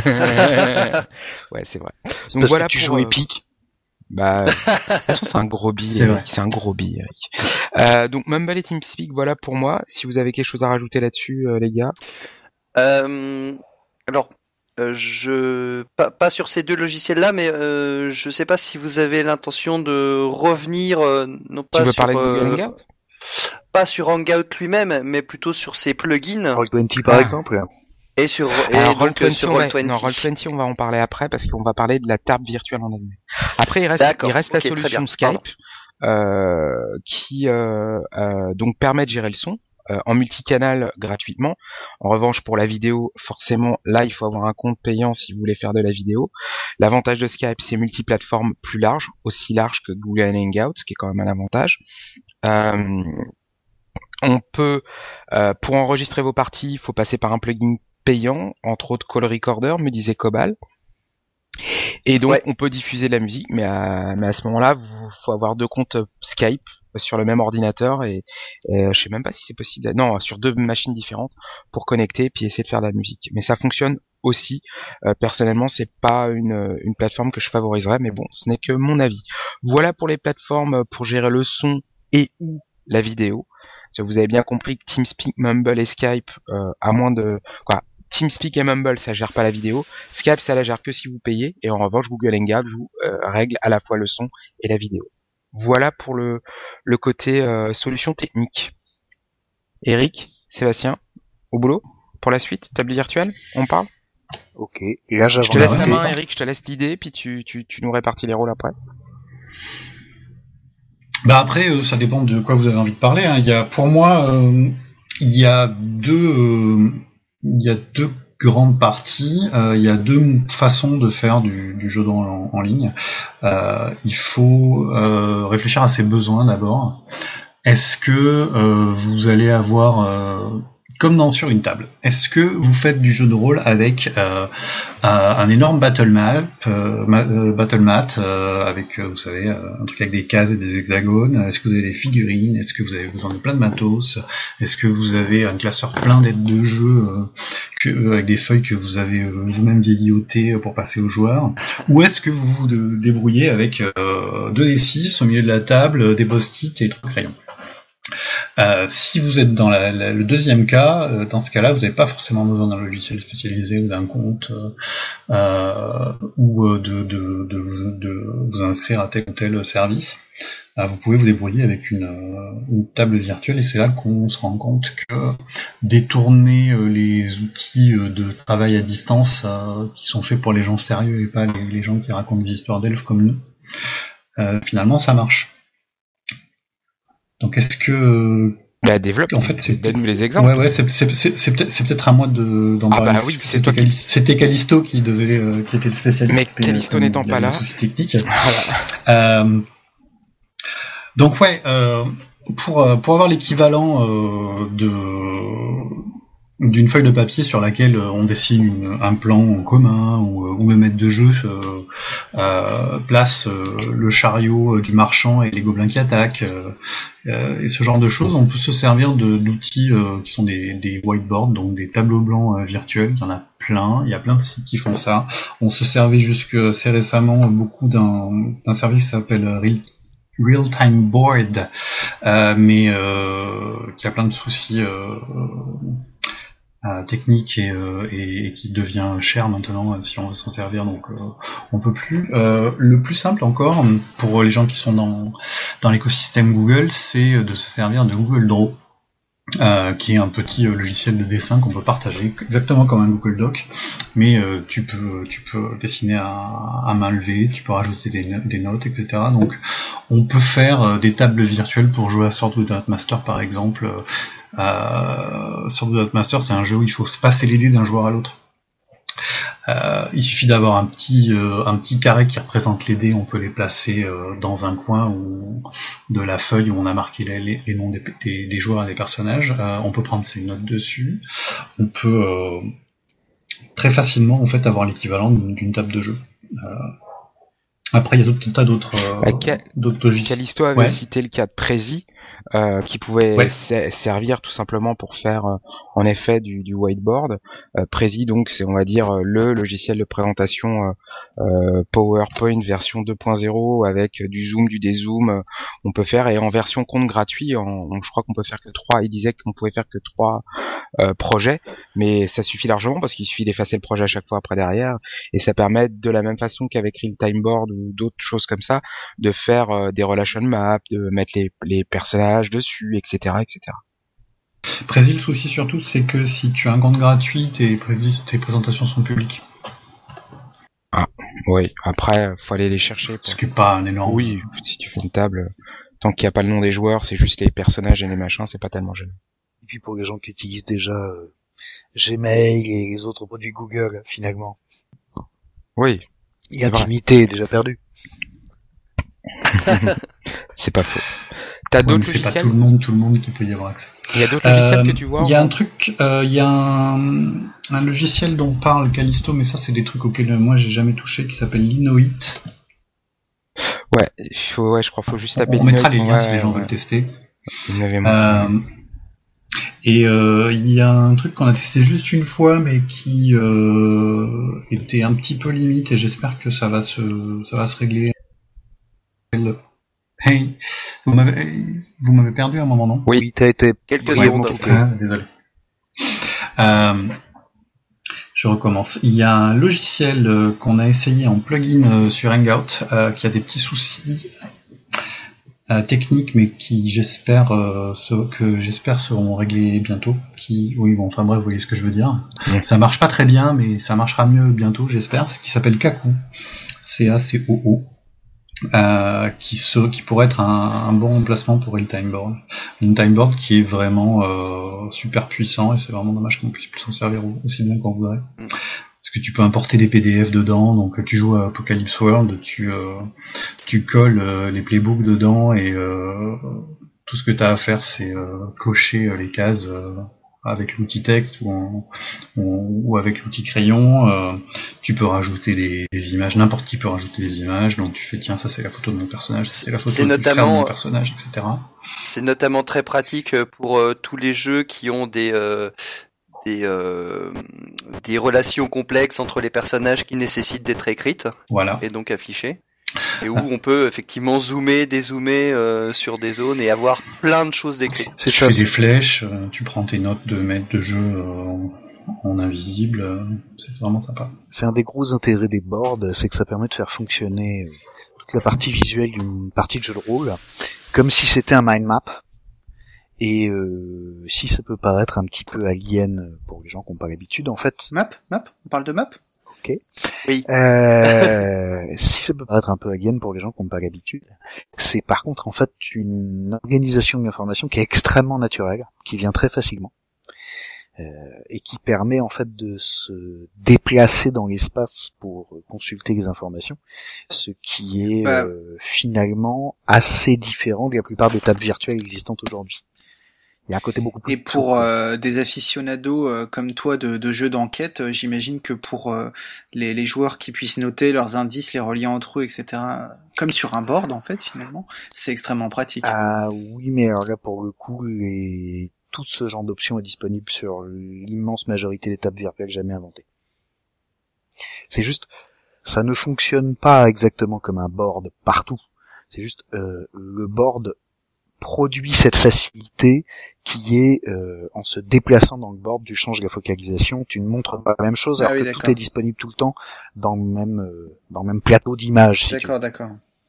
Hein. Ouais, c'est vrai. C'est Donc parce voilà que tu pour, joues euh, épique. Bah, de toute façon, c'est un gros billet. C'est vrai. C'est un gros billet, Eric. Euh, donc, Mumble et TeamSpeak, voilà pour moi. Si vous avez quelque chose à rajouter là-dessus, euh, les gars. Euh, alors, Euh, je pas, pas sur ces deux logiciels-là, mais euh, je sais pas si vous avez l'intention de revenir, euh, non pas Tu veux sur parler de Google euh, Hangout? pas sur Hangout lui-même, mais plutôt sur ses plugins Roll vingt par Ah. exemple. et sur et Alors donc Roll euh, vingt, sur on va... Roll vingt. non, Roll vingt, on va en parler après parce qu'on va parler de la table virtuelle en elle-même. Après, il reste, D'accord, il reste ok, la très solution bien. Skype euh, qui euh, euh, donc permet de gérer le son euh, en multicanal gratuitement. En revanche, pour la vidéo, forcément, là, il faut avoir un compte payant si vous voulez faire de la vidéo. L'avantage de Skype, c'est multiplateforme plus large, aussi large que Google Hangout, ce qui est quand même un avantage. Euh, on peut, euh, pour enregistrer vos parties, il faut passer par un plugin payant, entre autres Call Recorder, me disait Cobal. Et donc, Ouais. on peut diffuser de la musique, mais à, mais à ce moment-là, il faut avoir deux comptes Skype sur le même ordinateur et, et je sais même pas si c'est possible. Non, sur deux machines différentes pour connecter puis essayer de faire de la musique. Mais ça fonctionne aussi. Euh, personnellement, c'est pas une, une plateforme que je favoriserais, mais bon, ce n'est que mon avis. Voilà pour les plateformes pour gérer le son et ou la vidéo. Parce que vous avez bien compris que TeamSpeak, Mumble et Skype, euh, à moins de quoi. TeamSpeak et Mumble, ça gère pas la vidéo. Skype, ça la gère que si vous payez. Et en revanche, Google Hangout joue, euh, règle à la fois le son et la vidéo. Voilà pour le, le côté euh, solution technique. Eric, Sébastien, au boulot pour la suite, table virtuelle, on parle. Ok. Et là, Je j'avance. te laisse ouais, la ok. main, Eric, je te laisse l'idée, puis tu, tu, tu nous répartis les rôles après. Bah après, euh, ça dépend de quoi vous avez envie de parler. Hein. Il y a, pour moi, euh, il y a deux, euh, il y a deux grandes parties. Euh, il y a deux façons de faire du, du jeu de rôle en, en ligne. Euh, il faut euh, réfléchir à ses besoins d'abord. Est-ce que euh, vous allez avoir euh, comme dans sur une table, est-ce que vous faites du jeu de rôle avec euh, un, un énorme battle map, euh, ma, euh, battle mat euh, avec, euh, vous savez, euh, un truc avec des cases et des hexagones. Est-ce que vous avez des figurines? Est-ce que vous avez besoin de plein de matos? Est-ce que vous avez un classeur plein d'aides de jeu euh, que, euh, avec des feuilles que vous avez euh, vous-même vieillotées pour passer aux joueurs? Ou est-ce que vous vous de, débrouillez avec euh, deux D six au milieu de la table, des post-it et trois crayons? Euh, si vous êtes dans la, la, le deuxième cas, euh, dans ce cas-là, vous n'avez pas forcément besoin d'un logiciel spécialisé ou d'un compte euh, ou de, de, de, de vous inscrire à tel ou tel service. Euh, vous pouvez vous débrouiller avec une, une table virtuelle et c'est là qu'on se rend compte que détourner les outils de travail à distance euh, qui sont faits pour les gens sérieux et pas les, les gens qui racontent des histoires d'elfes comme nous, euh, finalement ça marche. Donc est-ce que Bah développe. en fait c'est donne-nous les exemples. Ouais ouais c'est c'est c'est, c'est peut-être c'est peut-être à moi de d'en Ah parler. bah oui, c'est c'était toi qui- Calis- c'était Callisto qui devait euh, qui était le spécialiste. Mais Callisto euh, n'étant il pas avait là. des soucis techniques. Voilà. Euh, donc ouais, euh, pour euh, pour avoir l'équivalent euh, de d'une feuille de papier sur laquelle on dessine une, un plan en commun ou, ou le maître de jeu euh, euh, place euh, le chariot du marchand et les gobelins qui attaquent euh, euh, et ce genre de choses, on peut se servir de, d'outils euh, qui sont des, des whiteboards, donc des tableaux blancs euh, virtuels. Il y en a plein, il y a plein de sites qui font ça. On se servait jusque assez récemment beaucoup d'un, d'un service qui s'appelle Real Real Time Board, euh, mais euh, qui a plein de soucis euh, euh, techniques et, euh, et, et qui devient cher maintenant euh, si on veut s'en servir, donc euh, on peut plus. Euh, le plus simple encore pour les gens qui sont dans dans l'écosystème Google, c'est de se servir de Google Draw. Euh, qui est un petit euh, logiciel de dessin qu'on peut partager exactement comme un Google Doc, mais euh, tu peux tu peux dessiner à, à main levée, tu peux rajouter des, no- des notes, et cetera. Donc on peut faire euh, des tables virtuelles pour jouer à Sword of the Master par exemple. Euh, Sword of the Master, c'est un jeu où il faut se passer les dés d'un joueur à l'autre. Euh, il suffit d'avoir un petit euh, un petit carré qui représente les dés, on peut les placer euh, dans un coin où, de la feuille où on a marqué les, les, les noms des, des, des joueurs et des personnages. Euh, on peut prendre ses notes dessus. On peut euh, très facilement en fait avoir l'équivalent d'une, d'une table de jeu. Euh, après il y a tout un tas d'autres, euh, Bah, Ca- d'autres logiciels. Callisto avait Ouais. cité le cas de Prezi. euh, qui pouvait Ouais. se- servir tout simplement pour faire euh, en effet du, du whiteboard. Euh, Prezi, donc c'est on va dire euh, le logiciel de présentation euh, euh, PowerPoint version deux point zéro avec euh, du zoom, du dézoom, euh, on peut faire, et en version compte gratuit, en, en- je crois qu'on peut faire que trois. Il disait qu'on pouvait faire que trois euh, projets, mais ça suffit largement parce qu'il suffit d'effacer le projet à chaque fois après derrière, et ça permet de la même façon qu'avec Real Time Board ou d'autres choses comme ça, de faire euh, des relation maps, de mettre les, les personnages dessus, et cetera, et cetera. Prezi, le souci surtout, c'est que si tu as un compte gratuit, tes, pré- tes présentations sont publiques. Oui, après, faut aller les chercher. Ce Pour... qui est pas un énorme. Oui, si tu fais une table, tant qu'il n'y a pas le nom des joueurs, c'est juste les personnages et les machins, c'est pas tellement gênant. Et puis pour les gens qui utilisent déjà euh, Gmail et les autres produits Google, finalement. Oui, Et C'est vrai. Intimité est déjà perdu. c'est pas faux. T'as Ouais, mais d'autres c'est pas logiciels tout le monde, tout le monde qui peut y avoir accès. Il y a d'autres logiciels Euh, que tu vois Il y a ou- un truc, euh, il y a un, un logiciel dont parle Callisto, mais ça c'est des trucs auxquels euh, moi j'ai jamais touché, qui s'appelle Linoit. Ouais, il faut, ouais, je crois qu'il faut juste taper On mettra les Linux, liens ouais, si les gens ouais. veulent tester. Il m'avait montré. Euh, et euh, il y a un truc qu'on a testé juste une fois, mais qui euh, était un petit peu limite, et j'espère que ça va se, ça va se régler. Hey, vous m'avez, vous m'avez perdu à un moment, non? Oui. Oui, t'as été Quelques brièvement secondes. coupé. Ah, désolé. Euh, je recommence. Il y a un logiciel euh, qu'on a essayé en plugin euh, sur Hangout euh, qui a des petits soucis euh, techniques, mais qui j'espère euh, se- que j'espère seront réglés bientôt. Qui, oui, bon, enfin bref, vous voyez ce que je veux dire. Ouais. Ça marche pas très bien, mais ça marchera mieux bientôt, j'espère. Ce qui s'appelle Kaku, C A C O O. Euh, qui, se, qui pourrait être un, un bon emplacement pour Real Time Board. Une Time Board qui est vraiment euh, super puissant, et c'est vraiment dommage qu'on puisse plus s'en servir aussi bien qu'on voudrait. Mm. Parce que tu peux importer des P D F dedans, donc tu joues à Apocalypse World, tu, euh, tu colles euh, les playbooks dedans, et euh, tout ce que tu as à faire c'est euh, cocher euh, les cases euh, avec l'outil texte ou, en, ou, ou avec l'outil crayon. Euh, tu peux rajouter des, des images, n'importe qui peut rajouter des images, donc tu fais tiens ça c'est la photo de mon personnage, ça c'est la photo C'est du frère de notamment- mon personnage, et cetera. C'est notamment très pratique pour euh, tous les jeux qui ont des euh, des euh, des relations complexes entre les personnages qui nécessitent d'être écrites Voilà. et donc affichées, et où on peut effectivement zoomer, dézoomer euh, sur des zones et avoir plein de choses décrites. C'est Tu ça. fais c'est- des flèches, euh, tu prends tes notes de maître de jeu euh, en, en invisible, euh, c'est vraiment sympa. C'est un des gros intérêts des boards, c'est que ça permet de faire fonctionner euh, toute la partie visuelle d'une partie de jeu de rôle, comme si c'était un mind map. Et euh, si ça peut paraître un petit peu alien pour les gens qui n'ont pas l'habitude, en fait, Map, map, on parle de map. euh, si ça peut paraître un peu alien pour les gens qui n'ont pas l'habitude, c'est par contre en fait une organisation de l'information qui est extrêmement naturelle, qui vient très facilement. Euh, et qui permet en fait de se déplacer dans l'espace pour consulter les informations, ce qui est Bah. euh, finalement assez différent de la plupart des tables virtuelles existantes aujourd'hui. Il y a un côté beaucoup plus Et pour souple. euh, des aficionados euh, comme toi de, de jeux d'enquête, euh, j'imagine que pour euh, les, les joueurs qui puissent noter leurs indices, les reliant entre eux, et cetera, euh, comme sur un board en fait finalement, c'est extrêmement pratique. Ah oui, mais alors là pour le coup, les... tout ce genre d'options est disponible sur l'immense majorité des tables virtuelles jamais inventées. C'est juste, ça ne fonctionne pas exactement comme un board partout. C'est juste euh, le board produit cette facilité qui est euh, en se déplaçant dans le board, tu changes la focalisation, tu ne montres pas la même chose Ah alors oui, que tout d'accord. est disponible tout le temps dans le même euh, dans le même plateau d'images. Si tu veux. D'accord, d'accord.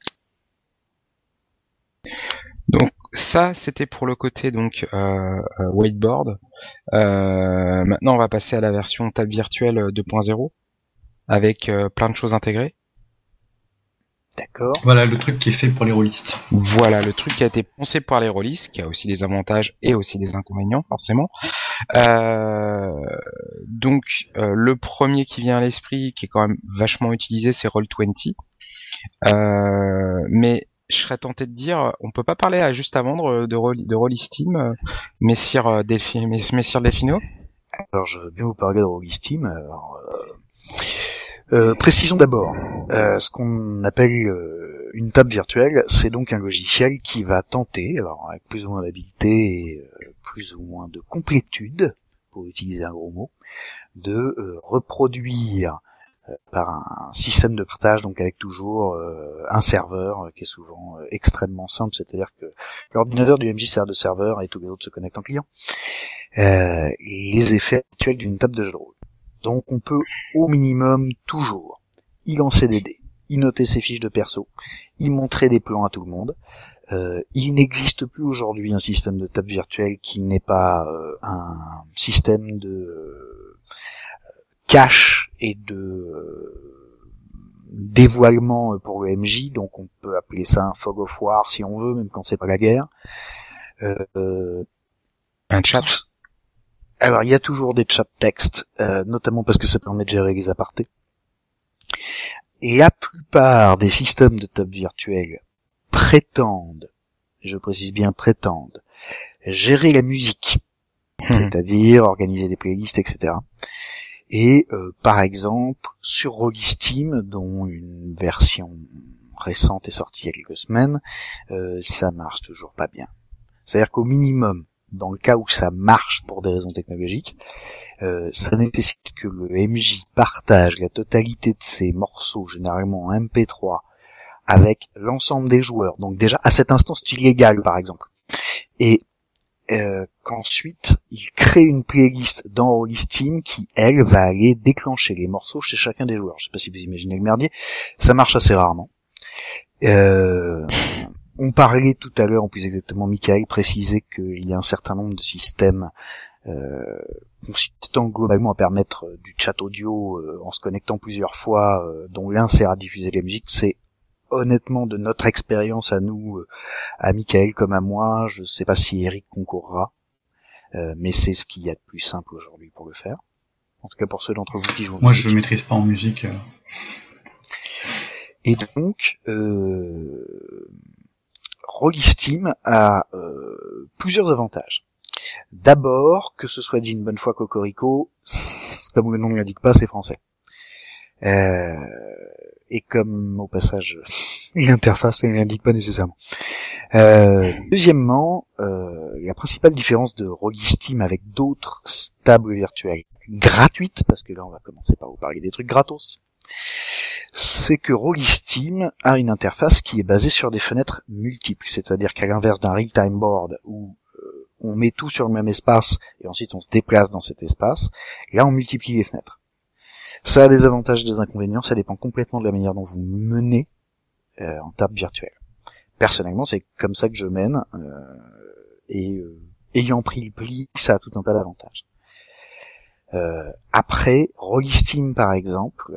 Donc ça, c'était pour le côté donc euh, euh, whiteboard. Euh, maintenant, on va passer à la version table virtuelle deux point zéro avec euh, plein de choses intégrées. D'accord. Voilà le truc qui est fait pour les rôlistes. Voilà, le truc qui a été pensé par les rôlistes, qui a aussi des avantages et aussi des inconvénients, forcément. Euh, donc, euh, le premier qui vient à l'esprit, qui est quand même vachement utilisé, c'est roll vingt. Euh, mais je serais tenté de dire, on peut pas parler à juste avant de, de, Roll- de Rollisteam, euh, messire euh, Delphi, mess- messire Delphino. Alors je veux bien vous parler de Rollisteam. Alors, euh, Euh, précisons d'abord, euh, ce qu'on appelle euh, une table virtuelle, c'est donc un logiciel qui va tenter, alors avec plus ou moins d'habilité et euh, plus ou moins de complétude, pour utiliser un gros mot, de euh, reproduire euh, par un système de partage, donc avec toujours euh, un serveur euh, qui est souvent euh, extrêmement simple, c'est-à-dire que l'ordinateur du M J sert de serveur et tous les autres se connectent en client, euh, les effets actuels d'une table de jeu de rôle. Donc on peut au minimum toujours y lancer des dés, y noter ses fiches de perso, y montrer des plans à tout le monde. Euh, il n'existe plus aujourd'hui un système de table virtuelle qui n'est pas euh, un système de euh, cache et de euh, dévoilement pour le M J, donc on peut appeler ça un fog of war si on veut, même quand c'est pas la guerre. Euh, un chat. Alors, il y a toujours des chats textes, euh, notamment parce que ça permet de gérer les apartés. Et la plupart des systèmes de table virtuelle prétendent, je précise bien prétendent, gérer la musique, mmh. c'est-à-dire organiser des playlists, et cetera. Et euh, par exemple, sur Rollisteam, dont une version récente est sortie il y a quelques semaines, euh, ça marche toujours pas bien. C'est-à-dire qu'au minimum, dans le cas où ça marche pour des raisons technologiques, euh, ça nécessite que le M J partage la totalité de ses morceaux, généralement en M P trois, avec l'ensemble des joueurs. Donc déjà, à cet instant, c'est illégal, par exemple. Et euh, qu'ensuite, il crée une playlist dans Rollisteam qui, elle, va aller déclencher les morceaux chez chacun des joueurs. Je sais pas si vous imaginez le merdier, ça marche assez rarement. Euh... On parlait tout à l'heure, ou plus exactement Michael précisait qu'il y a un certain nombre de systèmes euh, consistant globalement à permettre euh, du chat audio euh, en se connectant plusieurs fois, euh, dont l'un sert à diffuser de la musique. C'est honnêtement de notre expérience à nous, euh, à Michael comme à moi, je sais pas si Eric concourra, euh, mais c'est ce qu'il y a de plus simple aujourd'hui pour le faire. En tout cas pour ceux d'entre vous qui jouent. Moi je ne maîtrise pas en musique. Euh... Et donc... Euh... Rollisteam a euh, plusieurs avantages. D'abord, que ce soit dit une bonne fois cocorico, comme le nom ne l'indique pas, c'est français. Euh, et comme au passage l'interface ne l'indique pas nécessairement. Euh, deuxièmement, euh, la principale différence de Rollisteam avec d'autres tables virtuelles gratuites, parce que là on va commencer par vous parler des trucs gratos, c'est que Rollisteam a une interface qui est basée sur des fenêtres multiples, c'est-à-dire qu'à l'inverse d'un real-time board où euh, on met tout sur le même espace et ensuite on se déplace dans cet espace, là on multiplie les fenêtres. Ça a des avantages et des inconvénients, ça dépend complètement de la manière dont vous menez euh, en table virtuelle. Personnellement, c'est comme ça que je mène, euh, et euh, ayant pris le pli, ça a tout un tas d'avantages. Euh, après, Rollisteam par exemple,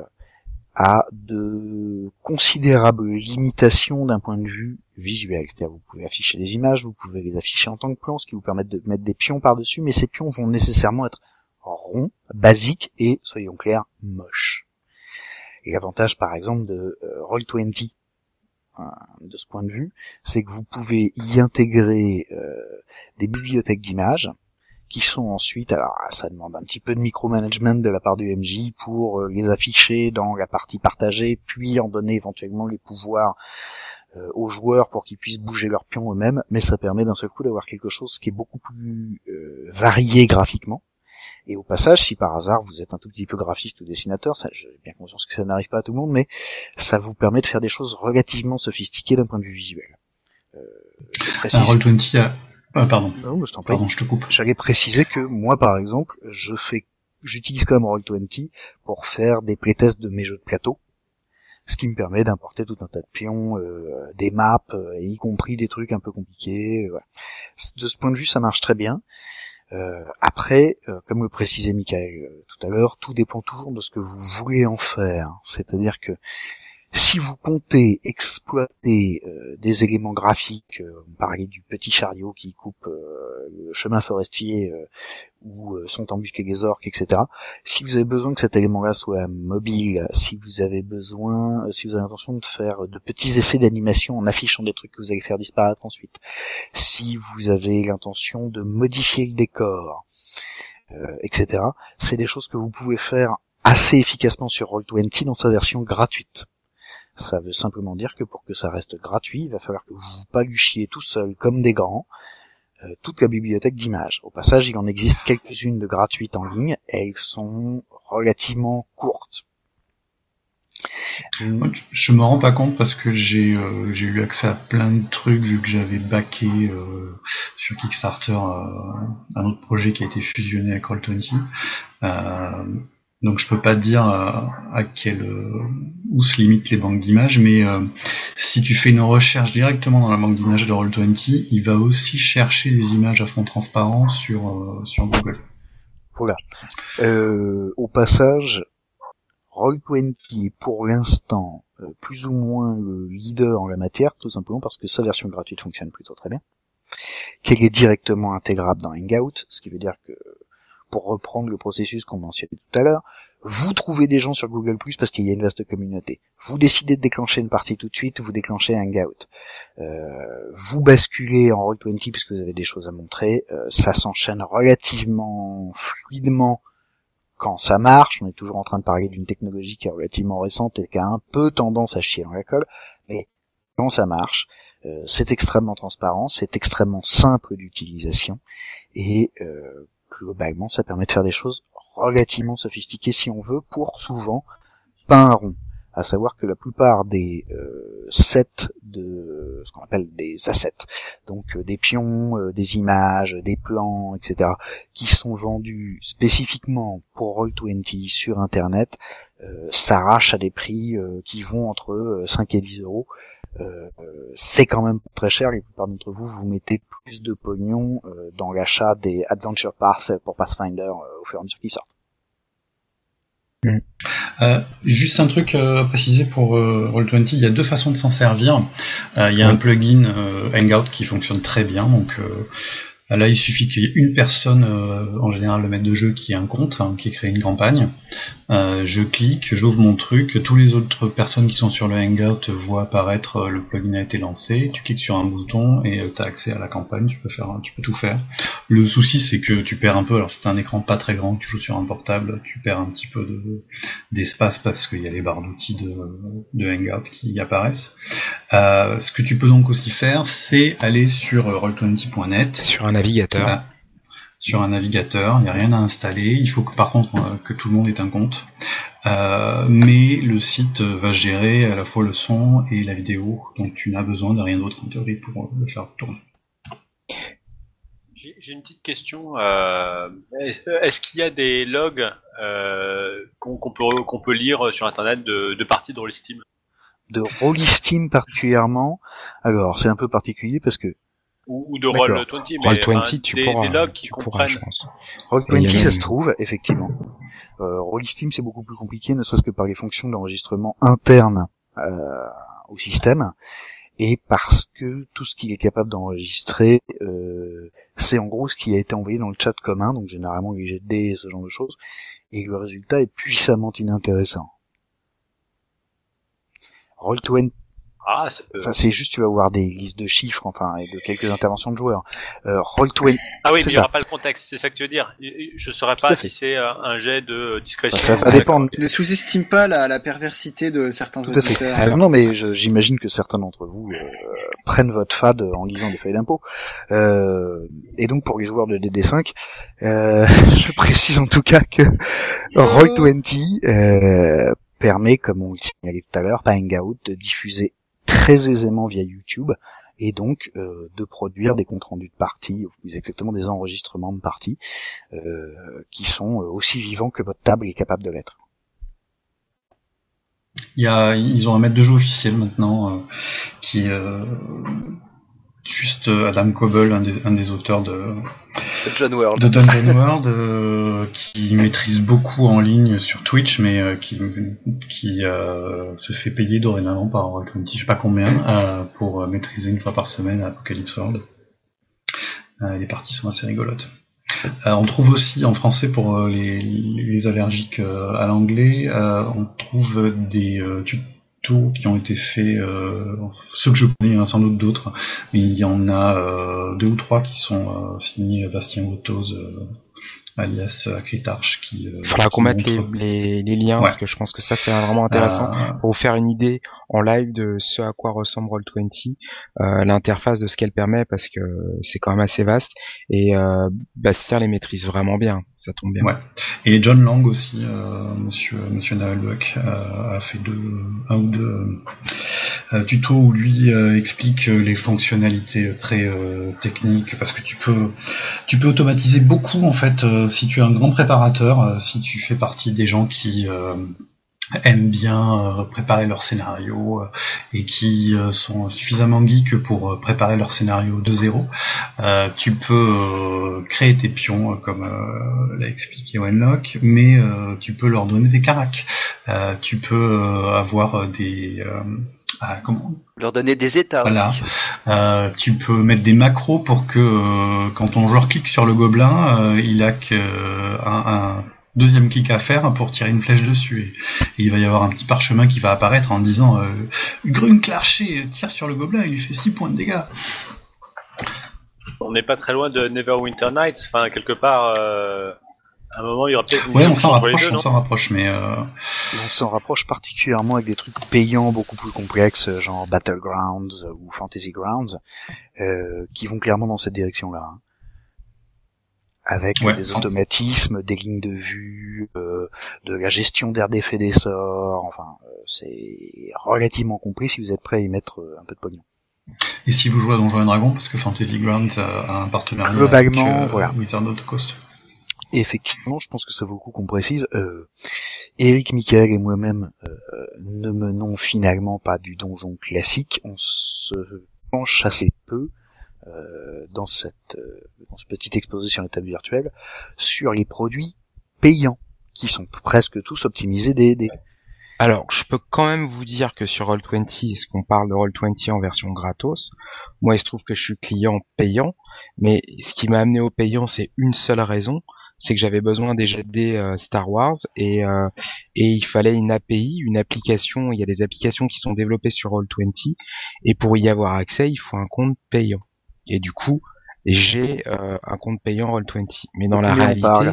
a de considérables limitations d'un point de vue visuel. C'est-à-dire vous pouvez afficher des images, vous pouvez les afficher en tant que plans, ce qui vous permet de mettre des pions par-dessus, mais ces pions vont nécessairement être ronds, basiques et, soyons clairs, moches. Et l'avantage par exemple de euh, Roll vingt, euh, de ce point de vue, c'est que vous pouvez y intégrer euh, des bibliothèques d'images, qui sont ensuite, alors ça demande un petit peu de micromanagement de la part du M J pour euh, les afficher dans la partie partagée, puis en donner éventuellement les pouvoirs euh, aux joueurs pour qu'ils puissent bouger leurs pions eux-mêmes, mais ça permet d'un seul coup d'avoir quelque chose qui est beaucoup plus euh, varié graphiquement. Et au passage, si par hasard vous êtes un tout petit peu graphiste ou dessinateur, ça, j'ai bien conscience que ça n'arrive pas à tout le monde, mais ça vous permet de faire des choses relativement sophistiquées d'un point de vue visuel. Euh, je précise... Roll vingt a... Ah, pardon. Non, je t'en prie. Pardon, je te coupe. J'allais préciser que moi, par exemple, je fais, j'utilise quand même Roll vingt pour faire des playtests de mes jeux de plateau, ce qui me permet d'importer tout un tas de pions, euh, des maps, euh, y compris des trucs un peu compliqués. Euh, voilà. De ce point de vue, ça marche très bien. Euh, après, euh, comme le précisait Michael euh, tout à l'heure, tout dépend toujours de ce que vous voulez en faire. C'est-à-dire que si vous comptez exploiter euh, des éléments graphiques, euh, on parlait du petit chariot qui coupe euh, le chemin forestier euh, où euh, sont embusqués les orques, et cetera. Si vous avez besoin que cet élément-là soit mobile, si vous avez besoin, euh, si vous avez l'intention de faire de petits effets d'animation en affichant des trucs que vous allez faire disparaître ensuite, si vous avez l'intention de modifier le décor, euh, et cetera, c'est des choses que vous pouvez faire assez efficacement sur Roll vingt dans sa version gratuite. Ça veut simplement dire que pour que ça reste gratuit, il va falloir que vous vous paluchiez tout seul comme des grands euh, toute la bibliothèque d'images. Au passage, il en existe quelques-unes de gratuites en ligne, et elles sont relativement courtes. Moi, je me rends pas compte parce que j'ai euh, j'ai eu accès à plein de trucs vu que j'avais backé euh, sur Kickstarter euh, un autre projet qui a été fusionné avec Roll vingt. Euh, donc je peux pas dire euh, à quel euh, où se limitent les banques d'images, mais euh, si tu fais une recherche directement dans la banque d'images de Roll vingt, il va aussi chercher des images à fond transparent sur euh, sur Google. Voilà. Euh, au passage, Roll vingt est pour l'instant euh, plus ou moins le leader en la matière, tout simplement parce que sa version gratuite fonctionne plutôt très bien, qu'elle est directement intégrable dans Hangout, ce qui veut dire que, pour reprendre le processus qu'on mentionnait tout à l'heure, vous trouvez des gens sur Google plus, parce qu'il y a une vaste communauté. Vous décidez de déclencher une partie tout de suite, vous déclenchez Hangout. Euh, vous basculez en Roll vingt puisque vous avez des choses à montrer, euh, ça s'enchaîne relativement fluidement quand ça marche. On est toujours en train de parler d'une technologie qui est relativement récente et qui a un peu tendance à chier dans la colle, mais quand ça marche, euh, c'est extrêmement transparent, c'est extrêmement simple d'utilisation, et euh, globalement ça permet de faire des choses relativement sophistiquées si on veut, pour souvent pas un rond. À savoir que la plupart des euh, sets de ce qu'on appelle des assets, donc euh, des pions, euh, des images, des plans, et cetera, qui sont vendus spécifiquement pour Roll vingt sur Internet, euh, s'arrachent à des prix euh, qui vont entre euh, cinq et dix euros. Euh, c'est quand même très cher. La plupart d'entre vous, vous mettez plus de pognon euh, dans l'achat des Adventure Path pour Pathfinder euh, au fur et à mesure qu'ils sortent. Mmh. Euh, juste un truc euh, à préciser pour euh, Roll vingt, il y a deux façons de s'en servir. Euh, il y a oui. un plugin euh, Hangout qui fonctionne très bien, donc euh, là il suffit qu'il y ait une personne, euh, en général le maître de jeu, qui ait un compte, hein, qui crée une campagne. Euh, je clique, j'ouvre mon truc, tous les autres personnes qui sont sur le Hangout voient apparaître euh, le plugin a été lancé, tu cliques sur un bouton et euh, tu as accès à la campagne, tu peux faire, tu peux tout faire. Le souci c'est que tu perds un peu, alors c'est un écran pas très grand, tu joues sur un portable, tu perds un petit peu de, d'espace parce qu'il y a les barres d'outils de, de Hangout qui apparaissent. Euh, ce que tu peux donc aussi faire, c'est aller sur roll vingt point net. Sur un navigateur. Bah, sur un navigateur, il n'y a rien à installer, il faut que par contre euh, que tout le monde ait un compte. Euh, mais le site va gérer à la fois le son et la vidéo, donc tu n'as besoin de rien d'autre en théorie pour le faire tourner. J'ai, j'ai une petite question. Euh, est-ce qu'il y a des logs euh, qu'on, qu'on, peut, qu'on peut lire sur internet de, de parties de Rollistim ? De Rollistim particulièrement. Alors c'est un peu particulier parce que ou, ou de Roll vingt, mais Roll vingt, enfin, tu des, pourras, des logs qui pourras, comprennent. je pense. Roll vingt, ça même... se trouve, effectivement. Euh, Rollistim, c'est beaucoup plus compliqué, ne serait-ce que par les fonctions d'enregistrement internes euh, au système, et parce que tout ce qu'il est capable d'enregistrer, euh, c'est en gros ce qui a été envoyé dans le chat commun, donc généralement les jets de dés et ce genre de choses, et le résultat est puissamment inintéressant. Roll vingt, ah, ça peut... enfin c'est juste tu vas voir des listes de chiffres, enfin, et de quelques interventions de joueurs. Euh, Roll vingt, ah oui, c'est mais il n'y aura pas le contexte, c'est ça que tu veux dire. Je saurais pas si c'est un jet de discrétion. Ça va dépendre. Ne sous-estime pas la, la perversité de certains Tout auditeurs. Tout à fait. Alors non, mais je, j'imagine que certains d'entre vous euh, prennent votre fade en lisant des feuilles d'impôt. Euh, et donc pour les joueurs de D D cinq, euh, je précise en tout cas que Roll vingt euh, permet, comme on le signalait tout à l'heure, par Hangout, de diffuser très aisément via YouTube, et donc euh, de produire des comptes rendus de parties, ou plus exactement des enregistrements de parties, euh, qui sont aussi vivants que votre table est capable de l'être. Il y a, ils ont un maître de jeu officiel maintenant, euh, qui euh, juste Adam Koebel, un des, un des auteurs de Dungeon World, de Dungeon World euh, qui maîtrise beaucoup en ligne sur Twitch, mais euh, qui, qui euh, se fait payer dorénavant par Roll vingt, je sais pas combien, euh, pour euh, maîtriser une fois par semaine Apocalypse World. Euh, les parties sont assez rigolotes. Euh, on trouve aussi en français pour euh, les, les allergiques euh, à l'anglais, euh, on trouve des euh, tutos qui ont été faits, euh, ceux que je connais, il y en a sans doute d'autres, mais il y en a euh, deux ou trois qui sont euh, signés Bastien Gottoz, euh, alias Akritarch, qui. Euh, Il faudra qui qu'on mette montre... les, les, les liens, ouais. Parce que je pense que ça c'est vraiment intéressant euh... pour vous faire une idée en live de ce à quoi ressemble Roll vingt, euh, l'interface de ce qu'elle permet, parce que c'est quand même assez vaste, et euh, Bastien les maîtrise vraiment bien, ça tombe bien. Ouais. Et John Lang aussi, euh, monsieur, monsieur Nahalbuck, euh, a fait deux, un ou deux euh, tutos où lui euh, explique les fonctionnalités très euh, techniques, parce que tu peux, tu peux automatiser beaucoup en fait, euh, si tu es un grand préparateur, euh, si tu fais partie des gens qui euh, aiment bien euh, préparer leur scénario euh, et qui euh, sont suffisamment geeks pour euh, préparer leur scénario de zéro, euh, tu peux euh, créer tes pions euh, comme euh, l'a expliqué Wenlock, mais euh, tu peux leur donner des caracs, euh, tu peux euh, avoir des euh, ah, comment leur donner des états voilà. aussi. Euh, tu peux mettre des macros pour que euh, quand ton joueur clique sur le gobelin, euh, il a que euh, un, un deuxième clic à faire pour tirer une flèche dessus. Et, et il va y avoir un petit parchemin qui va apparaître en disant euh, Grunklarcher tire sur le gobelin, il lui fait six points de dégâts. On n'est pas très loin de Neverwinter Nights, enfin quelque part. Euh... À un moment, il y aura peut-être une ouais, on s'en rapproche, deux, on s'en rapproche, mais euh... on s'en rapproche particulièrement avec des trucs payants beaucoup plus complexes, genre Battlegrounds ou Fantasy Grounds, euh, qui vont clairement dans cette direction-là, hein. Avec ouais, des automatismes, des lignes de vue, euh, de la gestion d'air d'effet des sorts. Enfin, euh, c'est relativement complet si vous êtes prêt à y mettre euh, un peu de pognon. Et si vous jouez à Donjons et Dragons, parce que Fantasy Grounds a, a un partenariat globalement, avec euh, voilà. Wizard of the Coast. Et effectivement, je pense que ça vaut le coup qu'on précise. Euh, Eric, Michael et moi-même euh, ne menons finalement pas du donjon classique. On se penche assez peu euh, dans cette euh, dans ce petit exposé sur la table virtuelle sur les produits payants qui sont presque tous optimisés D et D. Alors, je peux quand même vous dire que sur Roll vingt, est-ce qu'on parle de Roll vingt en version gratos? Moi, il se trouve que je suis client payant, mais ce qui m'a amené au payant, c'est une seule raison. C'est que j'avais besoin des jets de dés euh, Star Wars et euh, et il fallait une A P I, une application. Il y a des applications qui sont développées sur Roll vingt et pour y avoir accès, il faut un compte payant. Et du coup, j'ai euh, un compte payant Roll vingt. Mais dans la réalité,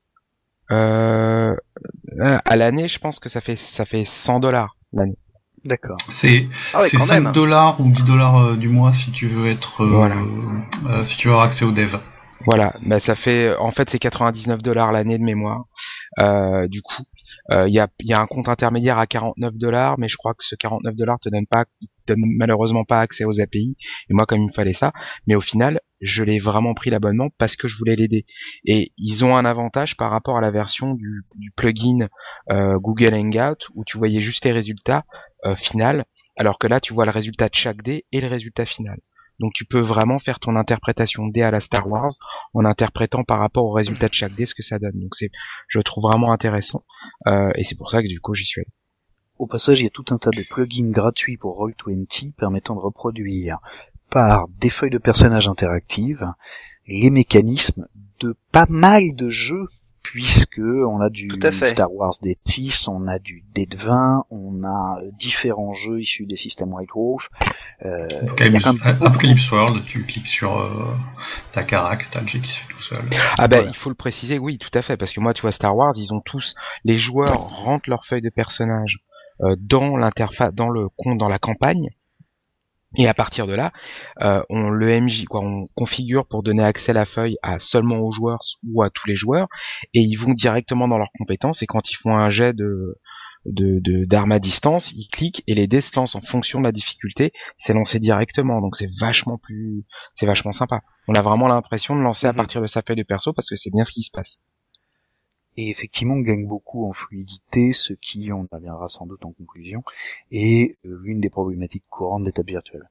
euh, à l'année, je pense que ça fait ça fait cent dollars l'année. D'accord. C'est ah ouais, c'est cinq dollars ou dix dollars euh, du mois si tu veux être euh, voilà. euh, si tu veux avoir accès au dev. Voilà, bah ça fait, en fait c'est quatre-vingt-dix-neuf dollars l'année de mémoire. Euh, du coup, il euh, y a, y a un compte intermédiaire à quarante-neuf dollars, mais je crois que ce quarante-neuf dollars te donne pas, te donne malheureusement pas accès aux A P I. Et moi, comme il me fallait ça, mais au final, je l'ai vraiment pris l'abonnement parce que je voulais l'aider. Et ils ont un avantage par rapport à la version du, du plugin euh, Google Hangout où tu voyais juste les résultats euh, final, alors que là, tu vois le résultat de chaque dé et le résultat final. Donc tu peux vraiment faire ton interprétation de dés à la Star Wars en interprétant par rapport au résultat de chaque dé ce que ça donne. Donc c'est, je le trouve vraiment intéressant euh, et c'est pour ça que du coup j'y suis allé. Au passage, il y a tout un tas de plugins gratuits pour Roll vingt permettant de reproduire par des feuilles de personnages interactives les mécanismes de pas mal de jeux, puisque on a du Star Wars D six, on a du D vingt, on a différents jeux issus des systèmes White Wolf. Euh, Apocalypse, Apocalypse World, tu cliques sur euh, ta carac, t'as le jet qui se fait tout seul. Ah ben, voilà. Il faut le préciser, oui, tout à fait, parce que moi, tu vois, Star Wars, ils ont tous, les joueurs rentrent leurs feuilles de personnages euh, dans l'interface, dans le compte, dans la campagne. Et à partir de là, euh, on le M J, quoi, on configure pour donner accès à la feuille à seulement aux joueurs ou à tous les joueurs, et ils vont directement dans leurs compétences. Et quand ils font un jet de de, de d'armes à distance, ils cliquent et les dés se lancent en fonction de la difficulté. C'est lancé directement, donc c'est vachement plus, c'est vachement sympa. On a vraiment l'impression de lancer à partir de sa feuille de perso parce que c'est bien ce qui se passe. Et effectivement, on gagne beaucoup en fluidité, ce qui, on reviendra sans doute en conclusion, est l'une des problématiques courantes des tables virtuelles.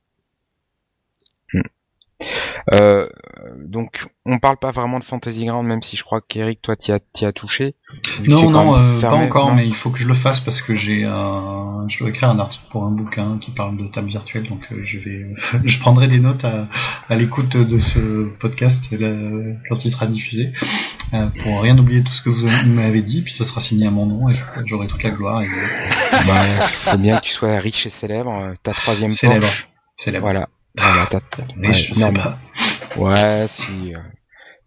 Hmm. Euh, donc, on parle pas vraiment de Fantasy Ground, même si je crois qu'Eric, toi, t'y as, t'y as touché. Non, non, euh, pas encore, non. Mais il faut que je le fasse parce que j'ai un, je dois écrire un article pour un bouquin qui parle de table virtuelle, donc euh, je vais, je prendrai des notes à, à l'écoute de ce podcast là, quand il sera diffusé, euh, pour rien oublier tout ce que vous m'avez dit, puis ça sera signé à mon nom et j'aurai toute la gloire. Et... bah, faut bien que tu sois riche et célèbre. Ta troisième célèbre, poche. célèbre. Voilà. Voilà, t'as, mais ouais, je sais pas. Ouais, si. Euh,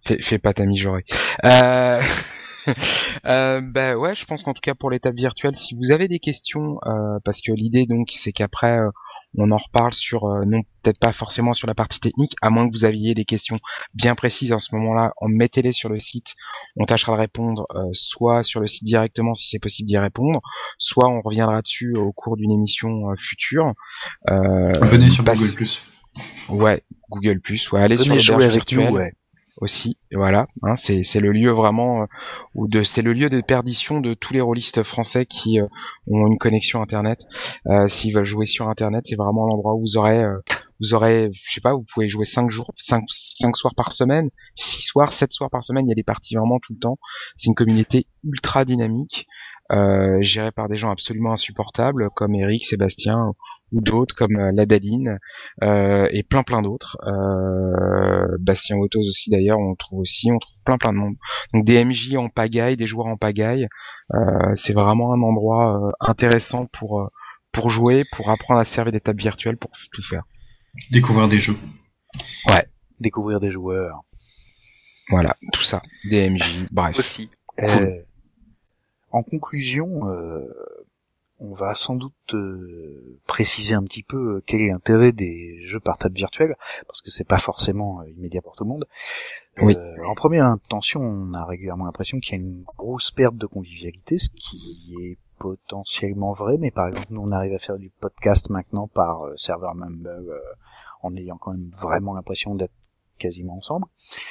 Fais, fais pas ta mijaurée. Euh... euh, bah ouais, je pense qu'en tout cas pour les tables virtuelles, si vous avez des questions, euh, parce que l'idée donc c'est qu'après euh, on en reparle sur, euh, non peut-être pas forcément sur la partie technique, à moins que vous aviez des questions bien précises en ce moment-là, en mettez-les sur le site, on tâchera de répondre, euh, soit sur le site directement si c'est possible d'y répondre, soit on reviendra dessus au cours d'une émission euh, future. Euh, Venez sur passe... Google plus. Ouais, Google plus, ouais, allez Venez sur jouer le avec nous, ouais. aussi, voilà, hein, c'est c'est le lieu vraiment euh, où de c'est le lieu de perdition de tous les rôlistes français qui euh, ont une connexion internet. Euh, s'ils veulent jouer sur internet, c'est vraiment l'endroit où vous aurez euh, vous aurez je sais pas, vous pouvez jouer cinq jours, cinq cinq soirs par semaine, six soirs, sept soirs par semaine, il y a des parties vraiment tout le temps. C'est une communauté ultra dynamique. Euh, géré par des gens absolument insupportables comme Eric, Sébastien ou d'autres comme euh, Ladaline euh, et plein plein d'autres. Euh, Bastien Autos aussi d'ailleurs, on trouve aussi, on trouve plein plein de monde. Donc des M J en pagaille, des joueurs en pagaille. Euh, c'est vraiment un endroit euh, intéressant pour euh, pour jouer, pour apprendre à servir des tables virtuelles, pour tout faire. Découvrir des jeux. Ouais. Découvrir des joueurs. Voilà, tout ça. Des M J, bref. Aussi. Euh, Cool. En conclusion, euh, on va sans doute euh, préciser un petit peu quel est l'intérêt des jeux par table virtuelle, parce que c'est pas forcément euh, immédiat pour tout le monde. Oui. Euh, en première intention, on a régulièrement l'impression qu'il y a une grosse perte de convivialité, ce qui est potentiellement vrai, mais par exemple, nous on arrive à faire du podcast maintenant par euh, serveur Mumble, euh, en ayant quand même vraiment l'impression d'être quasiment ensemble.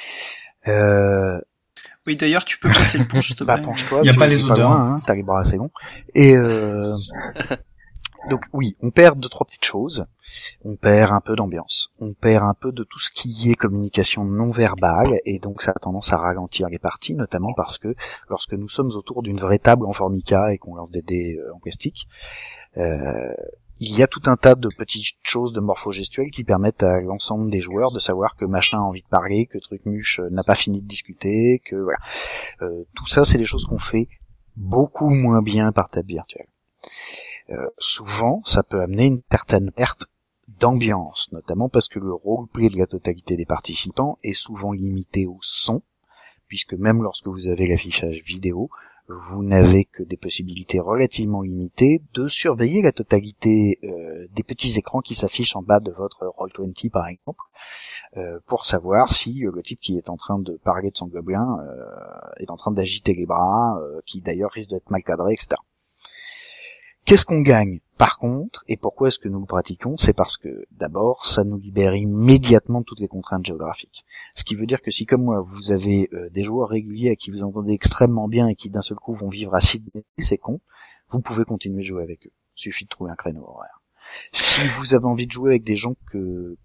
Euh, Oui, d'ailleurs, tu peux passer le punch, s'il te Bah, plaît. penche-toi, Y a tu pas es les pas odeurs. loin, hein, t'as les bras assez longs. Et euh... donc oui, on perd deux trois petites choses. On perd un peu d'ambiance. On perd un peu de tout ce qui est communication non verbale, et donc ça a tendance à ralentir les parties, notamment parce que lorsque nous sommes autour d'une vraie table en formica et qu'on lance des dés en plastique, euh, il y a tout un tas de petites choses de morphogestuelles qui permettent à l'ensemble des joueurs de savoir que machin a envie de parler, que Trucmuche n'a pas fini de discuter, que voilà. Euh, tout ça, c'est des choses qu'on fait beaucoup moins bien par table virtuelle. Euh, souvent, ça peut amener une certaine perte d'ambiance, notamment parce que le roleplay de la totalité des participants est souvent limité au son, puisque même lorsque vous avez l'affichage vidéo, vous n'avez que des possibilités relativement limitées de surveiller la totalité euh, des petits écrans qui s'affichent en bas de votre Roll vingt par exemple, euh, pour savoir si euh, le type qui est en train de parler de son gobelin euh, est en train d'agiter les bras, euh, qui d'ailleurs risque d'être mal cadré, et cetera. Qu'est-ce qu'on gagne par contre, et pourquoi est-ce que nous le pratiquons? C'est parce que d'abord, ça nous libère immédiatement de toutes les contraintes géographiques. Ce qui veut dire que si comme moi, vous avez euh, des joueurs réguliers à qui vous entendez extrêmement bien et qui d'un seul coup vont vivre à Sydney, c'est con, vous pouvez continuer de jouer avec eux. Il suffit de trouver un créneau horaire. Si vous avez envie de jouer avec des gens que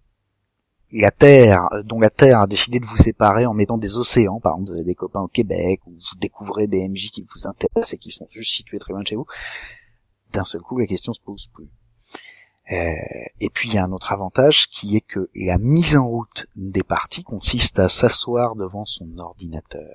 la Terre, dont la Terre a décidé de vous séparer en mettant des océans, par exemple vous avez des copains au Québec, ou vous découvrez des M J qui vous intéressent et qui sont juste situés très loin de chez vous, d'un seul coup la question se pose plus. Euh, et puis il y a un autre avantage qui est que la mise en route des parties consiste à s'asseoir devant son ordinateur.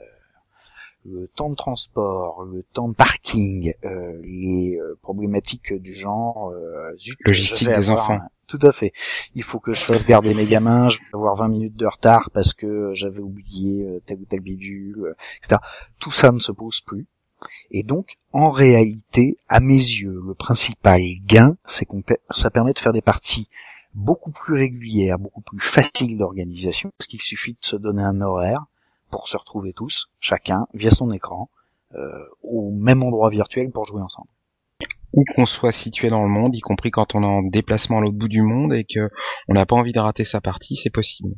Le temps de transport, le temps de parking, euh, les euh, problématiques du genre euh, zut, logistique des avoir enfants. Un... Tout à fait. Il faut que je fasse garder mes gamins, je vais avoir vingt minutes de retard parce que j'avais oublié euh, tel ou tel bidule, euh, et cetera. Tout ça ne se pose plus. Et donc, en réalité, à mes yeux, le principal gain, c'est qu'on peut, ça permet de faire des parties beaucoup plus régulières, beaucoup plus faciles d'organisation, parce qu'il suffit de se donner un horaire pour se retrouver tous, chacun, via son écran, euh, au même endroit virtuel pour jouer ensemble. Où qu'on soit situé dans le monde, y compris quand on est en déplacement à l'autre bout du monde et que on n'a pas envie de rater sa partie, c'est possible.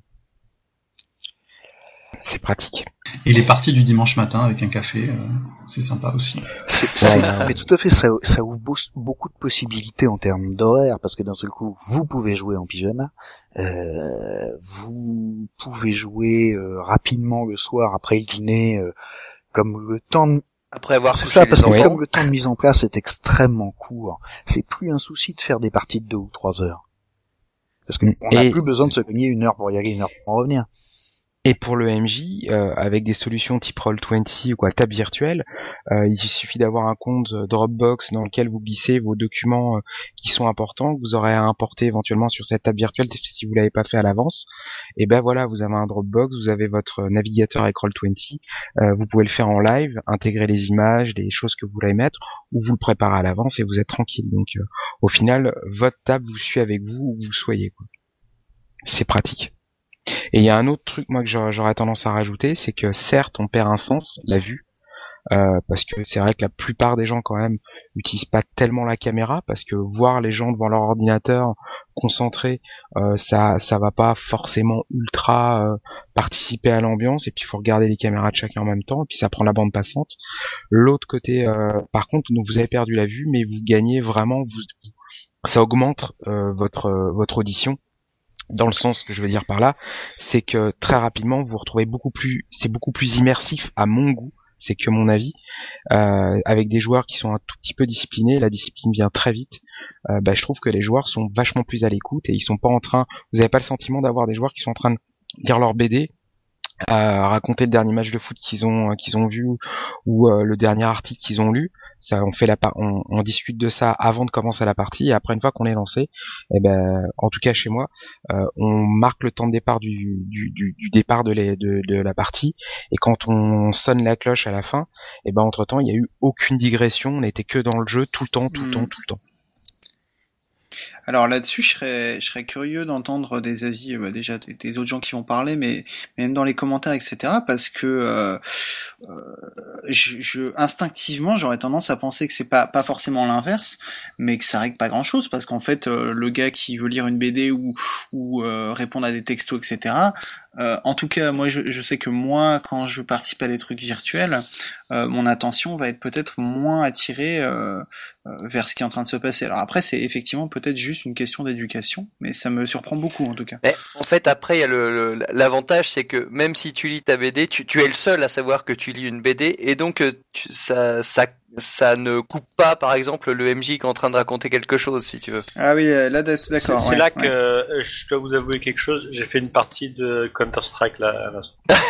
C'est pratique. Et les parties du dimanche matin avec un café, euh, c'est sympa aussi. C'est, c'est, mais tout à fait, ça, ça ouvre beaucoup de possibilités en termes d'horaire, parce que d'un seul coup, vous pouvez jouer en pyjama, euh, vous pouvez jouer euh, rapidement le soir après le dîner, euh, comme le temps de... Après avoir c'est couché ça, parce les que enfants. comme le temps de mise en place est extrêmement court, c'est plus un souci de faire des parties de deux ou trois heures. Parce qu'on n'a Et... plus besoin de se cogner une heure pour y aller, une heure pour en revenir. Et pour le M J, euh, avec des solutions type roll vingt ou quoi, table virtuelle, euh, il suffit d'avoir un compte Dropbox dans lequel vous glissez vos documents euh, qui sont importants, que vous aurez à importer éventuellement sur cette table virtuelle si vous l'avez pas fait à l'avance. Et ben voilà, vous avez un Dropbox, vous avez votre navigateur avec roll vingt, euh, vous pouvez le faire en live, intégrer les images, les choses que vous voulez mettre, ou vous le préparez à l'avance et vous êtes tranquille. Donc euh, au final, votre table vous suit avec vous où vous soyez, quoi. C'est pratique. Et il y a un autre truc moi que j'aurais tendance à rajouter, c'est que certes on perd un sens, la vue, euh, parce que c'est vrai que la plupart des gens quand même utilisent pas tellement la caméra, parce que voir les gens devant leur ordinateur concentrés, euh, ça ça va pas forcément ultra euh, participer à l'ambiance, et puis il faut regarder les caméras de chacun en même temps, et puis ça prend la bande passante. L'autre côté, euh, par contre, donc vous avez perdu la vue, mais vous gagnez vraiment, vous, ça augmente euh, votre euh, votre audition. Dans le sens que je veux dire par là, c'est que très rapidement vous vous retrouvez beaucoup plus, c'est beaucoup plus immersif à mon goût, c'est que mon avis, euh, avec des joueurs qui sont un tout petit peu disciplinés, la discipline vient très vite. Euh, bah, je trouve que les joueurs sont vachement plus à l'écoute et ils sont pas en train, vous avez pas le sentiment d'avoir des joueurs qui sont en train de lire leur B D, à raconter le dernier match de foot qu'ils ont qu'ils ont vu ou euh, le dernier article qu'ils ont lu. Ça, on fait la on, on discute de ça avant de commencer la partie, et après une fois qu'on est lancé, et ben en tout cas chez moi, euh, on marque le temps de départ du du, du, du départ de, les, de de la partie, et quand on sonne la cloche à la fin, et ben entre temps il y a eu aucune digression, on n'était que dans le jeu tout le temps, tout le mmh. temps, tout le temps. Alors là-dessus, je serais, je serais curieux d'entendre des avis, bah déjà des, des autres gens qui vont parler, mais même dans les commentaires, et cetera. Parce que euh, euh, je, je instinctivement, j'aurais tendance à penser que c'est pas pas forcément l'inverse, mais que ça règle pas grand-chose, parce qu'en fait, euh, le gars qui veut lire une B D ou ou euh, répondre à des textos, et cetera. Euh, en tout cas, moi, je, je sais que moi, quand je participe à des trucs virtuels, euh, mon attention va être peut-être moins attirée euh, euh, vers ce qui est en train de se passer. Alors après, c'est effectivement peut-être juste une question d'éducation, mais ça me surprend beaucoup en tout cas. Mais en fait, après, il y a le, le, l'avantage, c'est que même si tu lis ta B D, tu, tu es le seul à savoir que tu lis une B D, et donc tu, ça, ça, ça ne coupe pas, par exemple, le M J qui est en train de raconter quelque chose, si tu veux. Ah oui, là, d'accord. C'est, c'est ouais, là ouais. que euh, je dois vous avouer quelque chose. J'ai fait une partie de Counter-Strike là. là.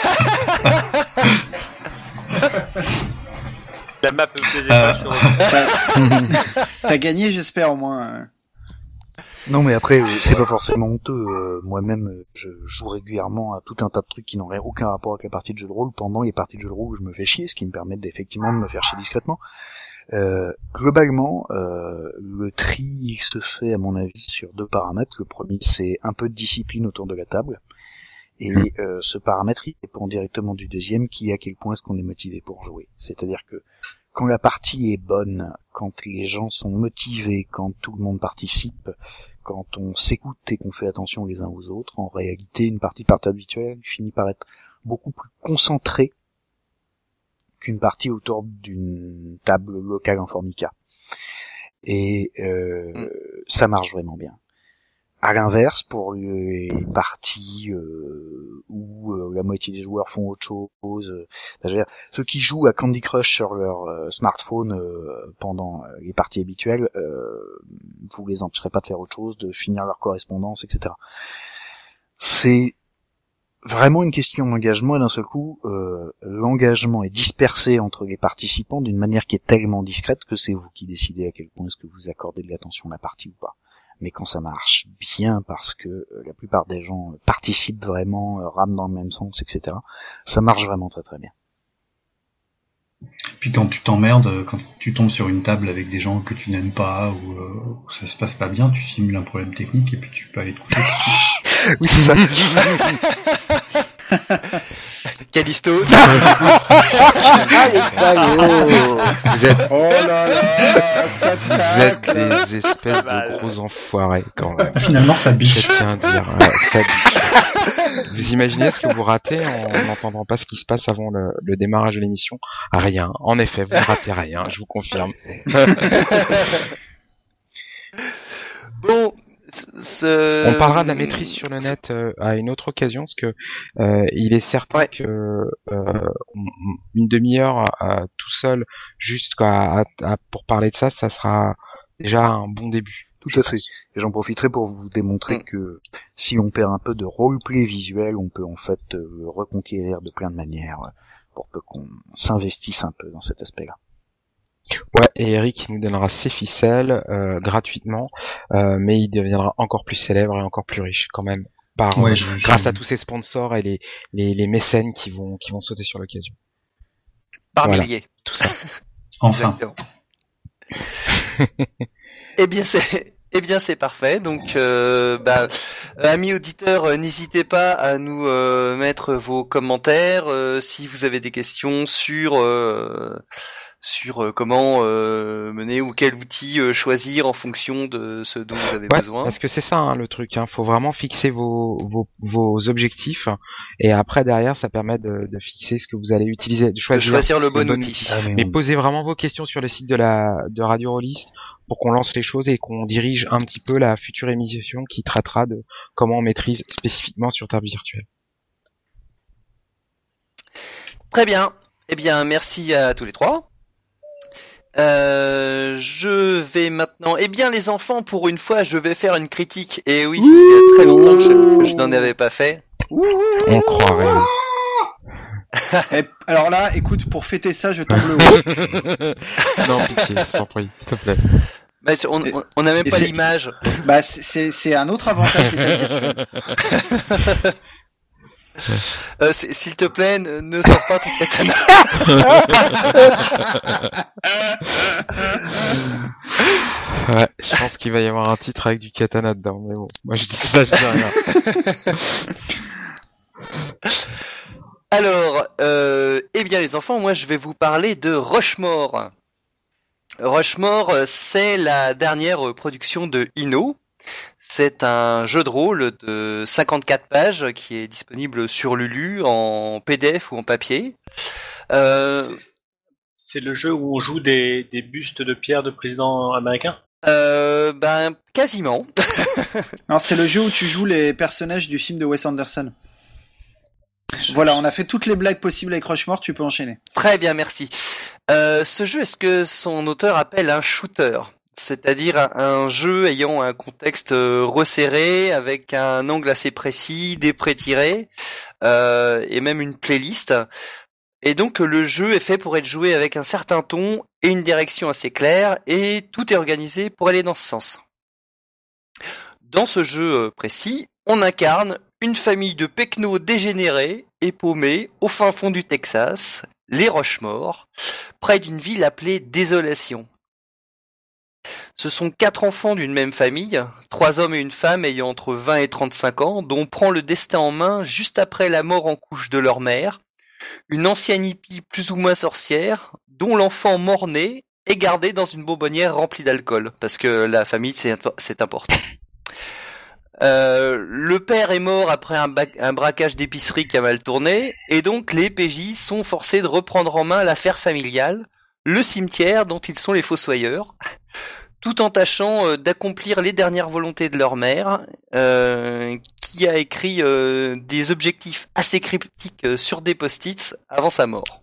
La map me plaisait pas. Sur... T'as gagné, j'espère au moins. Non, mais après, c'est pas forcément honteux. Euh, moi-même, je joue régulièrement à tout un tas de trucs qui n'auraient aucun rapport avec la partie de jeu de rôle pendant les parties de jeu de rôle où je me fais chier, ce qui me permet d'effectivement de me faire chier discrètement. Euh, globalement, euh, le tri, il se fait, à mon avis, sur deux paramètres. Le premier, c'est un peu de discipline autour de la table. Et euh, ce paramètre, il dépend directement du deuxième, qui est à quel point est-ce qu'on est motivé pour jouer. C'est-à-dire que quand la partie est bonne, quand les gens sont motivés, quand tout le monde participe, quand on s'écoute et qu'on fait attention les uns aux autres, en réalité, une partie par table virtuelle finit par être beaucoup plus concentrée qu'une partie autour d'une table locale en Formica. Et euh, mm. ça marche vraiment bien. À l'inverse, pour les parties euh, où euh, la moitié des joueurs font autre chose, euh, je veux dire, ceux qui jouent à Candy Crush sur leur euh, smartphone euh, pendant euh, les parties habituelles, euh, vous les empêcherez pas de faire autre chose, de finir leur correspondance, et cetera. C'est vraiment une question d'engagement, et d'un seul coup, euh, l'engagement est dispersé entre les participants d'une manière qui est tellement discrète que c'est vous qui décidez à quel point est-ce que vous accordez de l'attention à la partie ou pas. Mais quand ça marche bien, parce que euh, la plupart des gens euh, participent vraiment, euh, rament dans le même sens, et cetera, ça marche vraiment très très bien. Puis quand tu t'emmerdes, quand tu tombes sur une table avec des gens que tu n'aimes pas, ou euh, où ça se passe pas bien, tu simules un problème technique et puis tu peux aller te coucher. Oui, c'est ça. Callisto. Ah, les salauds. Vous êtes, oh là là, ça vous êtes des espèces de gros enfoirés quand même. Finalement, ça biche. Je tiens à dire, ouais, ça biche. Vous imaginez ce que vous ratez en n'entendant pas ce qui se passe avant le, le démarrage de l'émission? Rien. En effet, vous ne ratez rien, je vous confirme. Bon. Ce... On parlera de la maîtrise sur le net euh, à une autre occasion, parce que euh, il est certain ouais. que euh, une demi-heure euh, tout seul, juste à, à, à, pour parler de ça, ça sera déjà un bon début. Tout à fait. Et j'en profiterai pour vous démontrer Mm. que si on perd un peu de roleplay visuel, on peut en fait euh, reconquérir de plein de manières euh, pour peu qu'on s'investisse un peu dans cet aspect-là. Ouais, et Eric nous donnera ses ficelles euh, gratuitement, euh, mais il deviendra encore plus célèbre et encore plus riche quand même, par Ouais, euh, je- je- grâce à tous ses sponsors et les, les, les mécènes qui vont qui vont sauter sur l'occasion. Par Voilà. milliers. Tout ça. Enfin. Exactement. Eh bien, c'est, eh bien, c'est parfait. Donc, euh, bah, euh, amis auditeurs, euh, n'hésitez pas à nous euh, mettre vos commentaires euh, si vous avez des questions sur euh, sur euh, comment euh, mener ou quel outil euh, choisir en fonction de ce dont vous avez Ouais, besoin. parce que c'est ça hein, le truc. Hein. Faut vraiment fixer vos, vos vos objectifs et après derrière ça permet de, de fixer ce que vous allez utiliser, de De choisir, choisir le bon bon outil. Ah, mais Mais on- posez vraiment vos questions sur le site de la de Radio Rollist pour qu'on lance les choses et qu'on dirige un petit peu la future émission qui traitera de comment on maîtrise spécifiquement sur table virtuelle. Très bien. Eh bien, merci à tous les trois. Euh, je vais maintenant. Eh bien, les enfants, pour une fois, je vais faire une critique. Et oui, il y a très longtemps que je, que je n'en avais pas fait. On croirait. Et, alors là, écoute, pour fêter ça, je tombe le haut. Non, pitié, sans prie, s'il te plaît. Bah, on on- on n'a même Et pas c'est- l'image. Bah, c'est- c'est c'est un autre avantage des tables virtuelles. Euh, s- S'il te plaît, ne, ne sors pas ton katana. Ouais, je pense qu'il va y avoir un titre avec du katana dedans, mais bon, moi je dis ça, je dis rien. Alors, euh, eh bien les enfants, moi je vais vous parler de Rushmore. Rushmore, euh, c'est la dernière euh, production de Ino. C'est un jeu de rôle de cinquante-quatre pages qui est disponible sur Lulu en P D F ou en papier. Euh, C'est- C'est le jeu où on joue des, des bustes de pierre de présidents américains. euh, ben quasiment. Non, c'est le jeu où tu joues les personnages du film de Wes Anderson. Voilà, on a fait toutes les blagues possibles avec Rushmore, tu peux enchaîner. Très bien, merci. Euh, ce jeu, est-ce que son auteur appelle un shooter ? C'est-à-dire un, un jeu ayant un contexte euh, resserré, avec un angle assez précis, des pré-tirés, euh, et même une playlist. Et donc le jeu est fait pour être joué avec un certain ton et une direction assez claire, et tout est organisé pour aller dans ce sens. Dans ce jeu euh, précis, on incarne une famille de pecnos dégénérés et paumés au fin fond du Texas, les Rushmore, près d'une ville appelée Désolation. Ce sont quatre enfants d'une même famille, trois hommes et une femme ayant entre vingt et trente-cinq ans, dont on prend le destin en main juste après la mort en couche de leur mère, une ancienne hippie plus ou moins sorcière, dont l'enfant mort-né est gardé dans une bonbonnière remplie d'alcool, parce que la famille c'est, c'est important. Euh, le père est mort après un, ba- un braquage d'épicerie qui a mal tourné, et donc les P J sont forcés de reprendre en main l'affaire familiale, le cimetière dont ils sont les fossoyeurs, tout en tâchant euh, d'accomplir les dernières volontés de leur mère, euh, qui a écrit euh, des objectifs assez cryptiques euh, sur des post-its avant sa mort.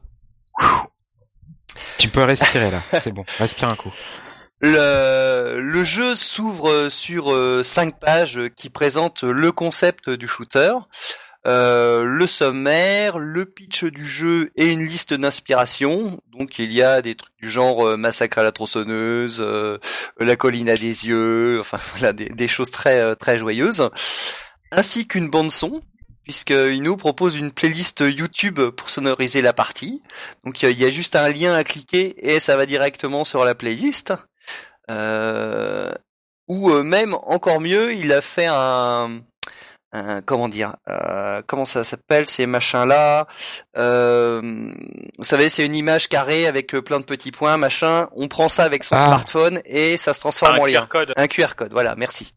Tu peux respirer là, c'est bon, respire un coup. Le, le jeu s'ouvre sur euh, cinq pages qui présentent le concept du shooter, euh, le sommaire, le pitch du jeu et une liste d'inspiration. Donc il y a des trucs du genre euh, Massacre à la tronçonneuse, euh, La colline à des yeux, enfin voilà des, des choses très euh, très joyeuses, ainsi qu'une bande son, puisque il nous propose une playlist YouTube pour sonoriser la partie. Donc il y a juste un lien à cliquer et ça va directement sur la playlist. Euh, ou euh, même encore mieux, il a fait un, un comment dire, euh, comment ça s'appelle ces machins là. Euh, vous savez, c'est une image carrée avec plein de petits points, machin. On prend ça avec son Ah. smartphone et ça se transforme Un en Q R lien. code. Un Q R code, voilà, merci.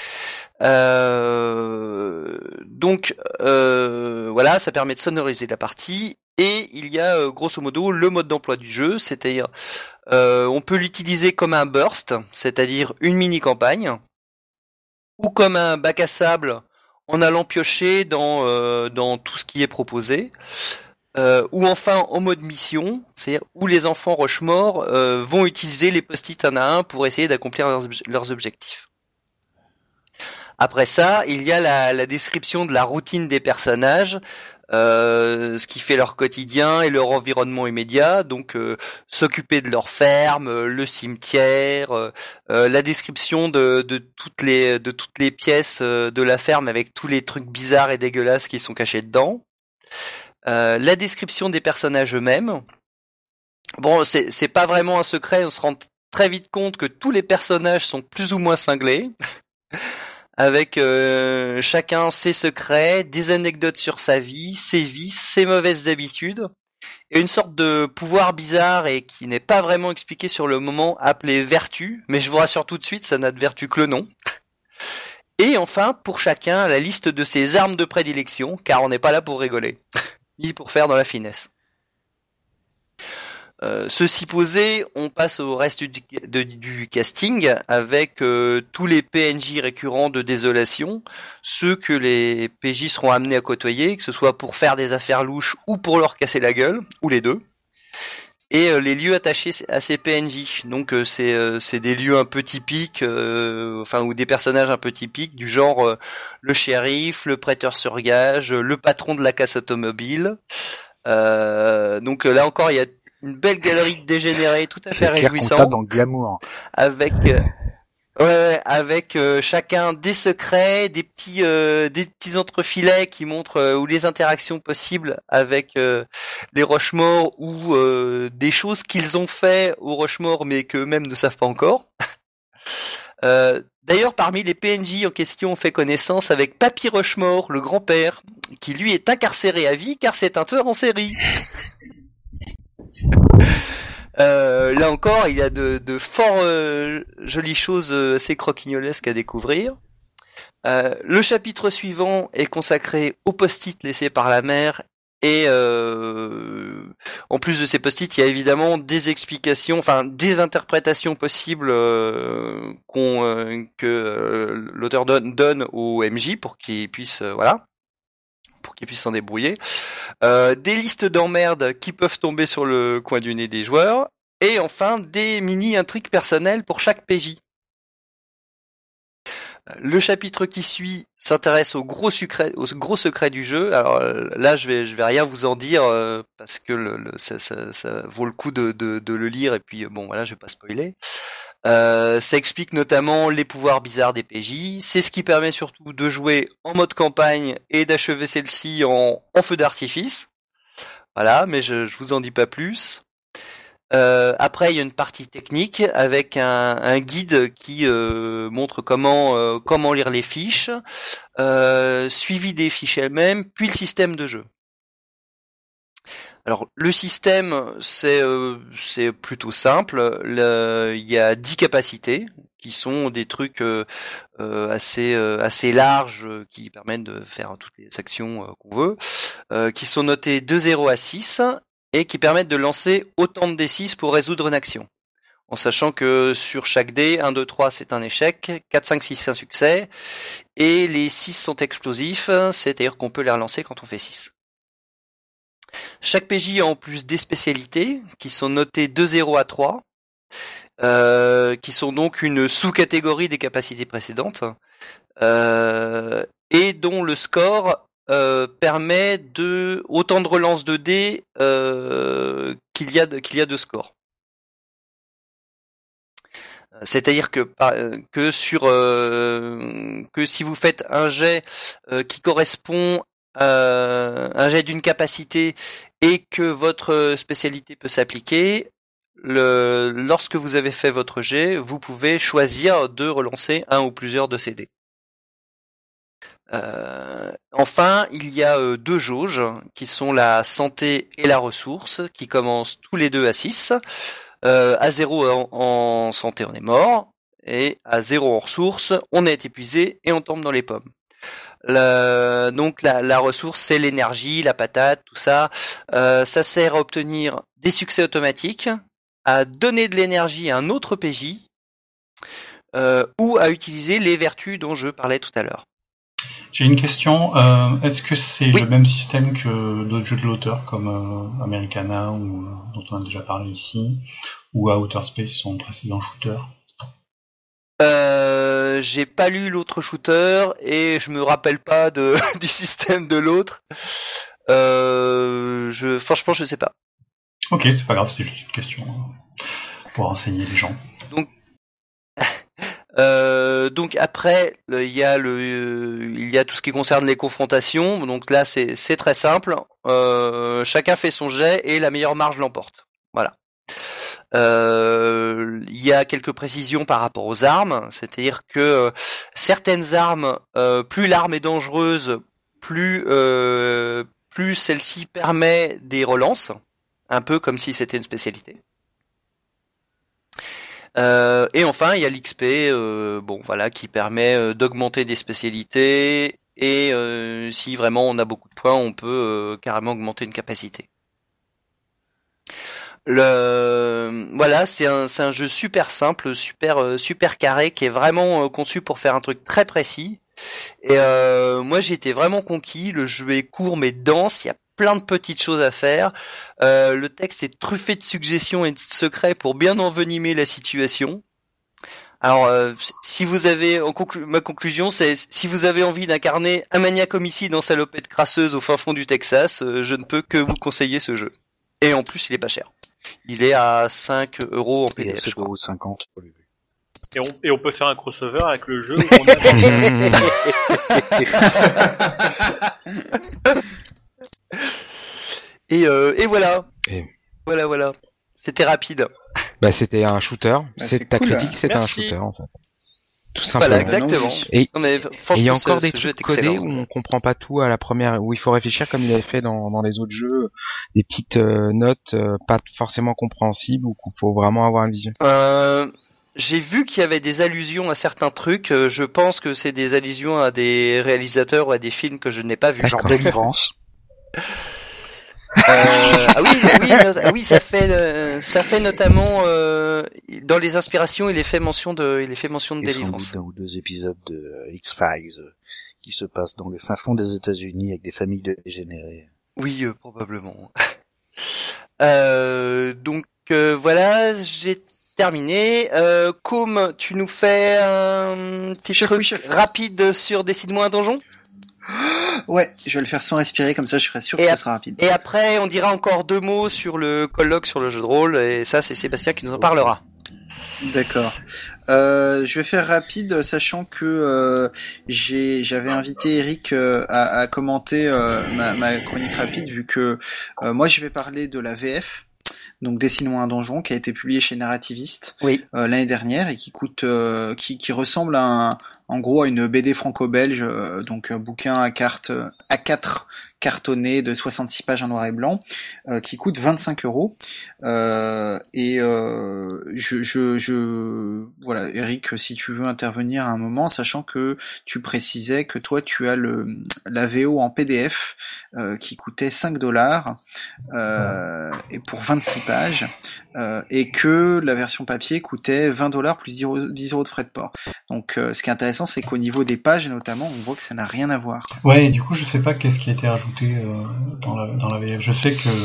Euh, donc euh, voilà, ça permet de sonoriser la partie et il y a euh, grosso modo le mode d'emploi du jeu, c'est-à-dire euh, on peut l'utiliser comme un burst, c'est-à-dire une mini campagne, ou comme un bac à sable en allant piocher dans euh, dans tout ce qui est proposé. Euh, ou enfin en mode mission, c'est-à-dire où les enfants Rushmore euh, vont utiliser les post-it un à un pour essayer d'accomplir leurs, obje- leurs objectifs. Après ça, il y a la, la description de la routine des personnages, euh, ce qui fait leur quotidien et leur environnement immédiat. Donc, euh, s'occuper de leur ferme, euh, le cimetière, euh, euh, la description de, de toutes les de toutes les pièces euh, de la ferme avec tous les trucs bizarres et dégueulasses qui sont cachés dedans. Euh, la description des personnages eux-mêmes. Bon, c'est c'est pas vraiment un secret. On se rend très vite compte que tous les personnages sont plus ou moins cinglés. Avec euh, chacun ses secrets, des anecdotes sur sa vie, ses vices, ses mauvaises habitudes, et une sorte de pouvoir bizarre et qui n'est pas vraiment expliqué sur le moment, appelé vertu, mais je vous rassure tout de suite, ça n'a de vertu que le nom. Et enfin, pour chacun, la liste de ses armes de prédilection, car on n'est pas là pour rigoler, ni pour faire dans la finesse. Euh, ceci posé, on passe au reste du, de, du casting avec euh, tous les P N J récurrents de Désolation, ceux que les P J seront amenés à côtoyer, que ce soit pour faire des affaires louches ou pour leur casser la gueule, ou les deux. Et euh, les lieux attachés à ces P N J, donc euh, c'est euh, c'est des lieux un peu typiques, euh, enfin ou des personnages un peu typiques du genre euh, le shérif, le prêteur sur gage, le patron de la casse automobile. Euh, donc euh, là encore, il y a une belle galerie de dégénérés, tout à fait réjouissant. C'est dans le glamour. Avec, euh, ouais, avec euh, chacun des secrets, des petits, euh, des petits entrefilets qui montrent euh, ou les interactions possibles avec euh, les Rochemort ou euh, des choses qu'ils ont fait aux Rochemort mais qu'eux-mêmes ne savent pas encore. euh, D'ailleurs, parmi les P N J en question, on fait connaissance avec Papy Rochemort, le grand-père, qui lui est incarcéré à vie car c'est un tueur en série. Euh, là encore, il y a de, de fort euh, jolies choses euh, assez croquignolesques à découvrir. Euh, le chapitre suivant est consacré aux post-it laissés par la mère et euh, en plus de ces post-it, il y a évidemment des explications, enfin des interprétations possibles euh, qu'on, euh, que euh, l'auteur donne, donne au M J pour qu'il puisse, euh, voilà. pour qu'ils puissent s'en débrouiller, euh, des listes d'emmerdes qui peuvent tomber sur le coin du nez des joueurs, et enfin des mini-intrigues personnelles pour chaque P J. Le chapitre qui suit s'intéresse aux gros secrets, aux gros secrets du jeu. Alors là, je vais, je vais rien vous en dire euh, parce que le, le, ça, ça, ça vaut le coup de, de, de le lire et puis bon voilà, je vais pas spoiler. Euh, ça explique notamment les pouvoirs bizarres des P J. C'est ce qui permet surtout de jouer en mode campagne et d'achever celle-ci en, en feu d'artifice. Voilà, mais je, je vous en dis pas plus. Euh, après, il y a une partie technique avec un, un guide qui euh, montre comment euh, comment lire les fiches, euh, suivi des fiches elles-mêmes, puis le système de jeu. Alors le système, c'est euh, c'est plutôt simple. Le, il y a dix capacités qui sont des trucs euh, euh, assez euh, assez larges euh, qui permettent de faire toutes les actions euh, qu'on veut, euh, qui sont notées de zéro à six et qui permettent de lancer autant de D six pour résoudre une action. En sachant que sur chaque dé, un, deux, trois c'est un échec, quatre, cinq, six c'est un succès, et les six sont explosifs, c'est-à-dire qu'on peut les relancer quand on fait six. Chaque P J a en plus des spécialités qui sont notées de zéro à trois, euh, qui sont donc une sous-catégorie des capacités précédentes, euh, et dont le score euh, permet de autant de relances de dés euh, qu'il y a de, qu'il y a de scores. C'est-à-dire que que sur euh, que si vous faites un jet euh, qui correspond à un jet d'une capacité et que votre spécialité peut s'appliquer, le, lorsque vous avez fait votre jet, vous pouvez choisir de relancer un ou plusieurs de ces dés. Euh, enfin, il y a euh, deux jauges qui sont la santé et la ressource, qui commencent tous les deux à six. Euh, à zéro en, en santé, on est mort, et à zéro en ressources, on est épuisé et on tombe dans les pommes. Le, donc la, la ressource, c'est l'énergie, la patate, tout ça. Euh, ça sert à obtenir des succès automatiques, à donner de l'énergie à un autre P J, euh, ou à utiliser les vertus dont je parlais tout à l'heure. J'ai une question. Euh, est-ce que c'est oui. le même système que d'autres jeux de l'auteur comme euh, Americana ou euh, dont on a déjà parlé ici, ou Outer Space, son précédent shooter? Euh, Euh, j'ai pas lu l'autre shooter et je me rappelle pas de du système de l'autre. Euh, je, franchement, je sais pas. Ok, c'est pas grave, c'était juste une question hein, pour renseigner les gens. Donc, euh, donc après, il y a le, il y a tout ce qui concerne les confrontations. Donc là, c'est c'est très simple. Euh, chacun fait son jet et la meilleure marge l'emporte. Voilà. Euh, il y a quelques précisions par rapport aux armes, c'est-à-dire que euh, certaines armes, euh, plus l'arme est dangereuse, plus euh, plus celle-ci permet des relances, un peu comme si c'était une spécialité. Euh, et enfin, il y a l'X P, euh, bon voilà, qui permet euh, d'augmenter des spécialités et euh, si vraiment on a beaucoup de points, on peut euh, carrément augmenter une capacité. Le voilà, c'est un c'est un jeu super simple, super euh, super carré qui est vraiment euh, conçu pour faire un truc très précis. Et euh, moi j'ai été vraiment conquis. Le jeu est court mais dense. Il y a plein de petites choses à faire. Euh, le texte est truffé de suggestions et de secrets pour bien envenimer la situation. Alors, euh, si vous avez, en conclu- ma conclusion, c'est si vous avez envie d'incarner un maniaque homicide en salopette crasseuse au fin fond du Texas, euh, je ne peux que vous conseiller ce jeu. Et en plus, il est pas cher. Il est à cinq euros en P D F. Et à sept euros cinquante pour le vu. Et on, et on peut faire un crossover avec le jeu. et, euh, et voilà. Et... Voilà, voilà. C'était rapide. Bah, c'était un shooter. Bah, c'est c'est ta cool, critique, hein. c'était un Merci. shooter en fait. Tout simplement. Voilà, exactement. Et Non, mais et franchement, il y a encore ce, des ce jeu trucs est codés excellent. où on comprend pas tout à la première, où il faut réfléchir comme il avait fait dans, dans les autres jeux, des petites euh, notes euh, pas forcément compréhensibles ou qu'il faut vraiment avoir une vision. Euh, j'ai vu qu'il y avait des allusions à certains trucs. Euh, Je pense que c'est des allusions à des réalisateurs ou à des films que je n'ai pas vus. Genre D'accord. Délivrance. Euh, ah oui, oui, no- ah oui, ça fait, euh, ça fait notamment euh, dans les inspirations, il est fait mention de, il est fait mention de Et sans doute délivrance. d'un ou deux épisodes de euh, X-Files euh, qui se passent dans le fin fond des États-Unis avec des familles de dégénérés. Oui, euh, probablement. euh, donc euh, voilà, j'ai terminé. Euh, Com, tu nous fais un petit Chef, truc oui, chef. rapide sur Décide-moi un donjon. Ouais, je vais le faire sans respirer, comme ça je serai sûr Et que ap- ce sera rapide. Et après, on dira encore deux mots sur le colloque sur le jeu de rôle. Et ça, c'est Sébastien qui nous en parlera. D'accord. Euh, je vais faire rapide, sachant que euh, j'ai j'avais invité Eric euh, à, à commenter euh, ma, ma chronique rapide, vu que euh, moi je vais parler de la V F, donc Dessine-moi un donjon, qui a été publié chez Narrativiste Oui. euh, l'année dernière et qui coûte, euh, qui, qui ressemble à un, en gros à une B D franco-belge, euh, donc un bouquin à carte A quatre cartonné de soixante-six pages en noir et blanc, euh, qui coûte vingt-cinq euros. Euh, et euh, je, je, je, voilà, Eric, si tu veux intervenir à un moment, sachant que tu précisais que toi tu as le la V O en P D F euh, qui coûtait cinq dollars euh, et pour vingt-six pages, euh, et que la version papier coûtait vingt dollars plus dix euros de frais de port. Donc euh, ce qui est intéressant, c'est qu'au niveau des pages notamment, on voit que ça n'a rien à voir. Ouais, et du coup, je sais pas qu'est-ce qui a été ajouté euh, dans la dans la V F. Je sais que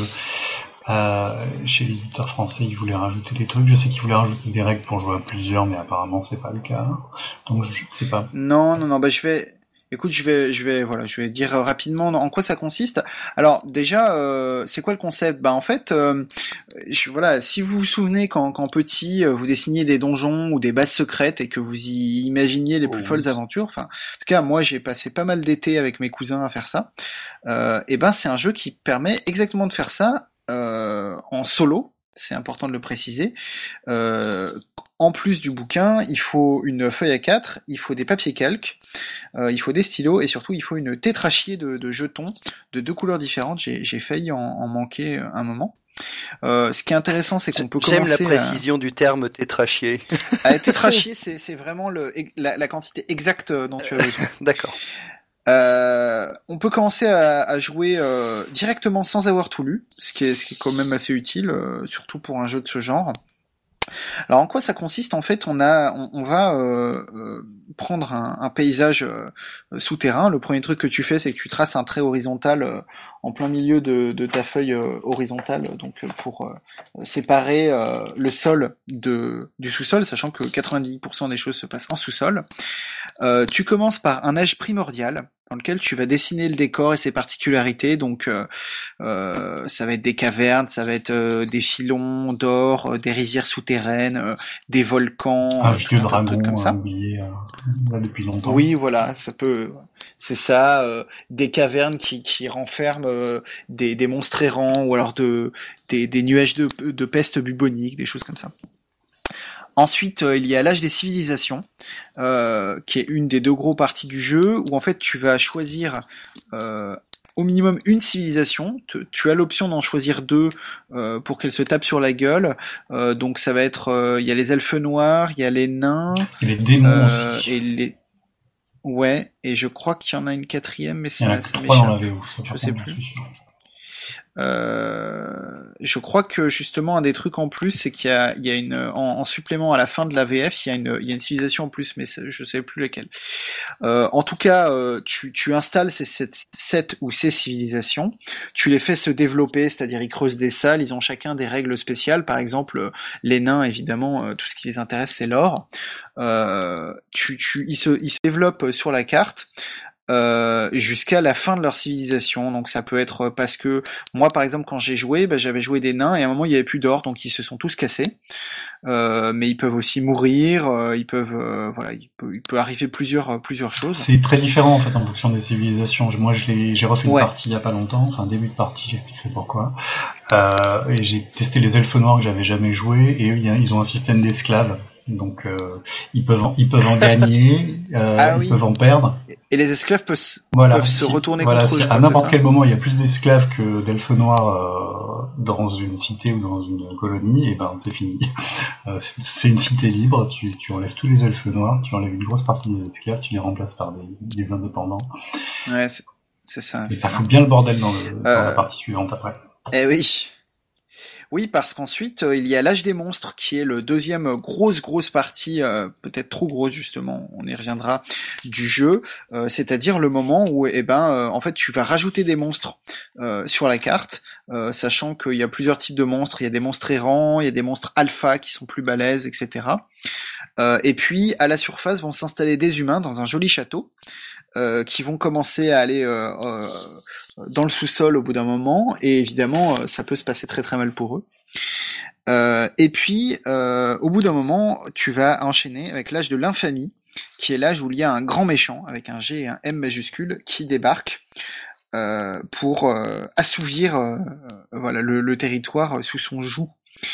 euh, chez l'éditeur français, ils voulaient rajouter des trucs. Je sais qu'ils voulaient rajouter des règles pour jouer à plusieurs, mais apparemment, c'est pas le cas. Donc, je ne sais pas. Non, non, non, bah je vais. Écoute, je vais, je vais, voilà, je vais dire rapidement en quoi ça consiste. Alors déjà, euh, c'est quoi le concept? Bah en fait, euh, je, voilà, si vous vous souvenez quand, quand petit, vous dessiniez des donjons ou des bases secrètes et que vous y imaginiez les plus Oh, folles oui. aventures. Enfin, en tout cas, moi, j'ai passé pas mal d'été avec mes cousins à faire ça. Euh, et ben, c'est un jeu qui permet exactement de faire ça euh, en solo. C'est important de le préciser. Euh, en plus du bouquin, il faut une feuille A quatre, il faut des papiers calques, euh, il faut des stylos et surtout il faut une tétrachier de, de jetons de deux couleurs différentes. J'ai, j'ai failli en, en manquer un moment. Euh, ce qui est intéressant, c'est qu'on peut J'aime commencer la précision du terme tétrachier. à, à tétrachier, c'est, c'est vraiment le, la, la quantité exacte dont tu as besoin. D'accord. Euh, on peut commencer à, à jouer euh, directement sans avoir tout lu, ce qui est, ce qui est quand même assez utile, euh, surtout pour un jeu de ce genre. Alors en quoi ça consiste? En fait, on a, on, on va euh, euh, prendre un, un paysage euh, souterrain. Le premier truc que tu fais, c'est que tu traces un trait horizontal euh, en plein milieu de, de ta feuille euh, horizontale, donc euh, pour euh, séparer euh, le sol de du sous-sol, sachant que quatre-vingt-dix pour cent des choses se passent en sous-sol. Euh, tu commences par un âge primordial, dans lequel tu vas dessiner le décor et ses particularités. Donc, euh, euh, ça va être des cavernes, ça va être euh, des filons d'or, euh, des rizières souterraines, euh, des volcans, un euh, vieux tout un tas de dragon trucs comme ça. oublié euh, là depuis longtemps. Oui, voilà, ça peut. C'est ça, euh, des cavernes qui, qui renferment euh, des, des monstres errants ou alors de des, des nuages de, de peste bubonique, des choses comme ça. Ensuite, euh, il y a l'âge des civilisations, euh, qui est une des deux gros parties du jeu, où en fait tu vas choisir euh, au minimum une civilisation. Tu, tu as l'option d'en choisir deux euh, pour qu'elles se tapent sur la gueule. Euh, donc ça va être, euh, il y a les elfes noirs, il y a les nains, Et les démons euh, aussi. et les. Ouais, et je crois qu'il y en a une quatrième, mais Il y en ça, a ça trois dans la m'échappe. V O. ça, Je par sais contre, plus. j'en suis sûr. Euh, je crois que justement un des trucs en plus, c'est qu'il y a, il y a une en, en supplément à la fin de la V F, il y a une, il y a une civilisation en plus, mais c'est- je sais plus laquelle. Euh, en tout cas, euh, tu, tu installes ces sept, sept ou ces civilisations, tu les fais se développer, c'est-à-dire ils creusent des salles, ils ont chacun des règles spéciales. Par exemple, euh, les nains, évidemment, euh, tout ce qui les intéresse, c'est l'or. Euh, tu, tu, ils se, ils se développent sur la carte. Euh, jusqu'à la fin de leur civilisation. Donc ça peut être parce que moi par exemple quand j'ai joué, bah, j'avais joué des nains et à un moment il y avait plus d'or, donc ils se sont tous cassés. Euh, mais ils peuvent aussi mourir, euh, ils peuvent euh, voilà, il peut, il peut arriver plusieurs euh, plusieurs choses. C'est très différent en fait en fonction des civilisations. Je- Moi, je l'ai, j'ai refait une Ouais. partie il y a pas longtemps, enfin début de partie, j'expliquerai pourquoi. Euh, et j'ai testé les elfes noirs que j'avais jamais joué, et eux, il y a- ils ont un système d'esclaves, donc euh, ils peuvent en, ils peuvent en gagner, euh, Ah ils oui. peuvent en perdre. Et les esclaves peuvent, s- Voilà, peuvent se si- retourner voilà, contre eux, si je à crois, c'est n'importe ça. quel moment il y a plus d'esclaves que d'elfes noirs euh, dans une cité ou dans une colonie, et ben c'est fini. Euh, c'est c'est une cité libre, tu, tu enlèves tous les elfes noirs, tu enlèves une grosse partie des esclaves, tu les remplaces par des, des indépendants, Ouais, c'est c'est ça. et c'est ça ça. fout bien le bordel dans, le, dans la Euh, partie suivante après. Eh oui. Oui, parce qu'ensuite, euh, il y a l'âge des monstres, qui est le deuxième euh, grosse, grosse partie, euh, peut-être trop grosse justement, on y reviendra, du jeu, euh, c'est-à-dire le moment où, eh ben, euh, en fait, tu vas rajouter des monstres euh, sur la carte, euh, sachant qu'il y a plusieurs types de monstres, il y a des monstres errants, il y a des monstres alpha qui sont plus balèzes, et cetera. Euh, et puis, à la surface vont s'installer des humains dans un joli château, euh, qui vont commencer à aller euh, euh, dans le sous-sol au bout d'un moment, et évidemment, euh, ça peut se passer très très mal pour eux. Euh, et puis, euh, au bout d'un moment, tu vas enchaîner avec l'âge de l'infamie, qui est l'âge où il y a un grand méchant, avec un G et un M majuscule, qui débarque euh, pour euh, assouvir euh, voilà, le, le territoire sous son joug.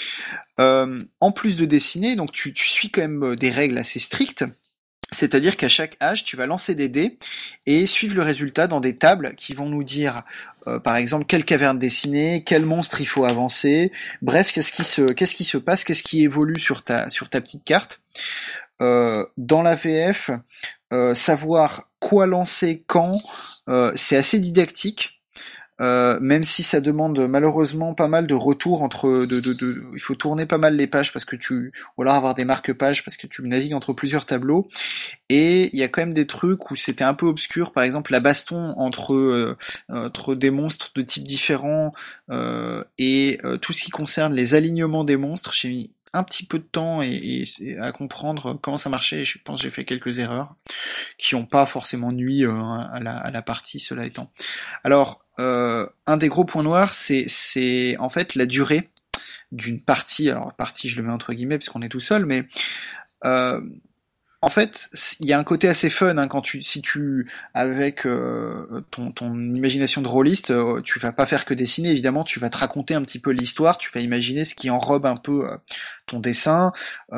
Euh, en plus de dessiner, donc tu, tu suis quand même des règles assez strictes. C'est-à-dire qu'à chaque âge, tu vas lancer des dés et suivre le résultat dans des tables qui vont nous dire, euh, par exemple, quelle caverne dessiner, quel monstre il faut avancer, bref, qu'est-ce qui se, qu'est-ce qui se passe, qu'est-ce qui évolue sur ta, sur ta petite carte. Euh, dans la V F, euh, savoir quoi lancer quand, euh, c'est assez didactique. Euh, même si ça demande malheureusement pas mal de retours entre de, de, de il faut tourner pas mal les pages parce que tu ou alors avoir des marque-pages parce que tu navigues entre plusieurs tableaux, et il y a quand même des trucs où c'était un peu obscur, par exemple la baston entre euh, entre des monstres de types différents euh, et euh, tout ce qui concerne les alignements des monstres, j'ai mis un petit peu de temps et, et c'est à comprendre comment ça marchait, et je pense que j'ai fait quelques erreurs qui n'ont pas forcément nui euh, à, la, à la partie, cela étant. Alors, euh, un des gros points noirs, c'est, c'est en fait la durée d'une partie. Alors, partie, je le mets entre guillemets parce qu'on est tout seul, mais euh, en fait, il y a un côté assez fun hein, quand tu, si tu, avec euh, ton, ton imagination de rôliste, euh, tu vas pas faire que dessiner. Évidemment, tu vas te raconter un petit peu l'histoire, tu vas imaginer ce qui enrobe un peu euh, ton dessin.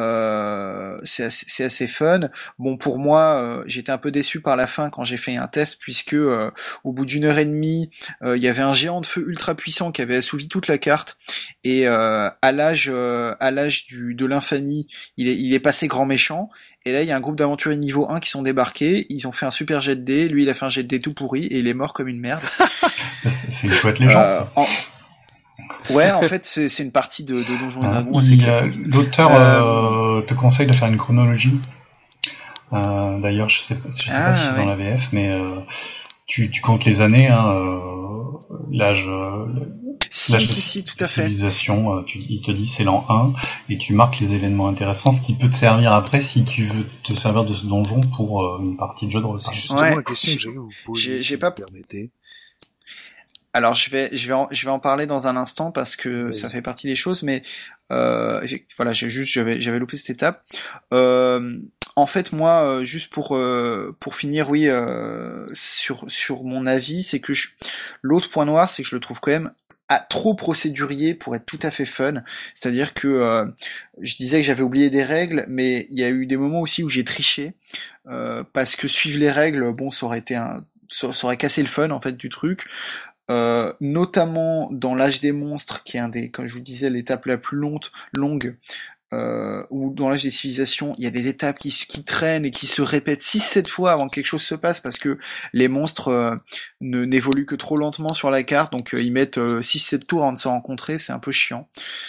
Euh, c'est assez, c'est assez fun. Bon, pour moi, euh, j'étais un peu déçu par la fin quand j'ai fait un test, puisque euh, au bout d'une heure et demie, euh, il y avait un géant de feu ultra puissant qui avait assouvi toute la carte. Et euh, à l'âge, euh, à l'âge du de l'infamie, il est, il est passé grand méchant. Et là, il y a un groupe d'aventuriers niveau un qui sont débarqués, ils ont fait un super jet de dés, lui il a fait un jet de dés tout pourri, et il est mort comme une merde. C'est c'est une chouette légende, Euh, ça. en... Ouais, en fait, c'est, c'est une partie de, de Donjons et Hein, Dragons assez il, euh, classique. L'auteur Euh, euh, te conseille de faire une chronologie. Euh, d'ailleurs, je sais pas, je sais Ah, pas si c'est ouais. dans la V F, mais euh, tu, tu comptes les années, hein, euh, l'âge, euh, Si, l'âge si, de, si, tout de à fait. civilisation. Euh, tu, il te dit c'est l'an un et tu marques les événements intéressants, ce qui peut te servir après si tu veux te servir de ce donjon pour euh, une partie de jeu de rôle. C'est par exemple. justement Ouais. la question que j'ai vous poser, J'ai- si j'ai vous pas- me permettez. Alors je vais je vais en, je vais en parler dans un instant parce que Vas-y. ça fait partie des choses, mais euh, effect- voilà, j'ai juste j'avais j'avais loupé cette étape. Euh, en fait, moi, euh, juste pour euh, pour finir, oui, euh, sur sur mon avis, c'est que je, l'autre point noir, c'est que je le trouve quand même à trop procédurier pour être tout à fait fun. C'est-à-dire que euh, je disais que j'avais oublié des règles, mais il y a eu des moments aussi où j'ai triché euh, parce que suivre les règles, bon, ça aurait été un ça, ça aurait cassé le fun en fait du truc. Euh, notamment dans l'âge des monstres, qui est un des, comme je vous disais, l'étape la plus longue, longue, euh, ou dans l'âge des civilisations, il y a des étapes qui, qui traînent et qui se répètent six sept fois avant que quelque chose se passe, parce que les monstres euh, ne n'évoluent que trop lentement sur la carte, donc euh, ils mettent euh, six sept tours avant de se rencontrer, c'est un peu chiant.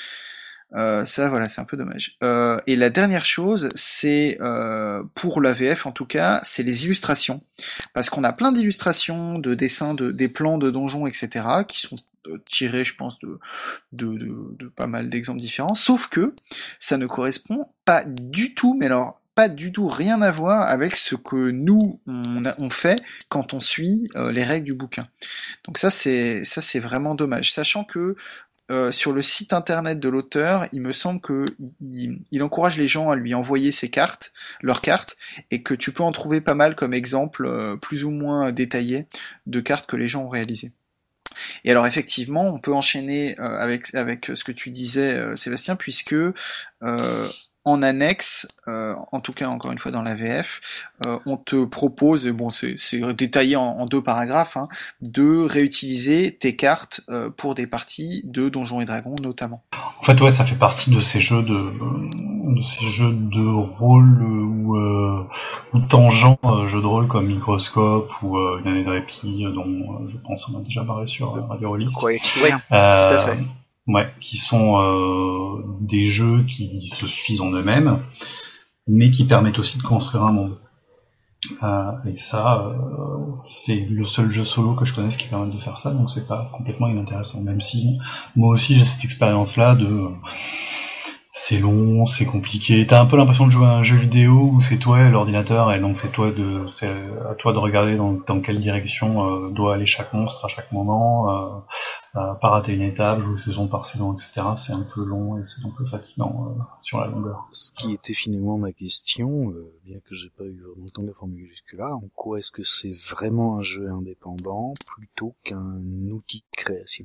Euh, ça, voilà, c'est un peu dommage. Euh, et la dernière chose, c'est euh, pour la V F en tout cas, c'est les illustrations, parce qu'on a plein d'illustrations, de dessins, de des plans de donjons, et cetera, qui sont euh, tirés, je pense, de de, de, de pas mal d'exemples différents. Sauf que ça ne correspond pas du tout, mais alors pas du tout rien à voir avec ce que nous on, a, on fait quand on suit euh, les règles du bouquin. Donc ça c'est ça c'est vraiment dommage, sachant que Euh, sur le site internet de l'auteur, il me semble que il, il encourage les gens à lui envoyer ses cartes, leurs cartes, et que tu peux en trouver pas mal comme exemples euh, plus ou moins détaillés de cartes que les gens ont réalisées. Et alors effectivement, on peut enchaîner euh, avec avec ce que tu disais, euh, Sébastien, puisque euh, en annexe, euh, en tout cas encore une fois dans la V F, euh, on te propose, et bon c'est c'est détaillé en, en deux paragraphes, hein, de réutiliser tes cartes euh, pour des parties de Donjons et Dragons notamment. En fait, ouais, ça fait partie de ces jeux de, de ces jeux de rôle ou, euh, ou tangents euh, jeux de rôle comme Microscope ou euh, Une année de répit, dont euh, je pense on a déjà parlé sur euh, Radio Rollist. Quoi Oui, Euh, tout à fait. Ouais, qui sont euh, des jeux qui se suffisent en eux-mêmes, mais qui permettent aussi de construire un monde. Euh, et ça, euh, c'est le seul jeu solo que je connaisse qui permet de faire ça, donc c'est pas complètement inintéressant. Même si moi aussi j'ai cette expérience-là de euh, c'est long, c'est compliqué. T'as un peu l'impression de jouer à un jeu vidéo où c'est toi et l'ordinateur, et donc c'est toi de, c'est à toi de regarder dans, dans quelle direction euh, doit aller chaque monstre à chaque moment, euh, euh, pas rater une étape, jouer saison par saison, et cetera. C'est un peu long et c'est un peu fatigant euh, sur la longueur. Ce qui était finalement ma question, euh, bien que j'ai pas eu vraiment le temps de la formuler jusque-là, en quoi est-ce que c'est vraiment un jeu indépendant plutôt qu'un outil de création?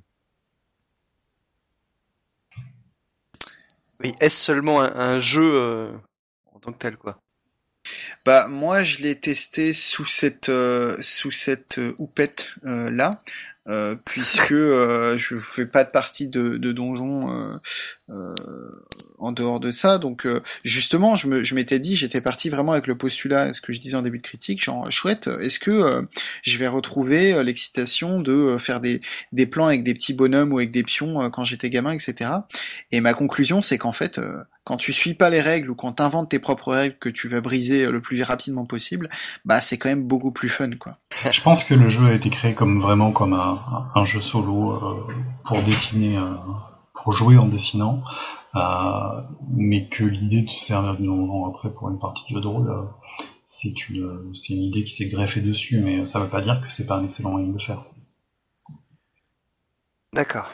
Oui, est-ce seulement un, un jeu euh, en tant que tel, quoi? Bah moi je l'ai testé sous cette euh, sous cette euh, houppette euh, là, euh, puisque euh, je fais pas de partie de, de donjon euh, euh, en dehors de ça, donc euh, justement je me je m'étais dit, j'étais parti vraiment avec le postulat, ce que je disais en début de critique, genre chouette, est-ce que euh, je vais retrouver euh, l'excitation de euh, faire des des plans avec des petits bonhommes ou avec des pions euh, quand j'étais gamin, et cetera. Et ma conclusion c'est qu'en fait euh, quand tu suis pas les règles ou quand t'inventes tes propres règles que tu vas briser le plus rapidement possible, bah c'est quand même beaucoup plus fun, quoi. Je pense que le jeu a été créé comme vraiment comme un, un jeu solo euh, pour dessiner, euh, pour jouer en dessinant, euh, mais que l'idée de se servir du donjon après pour une partie de jeu de rôle, euh, c'est une, c'est une idée qui s'est greffée dessus, mais ça veut pas dire que c'est pas un excellent moyen de le faire. D'accord.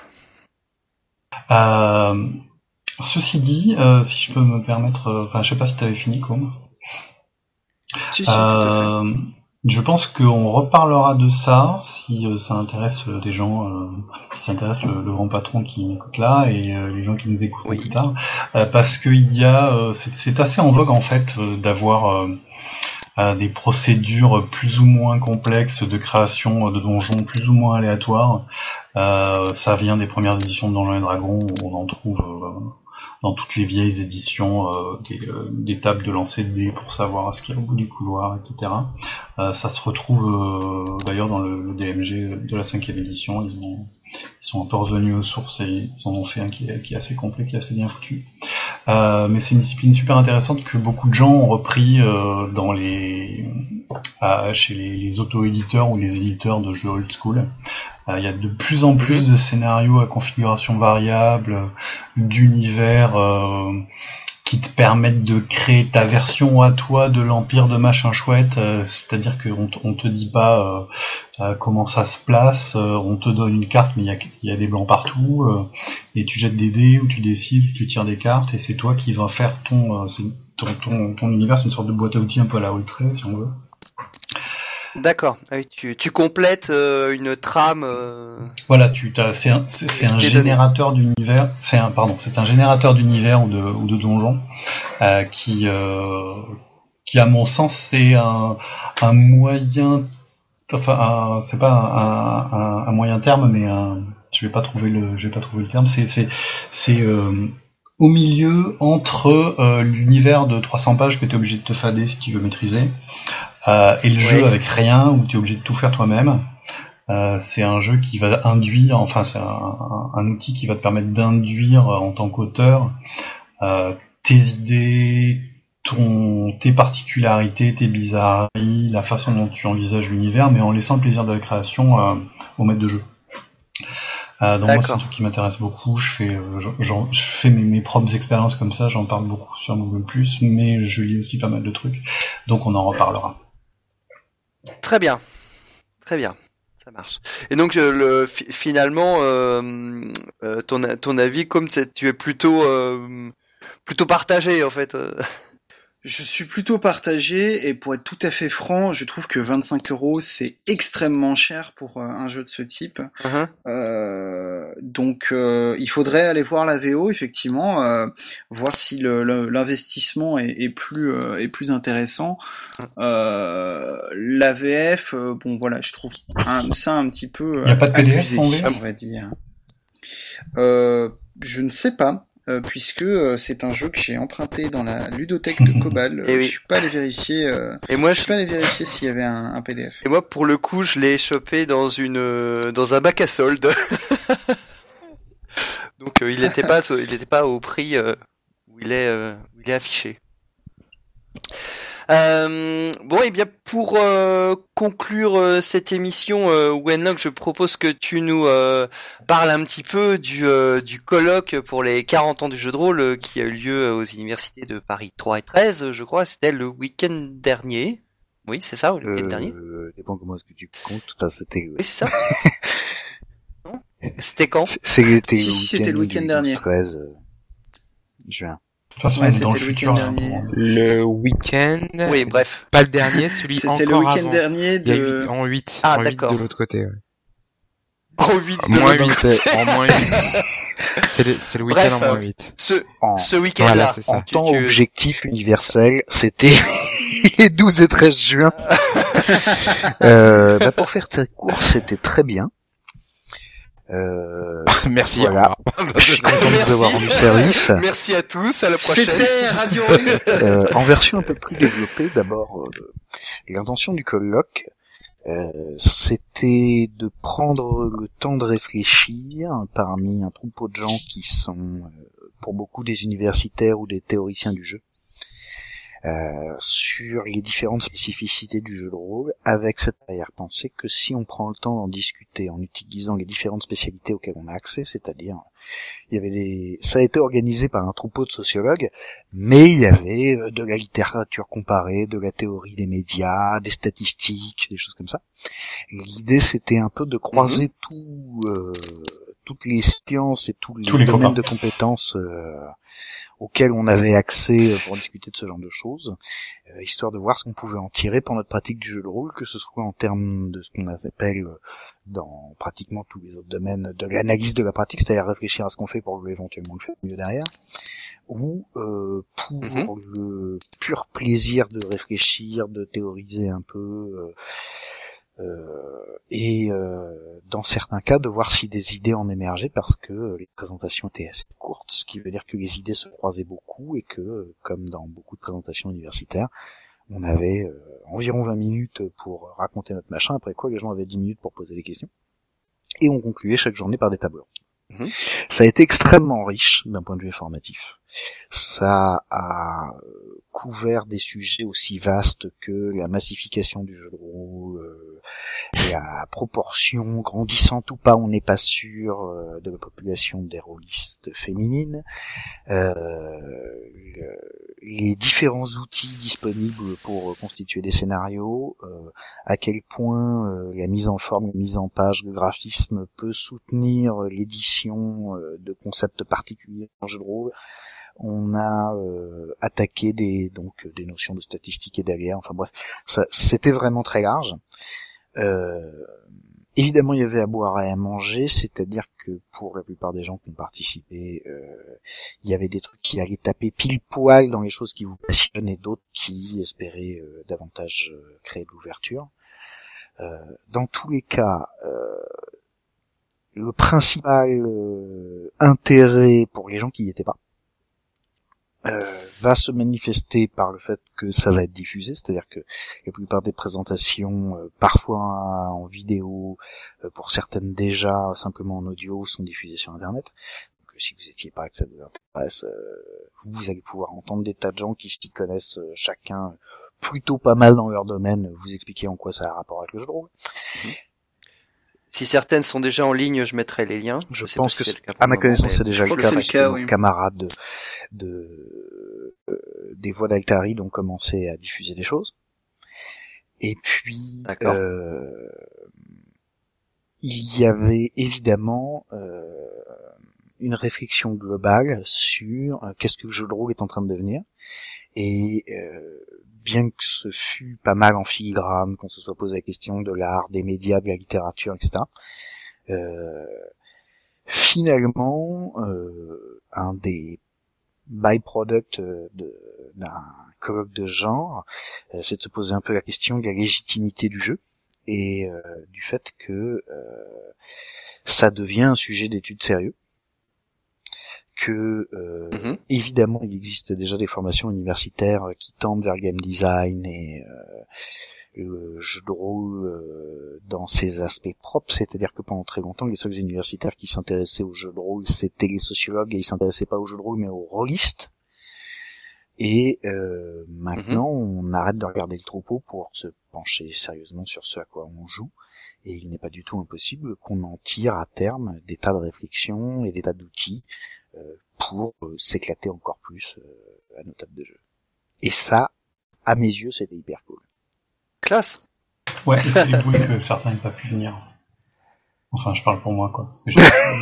Euh, ceci dit, euh, si je peux me permettre, enfin euh, je sais pas si t'avais fini, Com. Si, si, euh, tout à fait. Je pense qu'on reparlera de ça si euh, ça intéresse euh, des gens, euh, si ça intéresse le, le grand patron qui m'écoute là et euh, les gens qui nous écoutent oui. plus tard, euh, parce qu'il y a, euh, c'est, c'est assez en vogue en fait euh, d'avoir euh, euh, des procédures plus ou moins complexes de création de donjons, plus ou moins aléatoires. Euh, ça vient des premières éditions de Donjons et Dragons où on en trouve euh, dans toutes les vieilles éditions euh, des, euh, des tables de lancer de dés pour savoir ce qu'il y a au bout du couloir, et cetera. Euh, ça se retrouve euh, d'ailleurs dans le, le D M G de la cinquième édition. Ils, ont, ils sont encore revenus aux sources et ils en ont fait un qui est, qui est assez complet, qui est assez bien foutu. Euh, mais c'est une discipline super intéressante que beaucoup de gens ont repris euh, dans les euh, chez les, les auto-éditeurs ou les éditeurs de jeux old school. Il euh, y a de plus en plus de scénarios à configuration variable, d'univers euh, qui te permettent de créer ta version à toi de l'empire de machin chouette. Euh, c'est-à-dire qu'on on te dit pas euh, euh, comment ça se place, euh, on te donne une carte mais il y a, y a des blancs partout, euh, et tu jettes des dés ou tu décides, tu tires des cartes et c'est toi qui vas faire ton, euh, c'est ton, ton, ton univers, c'est une sorte de boîte à outils un peu à la Holtrey si on veut. D'accord. Ah oui, tu, tu complètes euh, une trame. Euh... Voilà, tu t'as, c'est un, c'est, c'est un générateur d'univers. C'est un, pardon, c'est un générateur d'univers ou de, ou de donjons euh, qui, euh, qui à mon sens, c'est un, un moyen. Enfin, un, c'est pas un, un, un moyen terme, mais un. Je vais pas trouver le, je vais pas trouver le terme. C'est, c'est, c'est euh, au milieu entre euh, l'univers de trois cents pages que tu es obligé de te fader si tu veux maîtriser. Euh, et le oui. jeu avec rien, où tu es obligé de tout faire toi-même. Euh, c'est un jeu qui va induire, enfin c'est un, un, un outil qui va te permettre d'induire en tant qu'auteur euh, tes idées, ton, tes particularités, tes bizarreries, la façon dont tu envisages l'univers, mais en laissant le plaisir de la création euh, au maître de jeu. Euh, donc moi c'est un truc qui m'intéresse beaucoup. Je fais, euh, je, je fais mes, mes propres expériences comme ça. J'en parle beaucoup sur Google plus, mais je lis aussi pas mal de trucs. Donc on en reparlera. Très bien, très bien, ça marche. Et donc le, finalement, euh, euh, ton, ton avis, comme tu es plutôt, euh, plutôt partagé en fait. Je suis plutôt partagé et pour être tout à fait franc, je trouve que vingt-cinq euros c'est extrêmement cher pour euh, un jeu de ce type. Uh-huh. Euh, donc euh, il faudrait aller voir la V O effectivement, euh, voir si le, le, l'investissement est, est plus euh, est plus intéressant. Euh, la V F, euh, bon voilà, je trouve un, ça un petit peu euh, il y a pas de P D F abusé, en V F, on va dire. Euh, je ne sais pas. Euh, puisque euh, c'est un jeu que j'ai emprunté dans la ludothèque de Cobal. Et oui. Je suis pas allé vérifier. Euh, et moi, je suis pas allé vérifier s'il y avait un, un P D F. Et moi, pour le coup, je l'ai chopé dans une euh, dans un bac à soldes. Donc, euh, il n'était pas il n'était pas au prix euh, où il est euh, où il est affiché. Euh, bon, et bien pour euh, conclure euh, cette émission, euh, Wenlock, je propose que tu nous euh, parles un petit peu du euh, du colloque pour les quarante ans du jeu de rôle euh, qui a eu lieu aux universités de Paris trois et treize, je crois. C'était le week-end dernier. Oui, c'est ça, le week-end euh, dernier. Dépend comment est-ce que tu comptes. Enfin, c'était. Oui, c'est ça. Non, c'était quand? C'était si, le si, c'était le week-end dernier. treize euh, juin. De toute façon, ouais, dans le, le futur, week-end dernier. Le week-end. Oui, bref. Pas le dernier, celui c'était encore le week-end avant. dernier de. huit, en huit. Ah, en d'accord. huit de l'autre côté. Ouais. En huit de moins l'autre huit, côté. en moins huit. C'est le, c'est le week-end Bref, en moins huit. Ce, en, ce week-end-là. Voilà, en tu, temps tu... objectif universel, c'était les douze et treize juin. euh, bah pour faire très court, c'était très bien. Euh, Merci. Voilà. Je suis content de vous avoir rendu service. Merci à tous, à la prochaine. C'était Radio Russe. euh, en version un peu plus développée, d'abord, euh, l'intention du colloque, euh, c'était de prendre le temps de réfléchir parmi un troupeau de gens qui sont, euh, pour beaucoup, des universitaires ou des théoriciens du jeu, Euh, sur les différentes spécificités du jeu de rôle, avec cette arrière-pensée que si on prend le temps d'en discuter en utilisant les différentes spécialités auxquelles on a accès, c'est-à-dire, il y avait des, ça a été organisé par un troupeau de sociologues, mais il y avait de la littérature comparée, de la théorie des médias, des statistiques, des choses comme ça. L'idée, c'était un peu de croiser mm-hmm. tout, euh, toutes les sciences et tous les, tous les domaines copains. de compétences euh, auxquels on avait accès pour discuter de ce genre de choses, euh, histoire de voir ce qu'on pouvait en tirer pour notre pratique du jeu de rôle, que ce soit en termes de ce qu'on appelle dans pratiquement tous les autres domaines de l'analyse de la pratique, c'est-à-dire réfléchir à ce qu'on fait pour éventuellement le faire mieux derrière, ou euh, pour mm-hmm. le pur plaisir de réfléchir, de théoriser un peu, euh, Euh, et euh, dans certains cas de voir si des idées en émergeaient parce que les présentations étaient assez courtes, ce qui veut dire que les idées se croisaient beaucoup et que, comme dans beaucoup de présentations universitaires, on avait euh, environ vingt minutes pour raconter notre machin, après quoi les gens avaient dix minutes pour poser des questions, et on concluait chaque journée par des tableaux. Mmh. Ça a été extrêmement riche d'un point de vue informatif. ça a couvert des sujets aussi vastes que la massification du jeu de rôle, euh, la proportion grandissante ou pas, on n'est pas sûr, euh, de la population des rôlistes féminines, euh, le, les différents outils disponibles pour constituer des scénarios, euh, à quel point euh, la mise en forme, la mise en page, le graphisme peut soutenir l'édition euh, de concepts particuliers en jeu de rôle. On a euh, attaqué des donc des notions de statistiques et d'aléas. Enfin bref, ça c'était vraiment très large. Euh, évidemment, il y avait à boire et à manger, c'est-à-dire que pour la plupart des gens qui ont participé, euh, il y avait des trucs qui allaient taper pile poil dans les choses qui vous passionnent et d'autres qui espéraient euh, davantage euh, créer de l'ouverture. Euh, dans tous les cas, euh, le principal euh, intérêt pour les gens qui n'y étaient pas Euh, va se manifester par le fait que ça va être diffusé, c'est-à-dire que la plupart des présentations, euh, parfois en vidéo, euh, pour certaines déjà simplement en audio, sont diffusées sur Internet. Donc si vous n'étiez pas, que ça vous intéresse, euh, vous allez pouvoir entendre des tas de gens qui s'y connaissent euh, chacun plutôt pas mal dans leur domaine, vous expliquer en quoi ça a rapport avec le jeu de rôle. Mmh. Si certaines sont déjà en ligne, je mettrai les liens. Je, je pense que, si à ma connaissance, c'est déjà le cas, parce que nos camarades de, de euh, des voix d'Altari ont commencé à diffuser des choses. Et puis, euh, il y avait évidemment euh, une réflexion globale sur euh, qu'est-ce que le jeu de rôle est en train de devenir. Et euh, bien que ce fût pas mal en filigrane, qu'on se soit posé la question de l'art, des médias, de la littérature, et cetera, euh, finalement, euh, un des by-products de, d'un colloque de genre, euh, c'est de se poser un peu la question de la légitimité du jeu et euh, du fait que euh, ça devient un sujet d'étude sérieux. Que euh, mm-hmm. évidemment il existe déjà des formations universitaires qui tendent vers le game design et euh, le jeu de rôle euh, dans ses aspects propres, c'est-à-dire que pendant très longtemps les seuls universitaires qui s'intéressaient au jeu de rôle c'était les sociologues et ils s'intéressaient pas au jeu de rôle mais aux rôlistes. Et euh, maintenant mm-hmm. on arrête de regarder le troupeau pour se pencher sérieusement sur ce à quoi on joue. Et il n'est pas du tout impossible qu'on en tire à terme des tas de réflexions et des tas d'outils euh, pour euh, s'éclater encore plus euh, à nos tables de jeu. Et ça, à mes yeux, c'était hyper cool. Classe. Ouais, c'est les boules que certains n'ont pas pu venir. Enfin, je parle pour moi, quoi. Parce que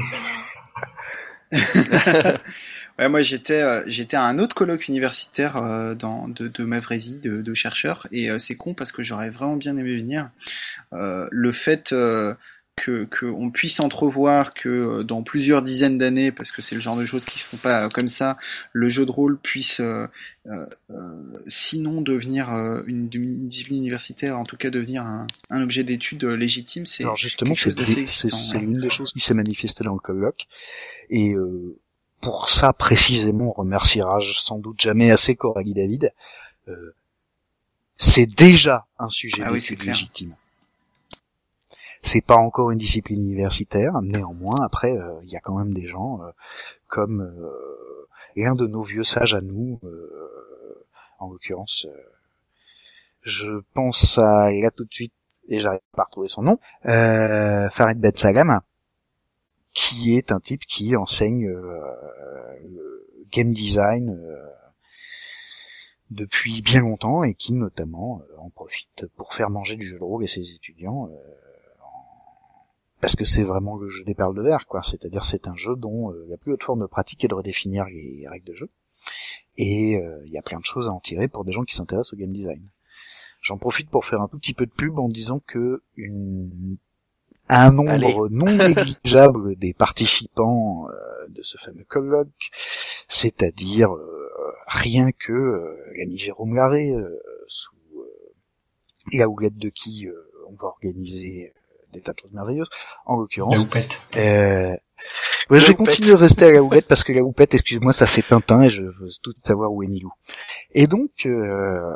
j'ai... Ouais, moi j'étais euh, j'étais à un autre colloque universitaire euh, dans de, de ma vraie vie de, de chercheur et euh, c'est con parce que j'aurais vraiment bien aimé venir. Euh, le fait euh, que qu'on puisse entrevoir que dans plusieurs dizaines d'années, parce que c'est le genre de choses qui se font pas comme ça, le jeu de rôle puisse euh, euh, sinon devenir euh, une, une discipline universitaire, en tout cas devenir un, un objet d'étude légitime. C'est alors justement c'est, des, c'est, c'est l'une des choses qui s'est manifestée dans le colloque et euh, pour ça, précisément, on remerciera sans doute jamais assez Coralie David. Euh, c'est déjà un sujet ah d'étude oui, légitime. C'est pas encore une discipline universitaire, néanmoins, après, il euh, y a quand même des gens euh, comme euh, l'un de nos vieux sages à nous, euh, en l'occurrence, euh, je pense à là tout de suite, et j'arrive pas à retrouver son nom, euh, Farid Ben Salam, qui est un type qui enseigne euh, le game design euh, depuis bien longtemps et qui notamment euh, en profite pour faire manger du jeu de rôle à ses étudiants euh, en... parce que c'est vraiment le jeu des perles de verre, quoi. C'est-à-dire c'est un jeu dont euh, la plus haute forme de pratique est de redéfinir les règles de jeu et il euh, y a plein de choses à en tirer pour des gens qui s'intéressent au game design. J'en profite pour faire un tout petit peu de pub en disant que une un nombre Allez. non négligeable des participants euh, de ce fameux colloque, c'est-à-dire euh, rien que euh, l'ami Jérôme Larrey, euh, sous euh, la houlette de qui euh, on va organiser euh, des tas de choses merveilleuses, en l'occurrence... La houppette. Euh, ouais, je vais continuer de rester à la houppette, parce que la houppette, excuse-moi, ça fait Tintin, et je veux tout savoir où est Milou. Et donc... Euh,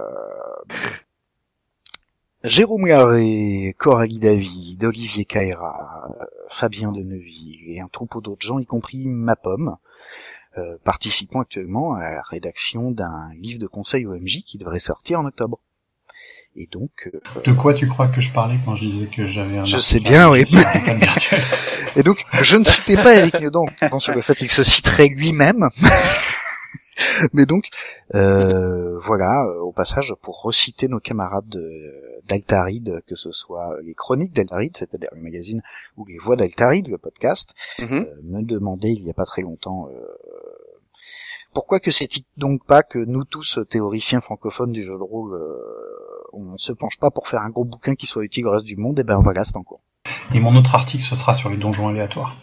Jérôme Larrey, Coralie David, Olivier Caïra, Fabien Deneville et un troupeau d'autres gens, y compris ma pomme, euh, participant actuellement à la rédaction d'un livre de conseil O M J qui devrait sortir en octobre. Et donc, euh, de quoi tu crois que je parlais quand je disais que j'avais un je sais article bien, oui. sur la campagne virtuelle. Et donc, je ne citais pas Eric Nodon sur le fait qu'il se citerait lui-même. Mais donc, euh, voilà, euh, au passage, pour reciter nos camarades de- d'Altaride, que ce soit les chroniques d'Altaride, c'est-à-dire le magazine, ou les voix d'Altaride, le podcast, Mhm. euh, me demandaient il y a pas très longtemps euh, pourquoi que c'est donc pas que nous tous, théoriciens francophones du jeu de rôle, euh, on se penche pas pour faire un gros bouquin qui soit utile au reste du monde. Et ben voilà, c'est en cours. Et mon autre article, ce sera sur les donjons aléatoires.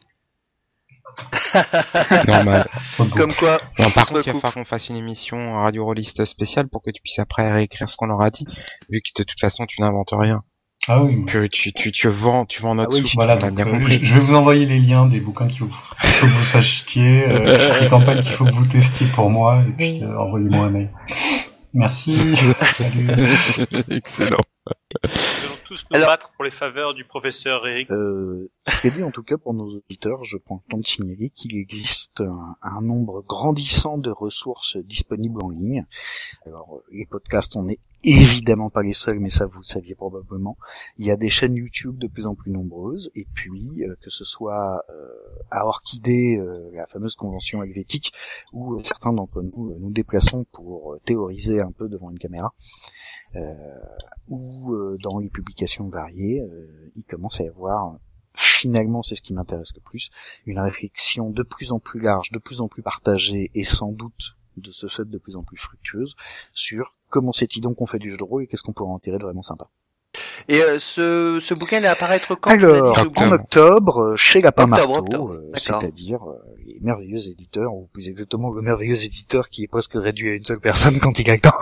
Normal. Comme quoi, Non, par se contre, il va recoupe. falloir qu'on fasse une émission radio rolliste spéciale pour que tu puisses après réécrire ce qu'on aura dit, vu que de toute façon tu n'inventes rien. Ah oui. Tu, tu, tu, tu vends, tu vends notre Ah oui, souffle, Voilà, on a donc, bien euh, compris. je, je vais vous envoyer les liens des bouquins qu'il faut, qu'il faut que vous achetiez, euh, les campagnes qu'il faut que vous testiez pour moi, et puis euh, envoyez-moi un mail. Merci. Salut. Excellent. Nous allons tous nous Alors- battre pour les faveurs du professeur Eric. Euh, c'est dit en tout cas pour nos auditeurs, je prends le temps de signaler qu'il existe un, un nombre grandissant de ressources disponibles en ligne. Alors, les podcasts, on n'est évidemment pas les seuls, mais ça vous le saviez probablement. Il y a des chaînes YouTube de plus en plus nombreuses, et puis euh, que ce soit euh, à Orchidée, euh, la fameuse convention helvétique, où euh, certains d'entre nous euh, nous déplaçons pour euh, théoriser un peu devant une caméra. Euh, ou euh, dans les publications variées, euh, il commence à y avoir, finalement c'est ce qui m'intéresse le plus, une réflexion de plus en plus large, de plus en plus partagée et sans doute de ce fait de plus en plus fructueuse sur comment c'est-il donc qu'on fait du jeu de rôle et qu'est-ce qu'on pourrait en tirer de vraiment sympa. Et euh, ce, ce bouquin il va apparaître quand tu l'as dit, Alors, j'ai en oublié. octobre, euh, chez Lapin Octobre, Marteau, octobre, euh, d'accord. c'est-à-dire euh, les merveilleux éditeurs, ou plus exactement le merveilleux éditeur qui est presque réduit à une seule personne quand il a le temps.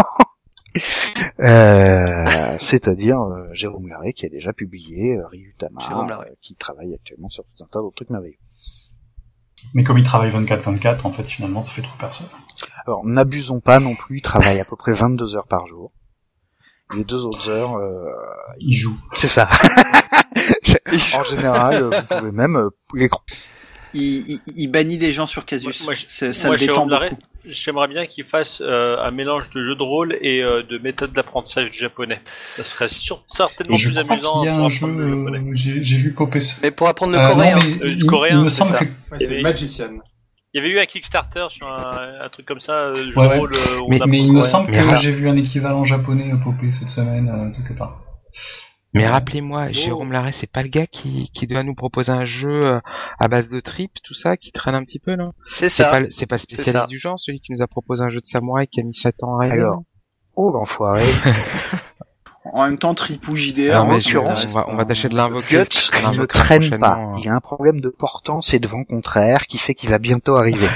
Euh, c'est-à-dire euh, Jérôme Larrey qui a déjà publié euh, Ryutama, Jérôme Larrey. euh, qui travaille actuellement sur tout un tas d'autres trucs merveilleux. Mais comme il travaille vingt-quatre vingt-quatre, en fait, finalement, ça fait trop personne. Alors n'abusons pas non plus, il travaille à peu près vingt-deux heures par jour. Les deux autres heures, euh, Il joue. c'est ça. En général, euh, vous pouvez même euh, les cro- Il, il, il bannit des gens sur Casus. Moi, je- C'est- ça Moi, le détend Jérôme Larrey, beaucoup. j'aimerais bien qu'il fasse euh, un mélange de jeu de rôle et euh, de méthode d'apprentissage du japonais. Ça serait sûr, certainement Et je plus crois amusant qu'il y a pour un jeu, apprendre le japonais. euh, j'ai j'ai vu popper ça. Mais pour apprendre le Euh, coréen. non, mais Euh, il, du coréen, il me c'est semble ça. que Ouais, c'est Et- Magician. Il y avait eu un Kickstarter sur un, un truc comme ça, euh, jeu Ouais, de ouais. rôle euh, où Mais- on apprend mais il le me coréen. semble Mais que ça- j'ai vu un équivalent japonais popper cette semaine euh, quelque part. Mais rappelez-moi, Jérôme Larrey, c'est pas le gars qui, qui doit nous proposer un jeu euh, à base de trip, tout ça, qui traîne un petit peu, là? C'est C'est ça. pas, le- c'est pas le ça. spécialiste du genre, celui qui nous a proposé un jeu de samouraï qui a mis sept ans à arriver? Alors, oh l'enfoiré. En même temps, Tripou J D R, Non, en mais l'occurrence. on va, on va tâcher de l'invoquer. Guts, On il ne l'invoquera traîne pas. prochainement. Il a un problème de portance et de vent contraire qui fait qu'il va bientôt arriver.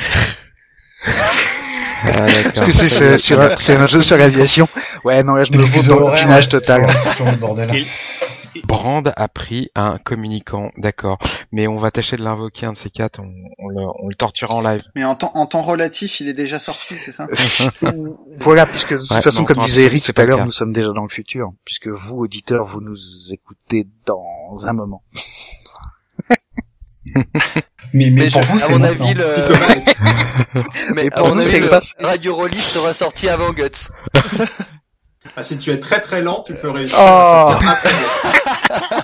Ah, d'accord. Parce que c'est c'est- sur un- c'est un jeu sur l'aviation. Ouais, non, là je me vaux dans le pinage total. Sur le bordel. Il- Brand a pris un communicant, d'accord. Mais on va tâcher de l'invoquer, un de ces quatre, on, on, le, on le torturera en live. Mais en temps, en temps relatif, il est déjà sorti, c'est ça? Voilà, puisque de toute Ouais, façon, non, comme tant disait pis, Eric c'est tout pas à le l'heure, cas. nous sommes déjà dans le futur, puisque vous, auditeurs, vous nous écoutez dans un moment. Mais, mais, Mais pour je- vous, à c'est mon maintenant. avis, le... mais Et à pour mon nous, avis, c'est le pas- Radio Rollist sera sorti avant Guts. Ah, si tu es très très lent, tu peux réussir Oh. à sortir après.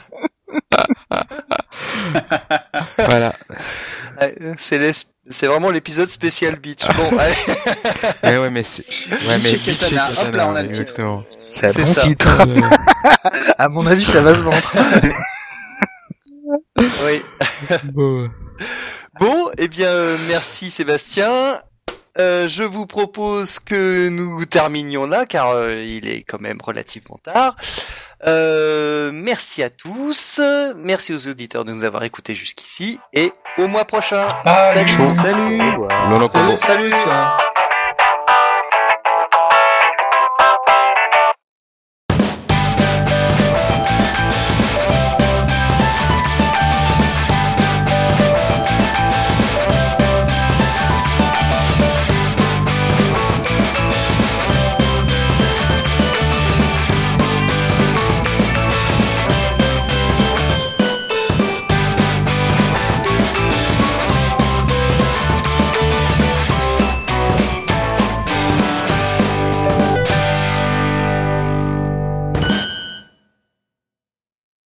Voilà. Ouais, C'est les... c'est vraiment l'épisode spécial Beach. Bon, allez. Ouais, ouais, mais c'est, ouais, mais Chez Katana. Beach et Hop là, on a le Katana, titre. exactement. C'est un C'est bon ça. titre. À mon avis, ça va se vendre. Oui. Bon. Bon, eh bien, euh, merci Sébastien. Euh, je vous propose que nous terminions là, car euh, il est quand même relativement tard. Euh, merci à tous, merci aux auditeurs de nous avoir écoutés jusqu'ici, et au mois prochain. Ah, Salut. chaud. Salut! Lolo Salut, Kobo. salut, ça.